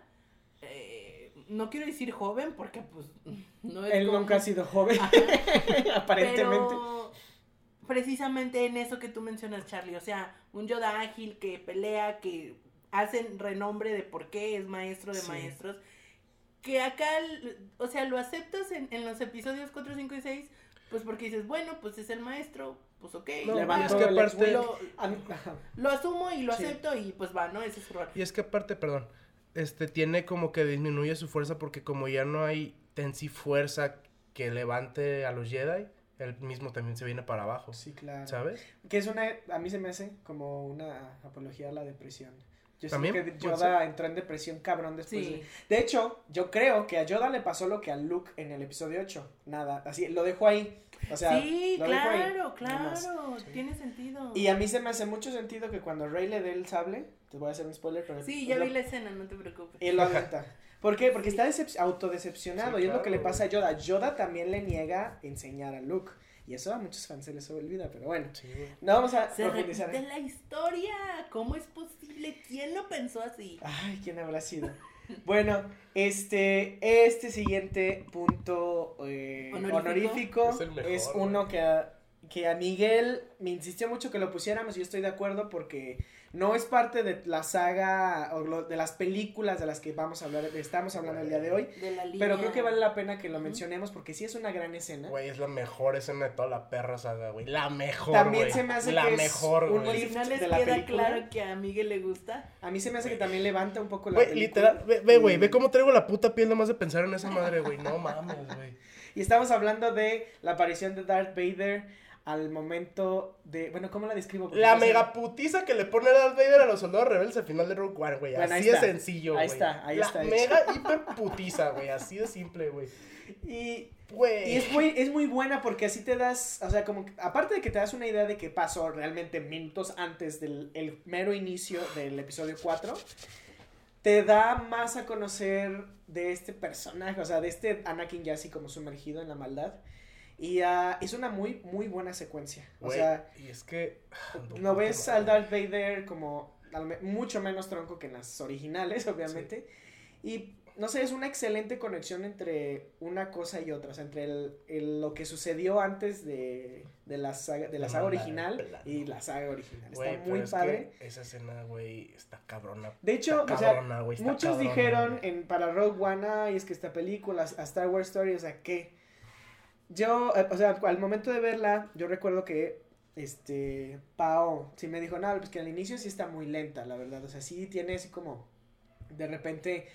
eh, no quiero decir joven, porque pues no es Él como- nunca ha sido joven, Ajá. aparentemente. Pero precisamente en eso que tú mencionas, Charlie, o sea, un Yoda ágil que pelea, que hacen renombre de por qué es maestro de Sí. maestros, que acá, o sea, lo aceptas en, en los episodios cuatro, cinco y seis, pues porque dices, bueno, pues es el maestro, pues ok, No, va, Levantó es que el aparte- X-Wing. lo, A mí- ajá. lo asumo y lo Sí. acepto y pues va, ¿no? Ese es su rol. y es que aparte, perdón, este tiene como que disminuye su fuerza porque como ya no hay en sí fuerza que levante a los Jedi, él mismo también se viene para abajo, Sí, claro. ¿sabes? Que es una, a mí se me hace como una apología a la depresión. Yo ¿También? siento que Puede Yoda entró en depresión cabrón después Sí. de... De hecho, yo creo que a Yoda le pasó lo que a Luke en el episodio ocho. Nada, así, lo dejó ahí. O sea, Sí, lo dejo ahí, claro, nomás. claro, tiene sentido. Y a mí se me hace mucho sentido que cuando Rey le dé el sable, te voy a hacer un spoiler, pero... Sí, pues ya lo- vi la escena, no te preocupes. Él lo avienta. ¿Por qué? Porque está decep- autodecepcionado Sí, y es lo que le claro, pasa a Yoda. Yoda también le niega enseñar a Luke. Y eso a muchos fans se les olvida, pero bueno. Sí, güey. No vamos a Se profundizar. repite la historia. ¿Cómo es posible? ¿Quién lo pensó así? Ay, ¿quién habrá sido? Bueno, este, este siguiente punto eh, Honorífico. honorífico, Es el mejor, es uno güey. que a, que a Miguel me insistió mucho que lo pusiéramos y yo estoy de acuerdo porque no es parte de la saga o lo- de las películas de las que vamos a hablar, estamos hablando el día de hoy, De la línea. pero creo que vale la pena que lo Ujú. mencionemos porque sí es una gran escena. Güey, es la mejor escena de toda la perra saga, güey. La mejor, También güey. se me hace la que es mejor, un Al güey. lift final les de la queda película. claro que a Miguel le gusta. A mí se me hace que también levanta un poco la Güey, película. literal, ve, ve, güey, Y- ve cómo traigo la puta piel nomás de pensar en esa madre, güey. No mames, güey. Y estamos hablando de la aparición de Darth Vader al momento de... Bueno, ¿cómo la describo? Porque La no sé- mega putiza que le pone Darth Vader a los soldados rebeldes al final de Rogue One, güey. Bueno, ahí Así de está. sencillo, Ahí güey. está, ahí La está hecho. mega hiper putiza, güey. Así de simple, güey. Y, Güey. y es, muy, es muy buena porque así te das... O sea, como... que- aparte de que te das una idea de qué pasó realmente minutos antes del el mero inicio del episodio cuatro, te da más a conocer de este personaje, o sea, de este Anakin ya así como sumergido en la maldad. Y ah, es una muy, muy buena secuencia. O Güey, sea... y es que. No ves al Darth Vader como al me- mucho menos tronco que en las originales, obviamente. Y no sé, es una excelente conexión entre una cosa y otra. O sea, entre el, el- lo que sucedió antes de, de la saga, de la La saga mala original plana. y la saga original. Güey, Está pero muy es padre. que esa escena, güey, está cabrona. De hecho, Está o sea, cabrona, güey, está muchos cabrona, dijeron güey. en, para Rogue One, ay, es que esta película, a Star Wars Story, o sea, que yo, eh, o sea, al momento de verla, yo recuerdo que, este, Pao, sí me dijo, no, pues que al inicio sí está muy lenta, la verdad, o sea, sí tiene así como, de repente,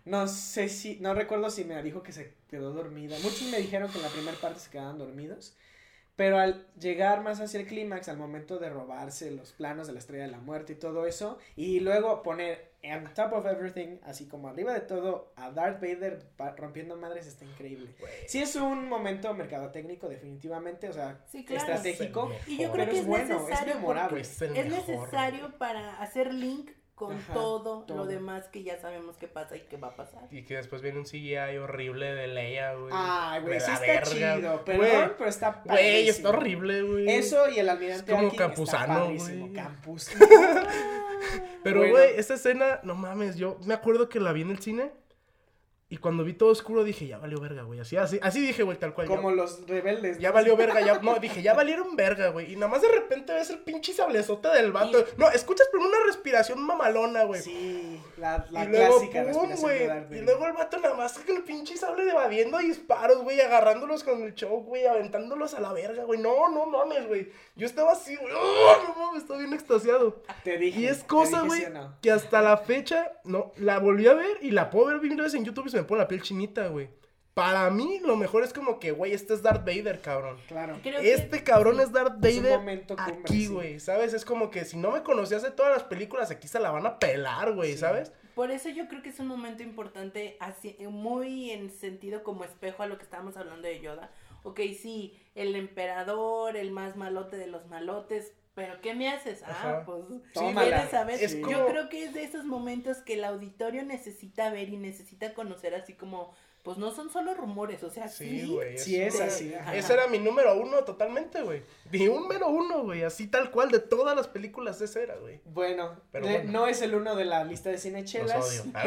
No sé si, no recuerdo si me dijo que se quedó dormida. Muchos me dijeron que en la primera parte se quedaban dormidos. Pero al llegar más hacia el clímax, al momento de robarse los planos de la Estrella de la Muerte y todo eso, y luego poner on top of everything, así como arriba de todo, a Darth Vader rompiendo madres, está increíble. Wey. Sí es un momento mercadotécnico, definitivamente, o sea, sí, claro, estratégico, y yo creo pero que es, es bueno, es memorable. Es, es necesario para hacer link con Ajá, todo, todo lo demás que ya sabemos que pasa y que va a pasar. Y que después viene un C G I horrible de Leia, güey. Ah, güey, sí está verga. chido, perdón, wey, pero está padrísimo. Güey, está horrible, güey. Eso y el almirante es como Anakin Campuzano, güey. Campus. Pero, güey, bueno. esta escena, no mames, yo me acuerdo que la vi en el cine. Y cuando vi todo oscuro dije, ya valió verga, güey. Así, así, así dije, güey, tal cual. Como ya, los rebeldes. Ya ¿no? valió verga, ya. No, dije, ya valieron verga, güey. Y nada más de repente ves el pinche sablezote del vato. Y... No, escuchas primero una respiración mamalona, güey. Sí, la, la y luego, clásica pum, respiración güey. Y luego el vato nada más con el pinche sable evadiendo disparos, güey. Agarrándolos con el choke, güey. Aventándolos a la verga, güey. No, no mames, güey. Yo estaba así, güey. ¡Oh, no mames! Estaba bien extasiado. Te dije. Y es cosa, güey, ¿sí no? que hasta la fecha, no, la volví a ver y la puedo ver bien veces en YouTube y se me pone la piel chinita, güey. Para mí, lo mejor es como que, güey, este es Darth Vader, cabrón. Claro. Creo este que... cabrón es Darth Vader es un momento cumbre, aquí, güey, sí. ¿sabes? Es como que si no me conocías de todas las películas, aquí se la van a pelar, güey, sí. ¿sabes? Por eso yo creo que es un momento importante, así, muy en sentido como espejo a lo que estábamos hablando de Yoda. Ok, sí, el emperador, el más malote de los malotes, pero ¿qué me haces? Ajá. Ah, pues, Tómala. ¿quieres saber? Es como... Yo creo que es de esos momentos que el auditorio necesita ver y necesita conocer, así como, pues no son solo rumores, o sea, sí. Sí, güey. Sí, es así. Ajá. Ese era mi número uno totalmente, güey. Ni un mero uno, güey, así tal cual, de todas las películas ese era, güey. Bueno, pero de, bueno, no es el uno de la lista de cinechelas. Los odio.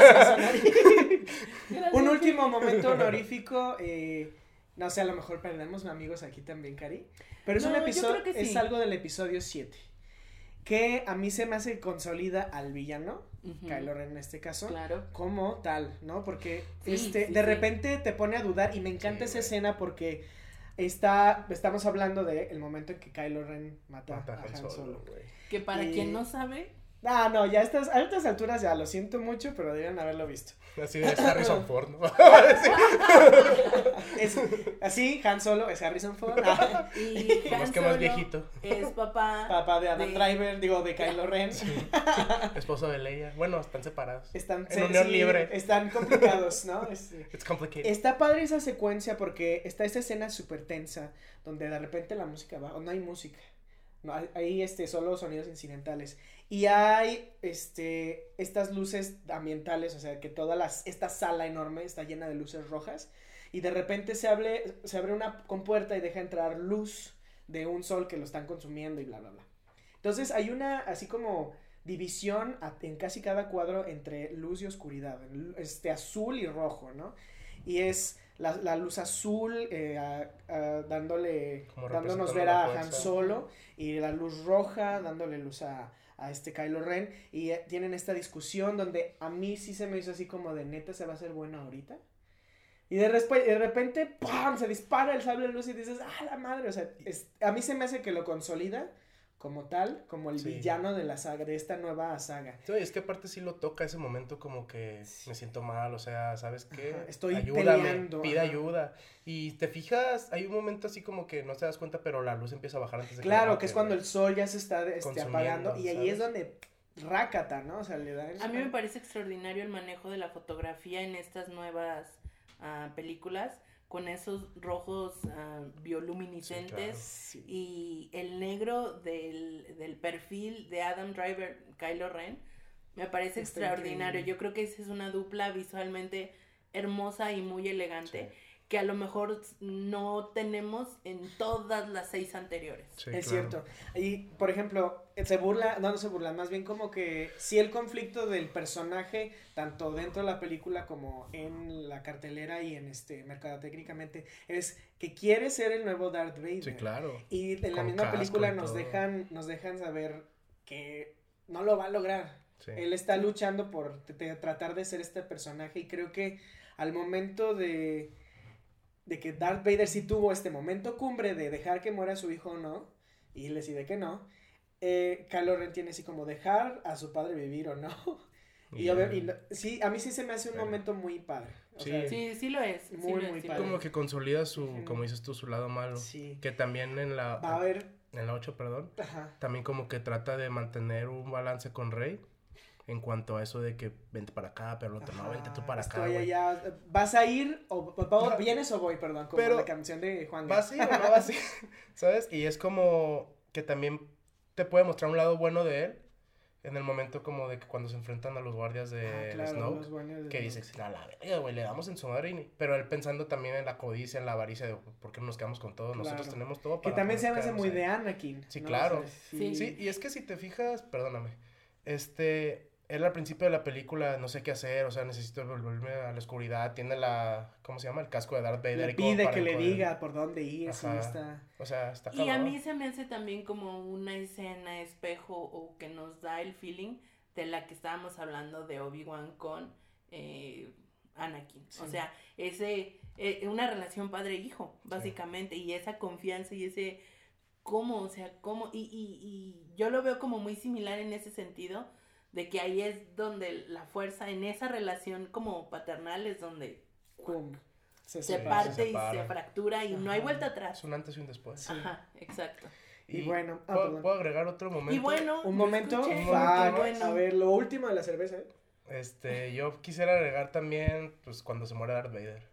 Pero un último momento honorífico, eh... no sé, a lo mejor perdemos amigos aquí también, Cari. Pero es no, un episodio, sí. es algo del episodio siete. Que a mí se me hace consolida al villano, uh-huh. Kylo Ren en este caso, claro. como tal, ¿no? Porque sí, este, sí, de sí. repente te pone a dudar y me encanta sí, esa güey. escena porque está, estamos hablando de el momento en que Kylo Ren mata, Mata a Han Solo, Solo. güey. Que para y... quien no sabe... Ah, no, ya a estas, a estas alturas ya lo siento mucho, pero deberían haberlo visto. Así de Harrison Ford, ¿no? es, así, Han Solo es Harrison Ford. Ah, y Han más que Solo más viejito. Es papá. Papá de Adam de... Driver, digo, de Kylo Ren. Sí. Esposo de Leia. Bueno, están separados. Están en unión sí, libre. Están complicados, ¿no? Es, It's complicated. Está padre esa secuencia porque está esa escena súper tensa donde de repente la música va, o no hay música. No, hay, hay este, solo sonidos incidentales. Y hay este, estas luces ambientales, o sea, que toda las, esta sala enorme está llena de luces rojas. Y de repente se abre, se abre una compuerta y deja entrar luz de un sol que lo están consumiendo y bla, bla, bla. Entonces hay una, así como, división en casi cada cuadro entre luz y oscuridad. Este, azul y rojo, ¿no? Y es... La, la luz azul eh, a, a, dándole, dándonos ver a Han Solo, y la luz roja dándole luz a, a este Kylo Ren, y eh, tienen esta discusión donde a mí sí se me hizo así como de neta se va a hacer bueno ahorita, y de, resp- de repente ¡pam! Se dispara el sable de luz y dices ¡ah, la madre! O sea, es, a mí se me hace que lo consolida como tal, como el sí. villano de la saga, de esta nueva saga. Sí, es que aparte sí lo toca ese momento como que me siento mal, o sea, ¿sabes qué? Ajá, estoy Ayúdame, peleando. pide ajá. ayuda. Y te fijas, hay un momento así como que no te das cuenta, pero la luz empieza a bajar antes de claro, que Claro, que es cuando el sol ya se está este, apagando, y ahí ¿sabes? es donde rácata, ¿no? O sea, le da A mí me parece extraordinario el manejo de la fotografía en estas nuevas uh, películas, con esos rojos uh, bioluminiscentes sí, claro. Y el negro del, del perfil de Adam Driver, Kylo Ren, me parece Está extraordinario. Increíble. Yo creo que esa es una dupla visualmente hermosa y muy elegante, sí. que a lo mejor no tenemos en todas las seis anteriores. Sí, es claro. cierto. Y, por ejemplo, se burla, no, no se burla, más bien como que sí el conflicto del personaje, tanto dentro de la película como en la cartelera y en este mercadotécnicamente, es que quiere ser el nuevo Darth Vader. Sí, claro. Y en la Con misma película nos todo. dejan, nos dejan saber que no lo va a lograr. Sí. Él está luchando por t- t- tratar de ser este personaje, y creo que al momento de... de que Darth Vader sí tuvo este momento cumbre de dejar que muera su hijo o no, y él decide que no, eh, Kylo Ren tiene así como dejar a su padre vivir o no, Y, a ver, y no- sí, a mí sí se me hace un momento muy padre. O Sí. sea, Sí, sí lo es. sí Muy, lo es, muy sí lo padre. Como es. que consolida su, Ujú. como dices tú, su lado malo. Sí. Que también en la, Va a haber, en la ocho, perdón, ajá, también como que trata de mantener un balance con Rey en cuanto a eso de que vente para acá, pero el otro no, vente tú ajá, para acá, estoy güey. allá, ¿vas a ir o, o- o- Ajá. vienes o voy, perdón, como Pero- la canción de Juan Va así o no va así, ¿sabes? Y es como que también te puede mostrar un lado bueno de él en el momento como de que cuando se enfrentan a los guardias de Ah, claro, Snoke. los buenos de Que Snoke. dices, a la verga, güey, le damos en su madre. y ni-". Pero él pensando también en la codicia, en la avaricia de por qué no nos quedamos con todo. Nosotros Claro. tenemos todo Que para también se poder me hace quedarnos muy ahí". de Anakin. Sí, ¿no? claro. O sea, sí. Sí, y es que si te fijas, perdóname, este, él al principio de la película no sé qué hacer, o sea, necesito volverme a la oscuridad, tiene la, ¿cómo se llama? El casco de Darth Vader. Le y como pide para que le encoger- diga por dónde ir, sí, Ajá. está. O sea, está Y a cabrón. mí se me hace también como una escena espejo o que nos da el feeling de la que estábamos hablando de Obi-Wan con eh, Anakin. Sí. O sea, ese eh, una relación padre-hijo, básicamente, y esa confianza y ese cómo, o sea, cómo, y, y, y yo lo veo como muy similar en ese sentido, de que ahí es donde la fuerza, en esa relación como paternal es donde Pum, se, se separa. parte se y se separa. fractura y no hay Ajá. vuelta Es atrás. un antes y un después. Sí. Ajá, exacto. Y bueno, ah, ¿puedo, perdón. puedo agregar otro momento? Y bueno, Un yo momento, escuché, un fuck, momento, bueno. a ver, lo último de la cerveza, ¿eh? Este, yo quisiera agregar también, pues, cuando se muere Darth Vader.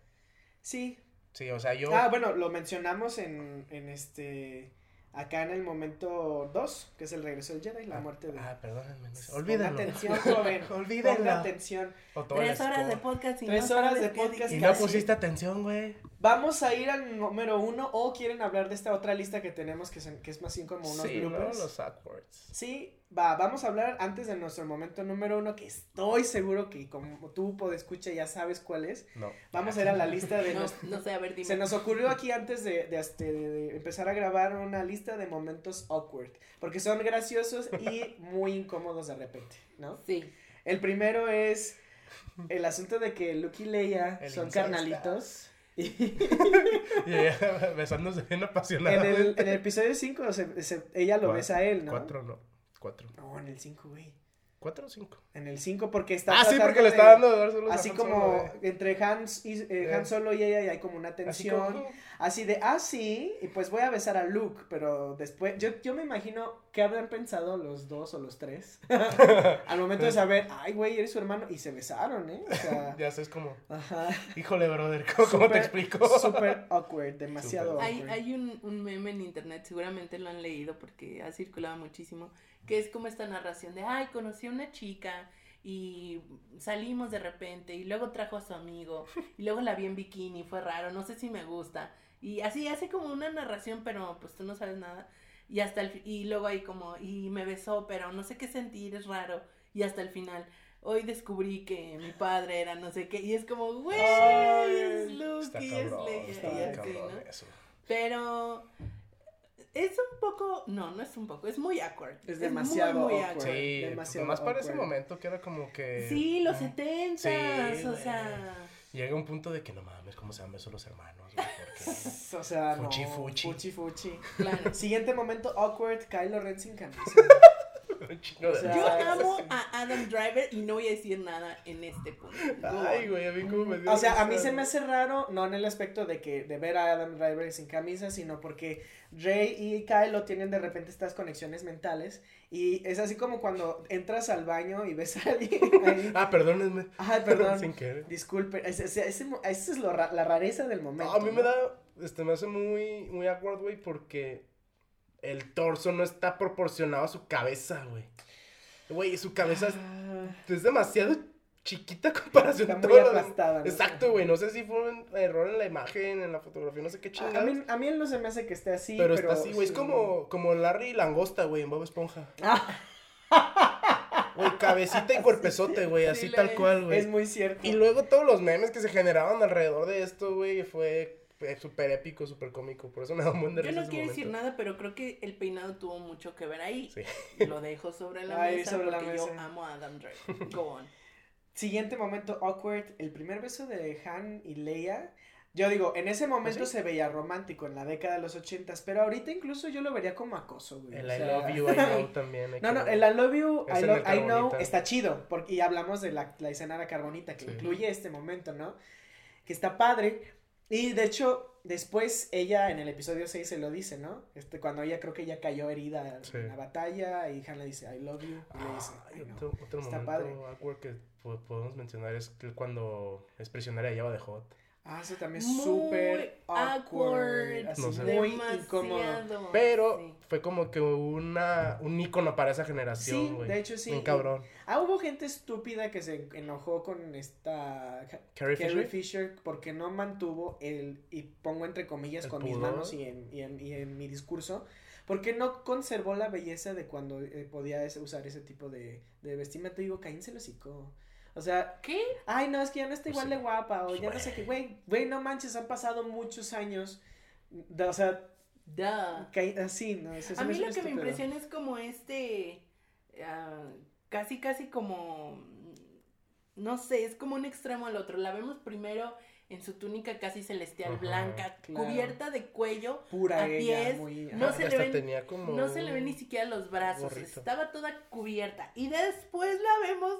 Sí. Sí, o sea, yo... Ah, bueno, lo mencionamos en, en este, acá en el momento dos, que es el regreso del Jedi, la muerte de... Ah, perdónenme. No sé. Ponga Olvídenlo. atención, joven. Olvídenlo. Ponga atención. O todo el Tres horas de score. podcast y Tres no horas sabes de qué podcast Y dije. no casi. pusiste atención, güey. Vamos a ir al número uno o quieren hablar de esta otra lista que tenemos que, son- que es más bien como unos Sí, ¿no? bloopers. Los awkwards. Sí, va, vamos a hablar antes de nuestro momento número uno, que estoy seguro que como tú podescucha ya sabes cuál es. No. Vamos a ir a la lista de No, nuestro... no sé, a ver, dime. Se nos ocurrió aquí antes de, de, este, de- de empezar a grabar una lista de momentos awkward, porque son graciosos y muy incómodos de repente, ¿no? Sí. El primero es el asunto de que Luke y Leia El son incesto. carnalitos. Y Y ella besándose bien apasionada. en el, en el episodio cinco se, se- ella lo Cuatro- besa a él, ¿no? Cuatro, no. Cuatro. No, en el cinco, güey. ¿Cuatro o cinco? En el cinco porque está Ah, sí, tratando porque le de- está dando de dar solos a Así Han como Solo, güey. entre Hans, y, eh, Eh. Han Solo y ella y hay como una Así tensión. como... Así de, ah, sí, y pues voy a besar a Luke, pero después, yo, yo me imagino qué habrán pensado los dos o los tres al momento de saber, ay, güey, eres su hermano, y se besaron, ¿eh? O sea, Ya sé, es como... ajá. Híjole, brother, ¿cómo, cómo te Súper- explico? Súper awkward, demasiado Súper. Hay, awkward. hay un, un meme en internet, seguramente lo han leído porque ha circulado muchísimo, que es como esta narración de, ay, conocí a una chica y salimos de repente y luego trajo a su amigo y luego la vi en bikini, fue raro, no sé si me gusta. Y así hace como una narración, pero pues tú no sabes nada. Y hasta el fi- y luego hay como, y me besó, pero no sé qué sentir, es raro. Y hasta el final, hoy descubrí que mi padre era no sé qué. Y es como, güey, Ay, es Luke Está y es cabrón, Leia. está Y bien así, cabrón ¿no? eso. Pero es un poco, no, no es un poco, es muy awkward. Es demasiado muy, muy awkward. awkward. Sí, demasiado más para ese awkward. momento que era como que... Sí, los mm, setentas, sí, o güey. sea, Llega un punto de que no mames, ¿cómo se dan besos los hermanos? güey? Porque... O sea, Fuchi, no, fuchi. fuchi, fuchi. claro. Siguiente momento awkward, Kylo Ren sin camisa. un chingo de O sea, Yo Ay, amo a Adam Driver y no voy a decir nada en este punto. Go Ay, on. güey, a mí como me dio O sea, a mí risa, se me güey. hace raro, no en el aspecto de que de ver a Adam Driver sin camisa, sino porque Rey y Kylo tienen de repente estas conexiones mentales y es así como cuando entras al baño y ves a alguien ahí. Ah, perdónenme. Ay, perdón. Sin querer. Disculpe, ese, ese, ese, esa es lo ra- la rareza del momento. No, a mí me ¿no? da, este, me hace muy, muy awkward, güey, porque el torso no está proporcionado a su cabeza, güey. Güey, su cabeza es, Ah, es demasiado chiquita a comparación está de muy todo lo demás. aplastada, ¿no? Exacto, güey, no sé si fue un error en la imagen, en la fotografía, no sé qué A, chingados. a mí, a mí él no se me hace que esté así, pero, pero, está así, güey, es sí. como, como Larry Langosta, güey, en Bob Esponja. Ah, Güey, cabecita y cuerpezote, güey, Sí, así lo tal es. cual, güey. es muy cierto. Y luego todos los memes que se generaban alrededor de esto, güey, fue eh, súper épico, súper cómico. Por eso me da un buen de Yo risa no ese quiero momento. decir nada, pero creo que el peinado tuvo mucho que ver ahí. Sí. Lo dejo sobre la Ay, mesa sobre la porque mesa. yo amo a Adam Driver. Go on. Siguiente momento awkward, el primer beso de Han y Leia. Yo digo, en ese momento ¿Ah, sí? se veía romántico en la década de los ochentas, pero ahorita incluso yo lo vería como acoso, güey. El o I sea, love you, I know también. hay No, que no, ver. el I love you, Es I, en lo- el I know Carbonita. está chido, porque, y hablamos de la, la escena de la carbonita, que Sí. incluye este momento, ¿no? Que está padre, y de hecho, después ella en el episodio seis se lo dice, ¿no? Este, cuando ella creo que ella cayó herida Sí. en la batalla, y Han le dice, I love you, y le dice, Ah, "I y know". otro, otro Está momento padre. awkward que po- podemos mencionar es que cuando es prisionera ella va de hot. Ah, eso también es Muy súper awkward, awkward, así No sé. muy demasiado. incómodo. Pero Sí. fue como que una, un ícono para esa Sí, generación, güey. de hecho sí. Un cabrón. Ah, hubo gente estúpida que se enojó con esta Ca- Carrie Carrie Fisher. Fisher porque no mantuvo el, y pongo entre comillas El con mis pudor. manos y en, y, en, y en mi discurso, porque no conservó la belleza de cuando eh, podía ese- usar ese tipo de, de vestimenta. Digo, cállense el hocico. O sea, ¿Qué? ay, no, es que ya no está Pues igual sí. de guapa, o ya no sé qué, güey, güey, no manches, han pasado muchos años, de- o sea, Duh. ca- así, ¿no? Eso se A me mí hace lo que me estúpido. impresiona es como este, ah, casi casi como, no sé, es como un extremo al otro. La vemos primero en su túnica casi celestial Ajá, blanca, claro. cubierta de cuello, Pura a ella, pies, muy... no ajá. se le Hasta ven- tenía como no se le ven ni siquiera los brazos, gorrito. estaba toda cubierta. Y después la vemos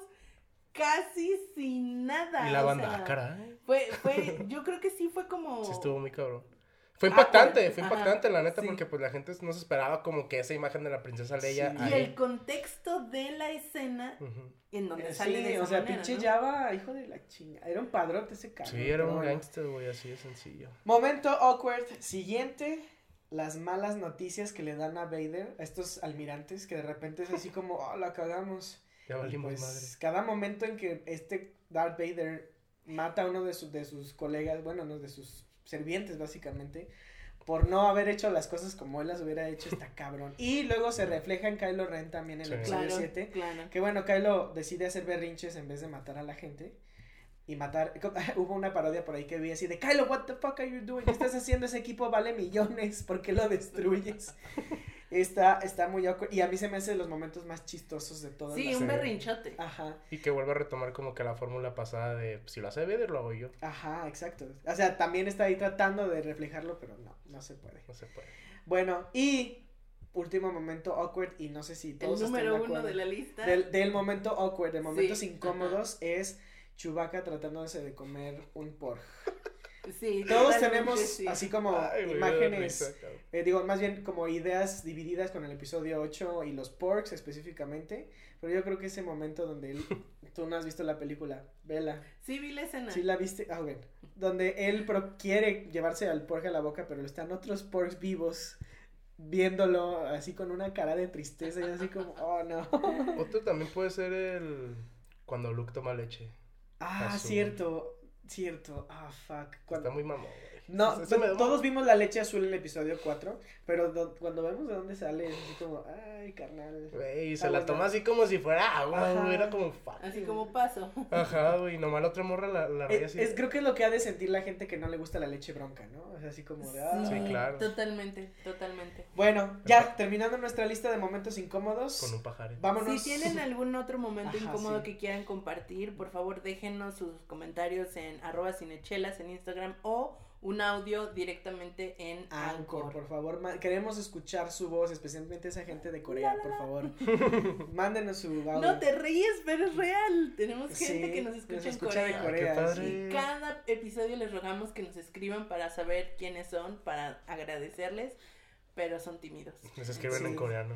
casi sin nada. Y la o banda, sea, ah, caray. Fue, fue, yo creo que sí fue como... Sí estuvo muy cabrón. Fue Ah, impactante, pues, fue ajá, impactante, la neta, sí. porque pues la gente no se esperaba como que esa imagen de la princesa Leia Sí. Y ahí. el contexto de la escena Ujú. en donde Eh, sale sí, de esa o sea, manera, pinche ¿no? Java, hijo de la chinga. Era un padrote ese cabrón. Sí, era pero un bueno. gangster, güey, así de sencillo. Momento awkward. Siguiente, las malas noticias que le dan a Vader, a estos almirantes, que de repente es así como, oh, la cagamos. Ya Y valimos pues, madre. cada momento en que este Darth Vader mata a uno de, sus de sus colegas, bueno, no, de sus sirvientes, básicamente, por no haber hecho las cosas como él las hubiera hecho, está cabrón. Y luego se refleja en Kylo Ren también en el Sí. episodio Claro, siete. claro. Que bueno, Kylo decide hacer berrinches en vez de matar a la gente. Y matar. Hubo una parodia por ahí que vi así de Kylo, what the fuck are you doing? ¿Qué estás haciendo? Ese equipo vale millones. ¿Por qué lo destruyes? Está, está muy awkward. Y a mí se me hace de los momentos más chistosos de todas Sí, las. un serie. berrinchote. Ajá, Y que vuelva a retomar como que la fórmula pasada de si lo hace Vader, lo hago yo. ajá, exacto. O sea, también está ahí tratando de reflejarlo, pero no, no se puede. No se puede. Bueno, y último momento awkward, y no sé si El todos estén número de uno acuerdo. de la lista. Del, del momento awkward, de momentos Sí, incómodos, es Chewbacca tratándose de comer un porg. Sí, Todos totalmente tenemos sí. así como Ay, güey, me da imágenes, risa, cabrón. eh, digo, más bien como ideas divididas con el episodio ocho y los porks específicamente, pero yo creo que ese momento donde él, tú no has visto la película, vela, Sí, vi la escena. sí la viste, ah, bueno, donde él pro- quiere llevarse al pork a la boca, pero están otros porks vivos viéndolo así con una cara de tristeza y así como, oh no. Otro también puede ser el. Cuando Luke toma leche. Ah, Azul. cierto, cierto, ah, fuck. Cuando- Está muy mamón, güey. No, Eso- eso me da- todos vimos la leche azul en el episodio cuatro, pero do- cuando vemos de dónde sale es así como, ay, carnal. Güey, y se Ah, la bueno. toma así como si fuera agua, Ajá. güey. Era como fuck. Así como paso. Ajá, güey. Nomás la otra morra la, la raya Es, así. es- creo que es lo que ha de sentir la gente que no le gusta la leche bronca, ¿no? O sea, así como de, ah. Sí, claro. Totalmente, totalmente. Bueno, ya, terminando nuestra lista de momentos incómodos, Con un pajarito. vámonos. Si tienen algún otro momento Ajá, incómodo sí. que quieran compartir, por favor déjenos sus comentarios en arroba cinechelas en Instagram o un audio directamente en Anchor, Anchor. por favor, ma- queremos escuchar su voz, especialmente esa gente de Corea, por favor. Mándenos su audio. No te ríes, pero es real. Tenemos Sí, gente que nos escucha, escucha en de Corea. Corea. Qué padre. sí. Y cada episodio les rogamos que nos escriban para saber quiénes son, para agradecerles, pero son tímidos. Les escriben Sí. en coreano,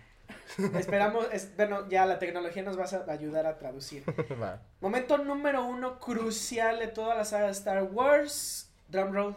¿no? Esperamos, es, bueno, ya la tecnología nos va a ayudar a traducir. Va. Momento número uno crucial de toda la saga de Star Wars. Drum roll.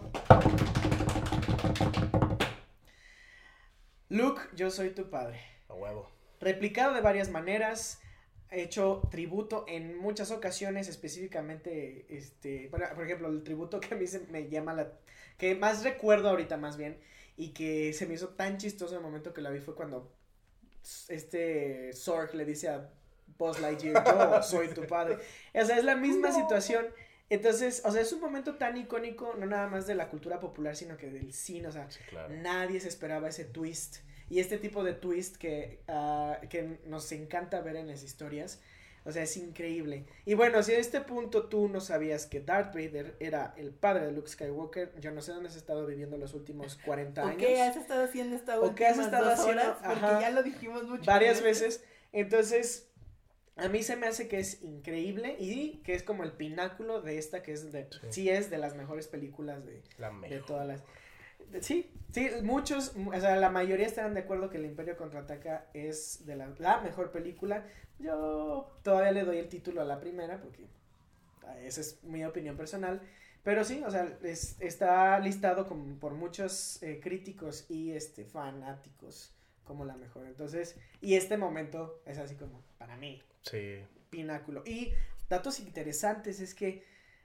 Luke, yo soy tu padre. A huevo. Replicado de varias maneras, hecho tributo en muchas ocasiones, específicamente, este, bueno, por ejemplo, el tributo que a mí se me llama la, que más recuerdo ahorita más bien, y que se me hizo tan chistoso el momento que la vi fue cuando este Zorg le dice a Buzz Lightyear, yo soy tu padre. O sea, es la misma No. situación. Entonces, o sea, es un momento tan icónico, no nada más de la cultura popular, sino que del cine, o sea, Sí, claro. nadie se esperaba ese twist. Y este tipo de twist que, uh, que nos encanta ver en las historias. O sea, es increíble. Y bueno, si a este punto tú no sabías que Darth Vader era el padre de Luke Skywalker, yo no sé dónde has estado viviendo los últimos cuarenta años. ¿O qué has estado haciendo esta ¿O qué has últimas estado dos haciendo? horas? Porque Ajá. ya lo dijimos mucho. Varias veces. Entonces, a mí se me hace que es increíble y que es como el pináculo de esta que es de, sí, sí es de las mejores películas de, la de todas las. De, sí, sí, muchos, o sea, la mayoría estarán de acuerdo que El Imperio Contraataca es de la, la mejor película. Yo todavía le doy el título a la primera porque esa es mi opinión personal. Pero sí, o sea, es, está listado como por muchos eh, críticos y este fanáticos como la mejor. Entonces, y este momento es así como, para mí, sí, pináculo. Y datos interesantes es que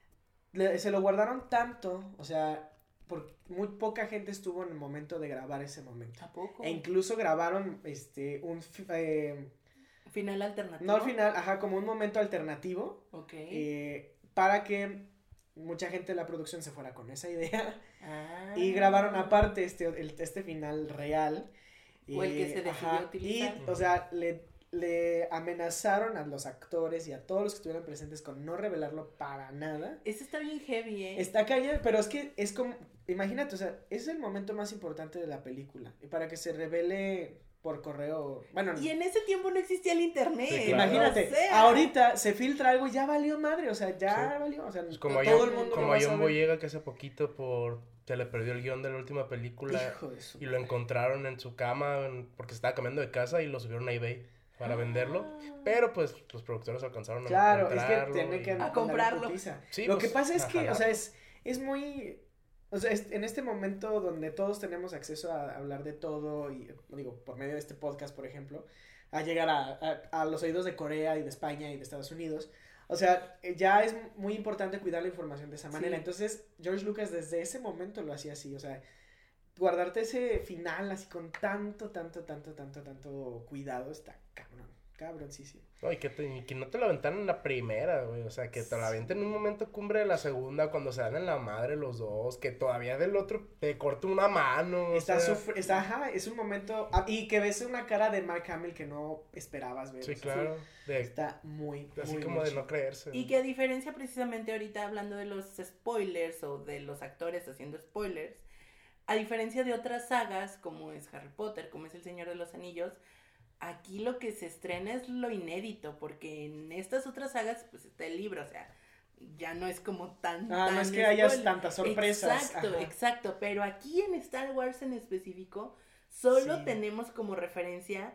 le, se lo guardaron tanto, o sea, porque muy poca gente estuvo en el momento de grabar ese momento. ¿A poco? E incluso grabaron este un eh, final alternativo. No al final, ajá, como un momento alternativo. Ok. Eh, para que mucha gente de la producción se fuera con esa idea. Ah. Y grabaron aparte este, el, este final real. O el que se decidió ajá, utilizar. Y, o sea, le, le amenazaron a los actores y a todos los que estuvieran presentes con no revelarlo para nada. Eso está bien heavy, ¿eh? Está callado, pero es que es como, imagínate, o sea, es el momento más importante de la película. Y para que se revele por correo, bueno. Y en ese tiempo no existía el internet. Sí, claro. Imagínate, O sea, ahorita se filtra algo y ya valió madre, o sea, ya sí. valió, o sea, pues como todo a John, el mundo como lo va a a John saber. Boyega que hace poquito por se le perdió el guión de la última película. Hijo de su Y lo encontraron en su cama en, porque se estaba cambiando de casa y lo subieron a eBay para Ah. venderlo. Pero pues los productores alcanzaron Claro, a es comprarlo. que tiene y- que A comprarlo. Sí, Lo pues, que pasa es a que, o jalar. sea, es, es muy, o sea, es- en este momento donde todos tenemos acceso a hablar de todo y, digo, por medio de este podcast, por ejemplo, a llegar a, a, a los oídos de Corea y de España y de Estados Unidos, o sea, eh, ya es muy importante cuidar la información de esa manera. Sí. Entonces, George Lucas desde ese momento lo hacía así, o sea, guardarte ese final así con tanto, tanto, tanto, tanto, tanto cuidado está cabrón, cabroncísimo. No, y que, te, y que no te lo aventaron en la primera, güey. O sea, que te lo aventen en un momento cumbre de la segunda, cuando se dan en la madre los dos. Que todavía del otro te corta una mano. O Está, sea, sufr- está, ajá, es un momento, ah, y que ves una cara de Mark Hamill que no esperabas ver. Sí, o sea, claro. De, Está muy, así muy, como muy de chido. no creerse. Y que a diferencia precisamente ahorita hablando de los spoilers o de los actores haciendo spoilers, a diferencia de otras sagas como es Harry Potter, como es El Señor de los Anillos, aquí lo que se estrena es lo inédito, porque en estas otras sagas pues está el libro, o sea, ya no es como tan... Ah, tan no es que haya spoiler. tantas sorpresas. Exacto, ajá. exacto, pero aquí en Star Wars en específico solo Sí. tenemos como referencia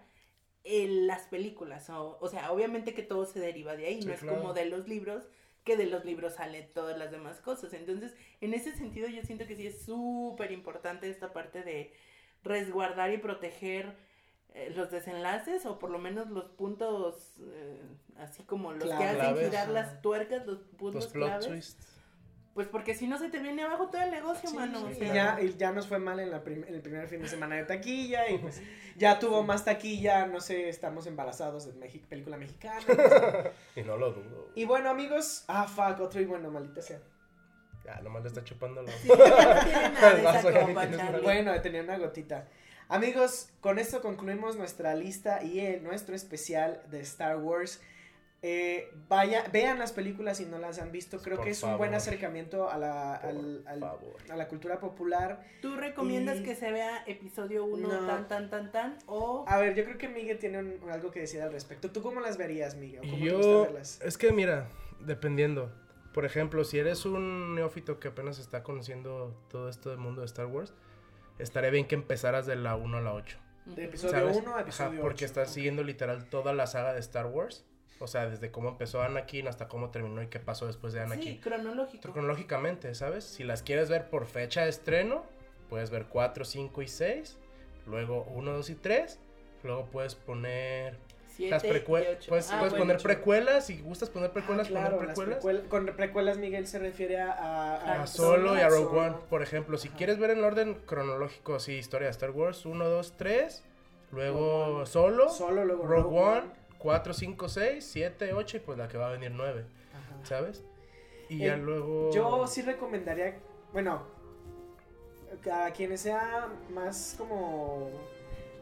en las películas, o, o sea, obviamente que todo se deriva de ahí, Sí, no es claro. como de los libros, que de los libros salen todas las demás cosas. Entonces, en ese sentido yo siento que sí es súper importante esta parte de resguardar y proteger eh, los desenlaces o por lo menos los puntos eh, así como los Clave. que hacen Claves. girar Ajá. las tuercas, los puntos Los plot claves. twists. Pues porque si no se te viene abajo todo el negocio, Sí, mano. sí, o y, sea, ya, y ya nos fue mal en, la prim- en el primer fin de semana de taquilla y pues ya tuvo más taquilla, no sé, estamos embarazados de Mexi- película mexicana. pues. Y no lo dudo. Y bueno, amigos, ah, fuck, otro y bueno, maldita sea. Ya, nomás le está chupando la... sí, ya no tiene nada de El vaso esa ya ni copa, tienes Charlie. Bueno, tenía una gotita. Amigos, con esto concluimos nuestra lista y el, nuestro especial de Star Wars. Eh, vaya, vean las películas si no las han visto. Creo Por que es un favor. buen acercamiento a la, Por al- al- favor. a la cultura popular. ¿Tú recomiendas Y- que se vea episodio uno No. tan, tan, tan, tan? O... A ver, yo creo que Miguel tiene un- algo que decir al respecto. ¿Tú cómo las verías, Miguel? ¿Cómo te Yo, gusta verlas? es que mira, dependiendo. Por ejemplo, si eres un neófito que apenas está conociendo todo esto del mundo de Star Wars, estaría bien que empezaras de la uno a la ocho. De Ujú. episodio ¿Sabes? uno a episodio Ajá, porque ocho. estás Ok. siguiendo literal toda la saga de Star Wars. O sea, desde cómo empezó Anakin hasta cómo terminó y qué pasó después de Anakin. Sí, cronológico. Cronológicamente, ¿sabes? Si las quieres ver por fecha de estreno, puedes ver cuatro, cinco y seis. Luego uno, dos y tres. Luego puedes poner Siete las y precuelas. ocho. Puedes, Ah, puedes bueno. poner precuelas. Si gustas poner precuelas, Ah, claro, poner las precuelas. precuel- con precuelas Miguel se refiere a, a, A Ah, Solo y a Rogue Solo. One, por ejemplo. Si Ajá. quieres ver en el orden cronológico, sí, historia de Star Wars, uno, dos, tres. Luego Rogue One. Solo, Solo, luego Rogue One, cuatro, cinco, seis, siete, ocho y pues la que va a venir nueve, Ajá. ¿sabes? Y Eh, ya luego... Yo sí recomendaría, bueno, a quienes sean más como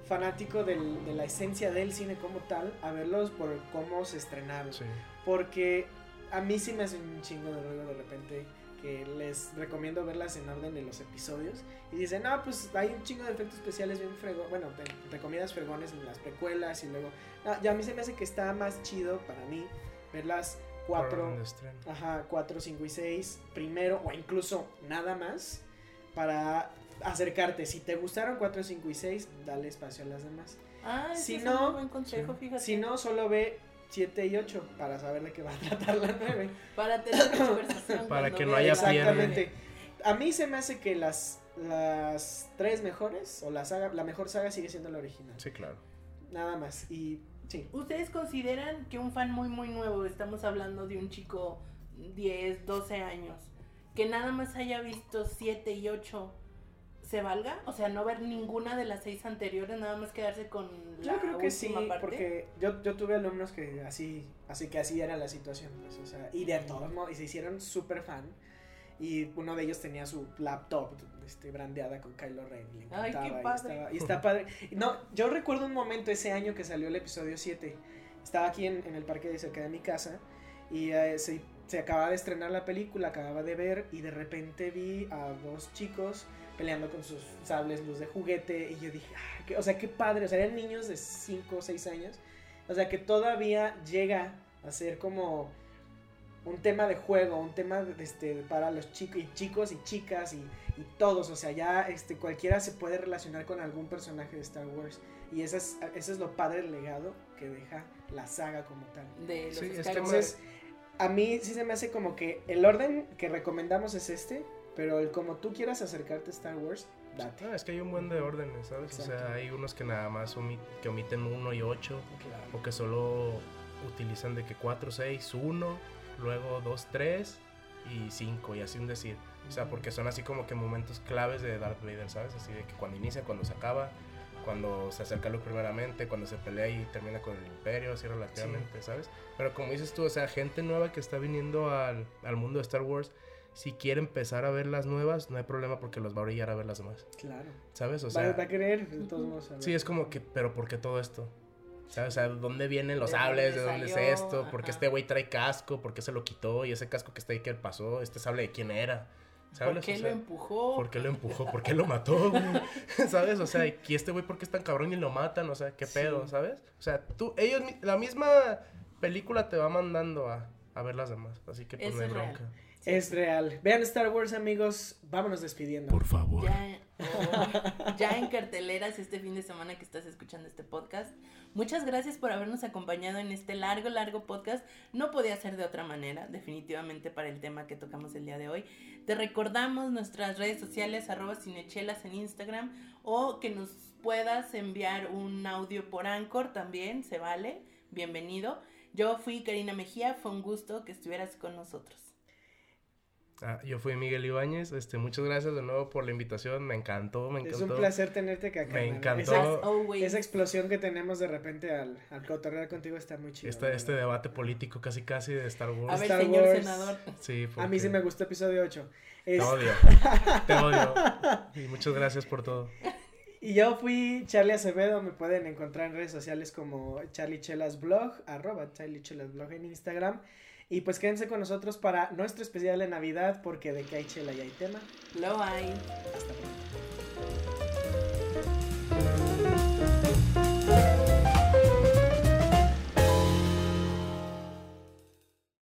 fanático del, de la esencia del cine como tal a verlos por cómo se estrenaron. Sí. Porque a mí sí me hace un chingo de ruido de repente que les recomiendo verlas en orden de los episodios y dicen, no, pues hay un chingo de efectos especiales bien fregón, bueno, te, te comidas fregones en las precuelas y luego, no, ya a mí se me hace que está más chido para mí verlas cuatro, ajá, cuatro, cinco y seis primero o incluso nada más para acercarte. Si te gustaron cuatro, cinco y seis, dale espacio a las demás. Ah, si ese no, es un buen consejo, sí. fíjate. Si no, solo ve siete y ocho para saber de qué va a tratar la nueve. Para tener conversación. Para que no veas. haya Exactamente. A mí se me hace que las las tres mejores o la saga, la mejor saga sigue siendo la original. Sí, claro. Nada más. Y sí. ¿Ustedes consideran que un fan muy muy nuevo, estamos hablando de un chico diez, doce años, que nada más haya visto siete y ocho, se valga? O sea, no ver ninguna de las seis anteriores, nada más quedarse con la Yo creo que sí, última parte. porque yo, yo tuve alumnos que así, así que así era la situación, pues, o sea, y de todos modos, y se hicieron súper fan, y uno de ellos tenía su laptop, este, brandeada con Kylo Ren, y le encantaba. Ay, qué y padre. estaba, y está padre. No, yo recuerdo un momento ese año que salió el episodio siete, estaba aquí en, en el parque de cerca de mi casa, y eh, se, se acababa de estrenar la película, acababa de ver, y de repente vi a dos chicos peleando con sus sables luz de juguete, y yo dije, ah, que, o sea, qué padre, o sea, eran niños de cinco o seis años, o sea, que todavía llega a ser como un tema de juego, un tema de, este, para los chicos y chicos y chicas y, y todos, o sea, ya este, cualquiera se puede relacionar con algún personaje de Star Wars, y ese es, ese es lo padre del legado que deja la saga como tal. De los Sí, es que Skywalker. Entonces, a mí sí se me hace como que el orden que recomendamos es este, pero el como tú quieras acercarte a Star Wars, date. No, es que hay un buen de órdenes, ¿sabes? Exacto. O sea, hay unos que nada más omi- que omiten uno y ocho, Claro. o que solo utilizan de que cuatro, seis, uno, luego dos, tres y cinco, y así un decir. O sea, porque son así como que momentos claves de Darth Vader, ¿sabes? Así de que cuando inicia, cuando se acaba, cuando se acerca a Luke primeramente, cuando se pelea y termina con el Imperio, así relativamente, ¿sabes? Pero como dices tú, o sea, gente nueva que está viniendo al, al mundo de Star Wars, si quiere empezar a ver las nuevas, no hay problema porque los va a orillar a ver las demás, Claro. ¿sabes? O Va, sea, va a querer, de todos modos. a ver. sí, es como que, pero ¿por qué todo esto? ¿Sabes? O sea, ¿dónde vienen los ¿De sables? dónde ¿De dónde salió? es esto? ¿Por qué Ajá. este güey trae casco? ¿Por qué se lo quitó? ¿Y ese casco que está ahí qué pasó? ¿Este sable de quién era? ¿Sabes? ¿Por qué O lo sea, empujó? ¿por qué lo empujó? ¿Por qué lo mató, güey? ¿Sabes? O sea, ¿y este güey por qué es tan cabrón y lo matan? O sea, ¿qué pedo? Sí. ¿Sabes? O sea, tú, ellos, mi- la misma película te va mandando a, a ver las demás. Así que pues Eso no hay es real. bronca. Es real. Vean Star Wars, amigos. Vámonos despidiendo. Por favor. Ya, oh, ya en carteleras este fin de semana que estás escuchando este podcast. Muchas gracias por habernos acompañado en este largo, largo podcast. No podía ser de otra manera, definitivamente, para el tema que tocamos el día de hoy. Te recordamos nuestras redes sociales, arroba cinechelas en Instagram, o que nos puedas enviar un audio por Anchor también, se vale. Bienvenido. Yo fui Karina Mejía, fue un gusto que estuvieras con nosotros. Ah, yo fui Miguel Ibáñez. Este, muchas gracias de nuevo por la invitación. Me encantó, me Es encantó. un placer tenerte acá. Me carnal. encantó. Esa, As always. esa explosión que tenemos de repente al, al cotorrear contigo está muy chido. Este, este debate político casi casi de Star Wars. A ver, Star señor Wars. senador. Sí, A mí sí porque me gustó episodio ocho. Te Es- odio. Te odio. Y muchas gracias por todo. Y yo fui Charlie Acevedo, me pueden encontrar en redes sociales como Charlie Chelas Blog, arroba Charlie Chelas Blog en Instagram. Y pues quédense con nosotros para nuestro especial de Navidad, porque de que hay chela y hay tema. Lo hay. Hasta pronto.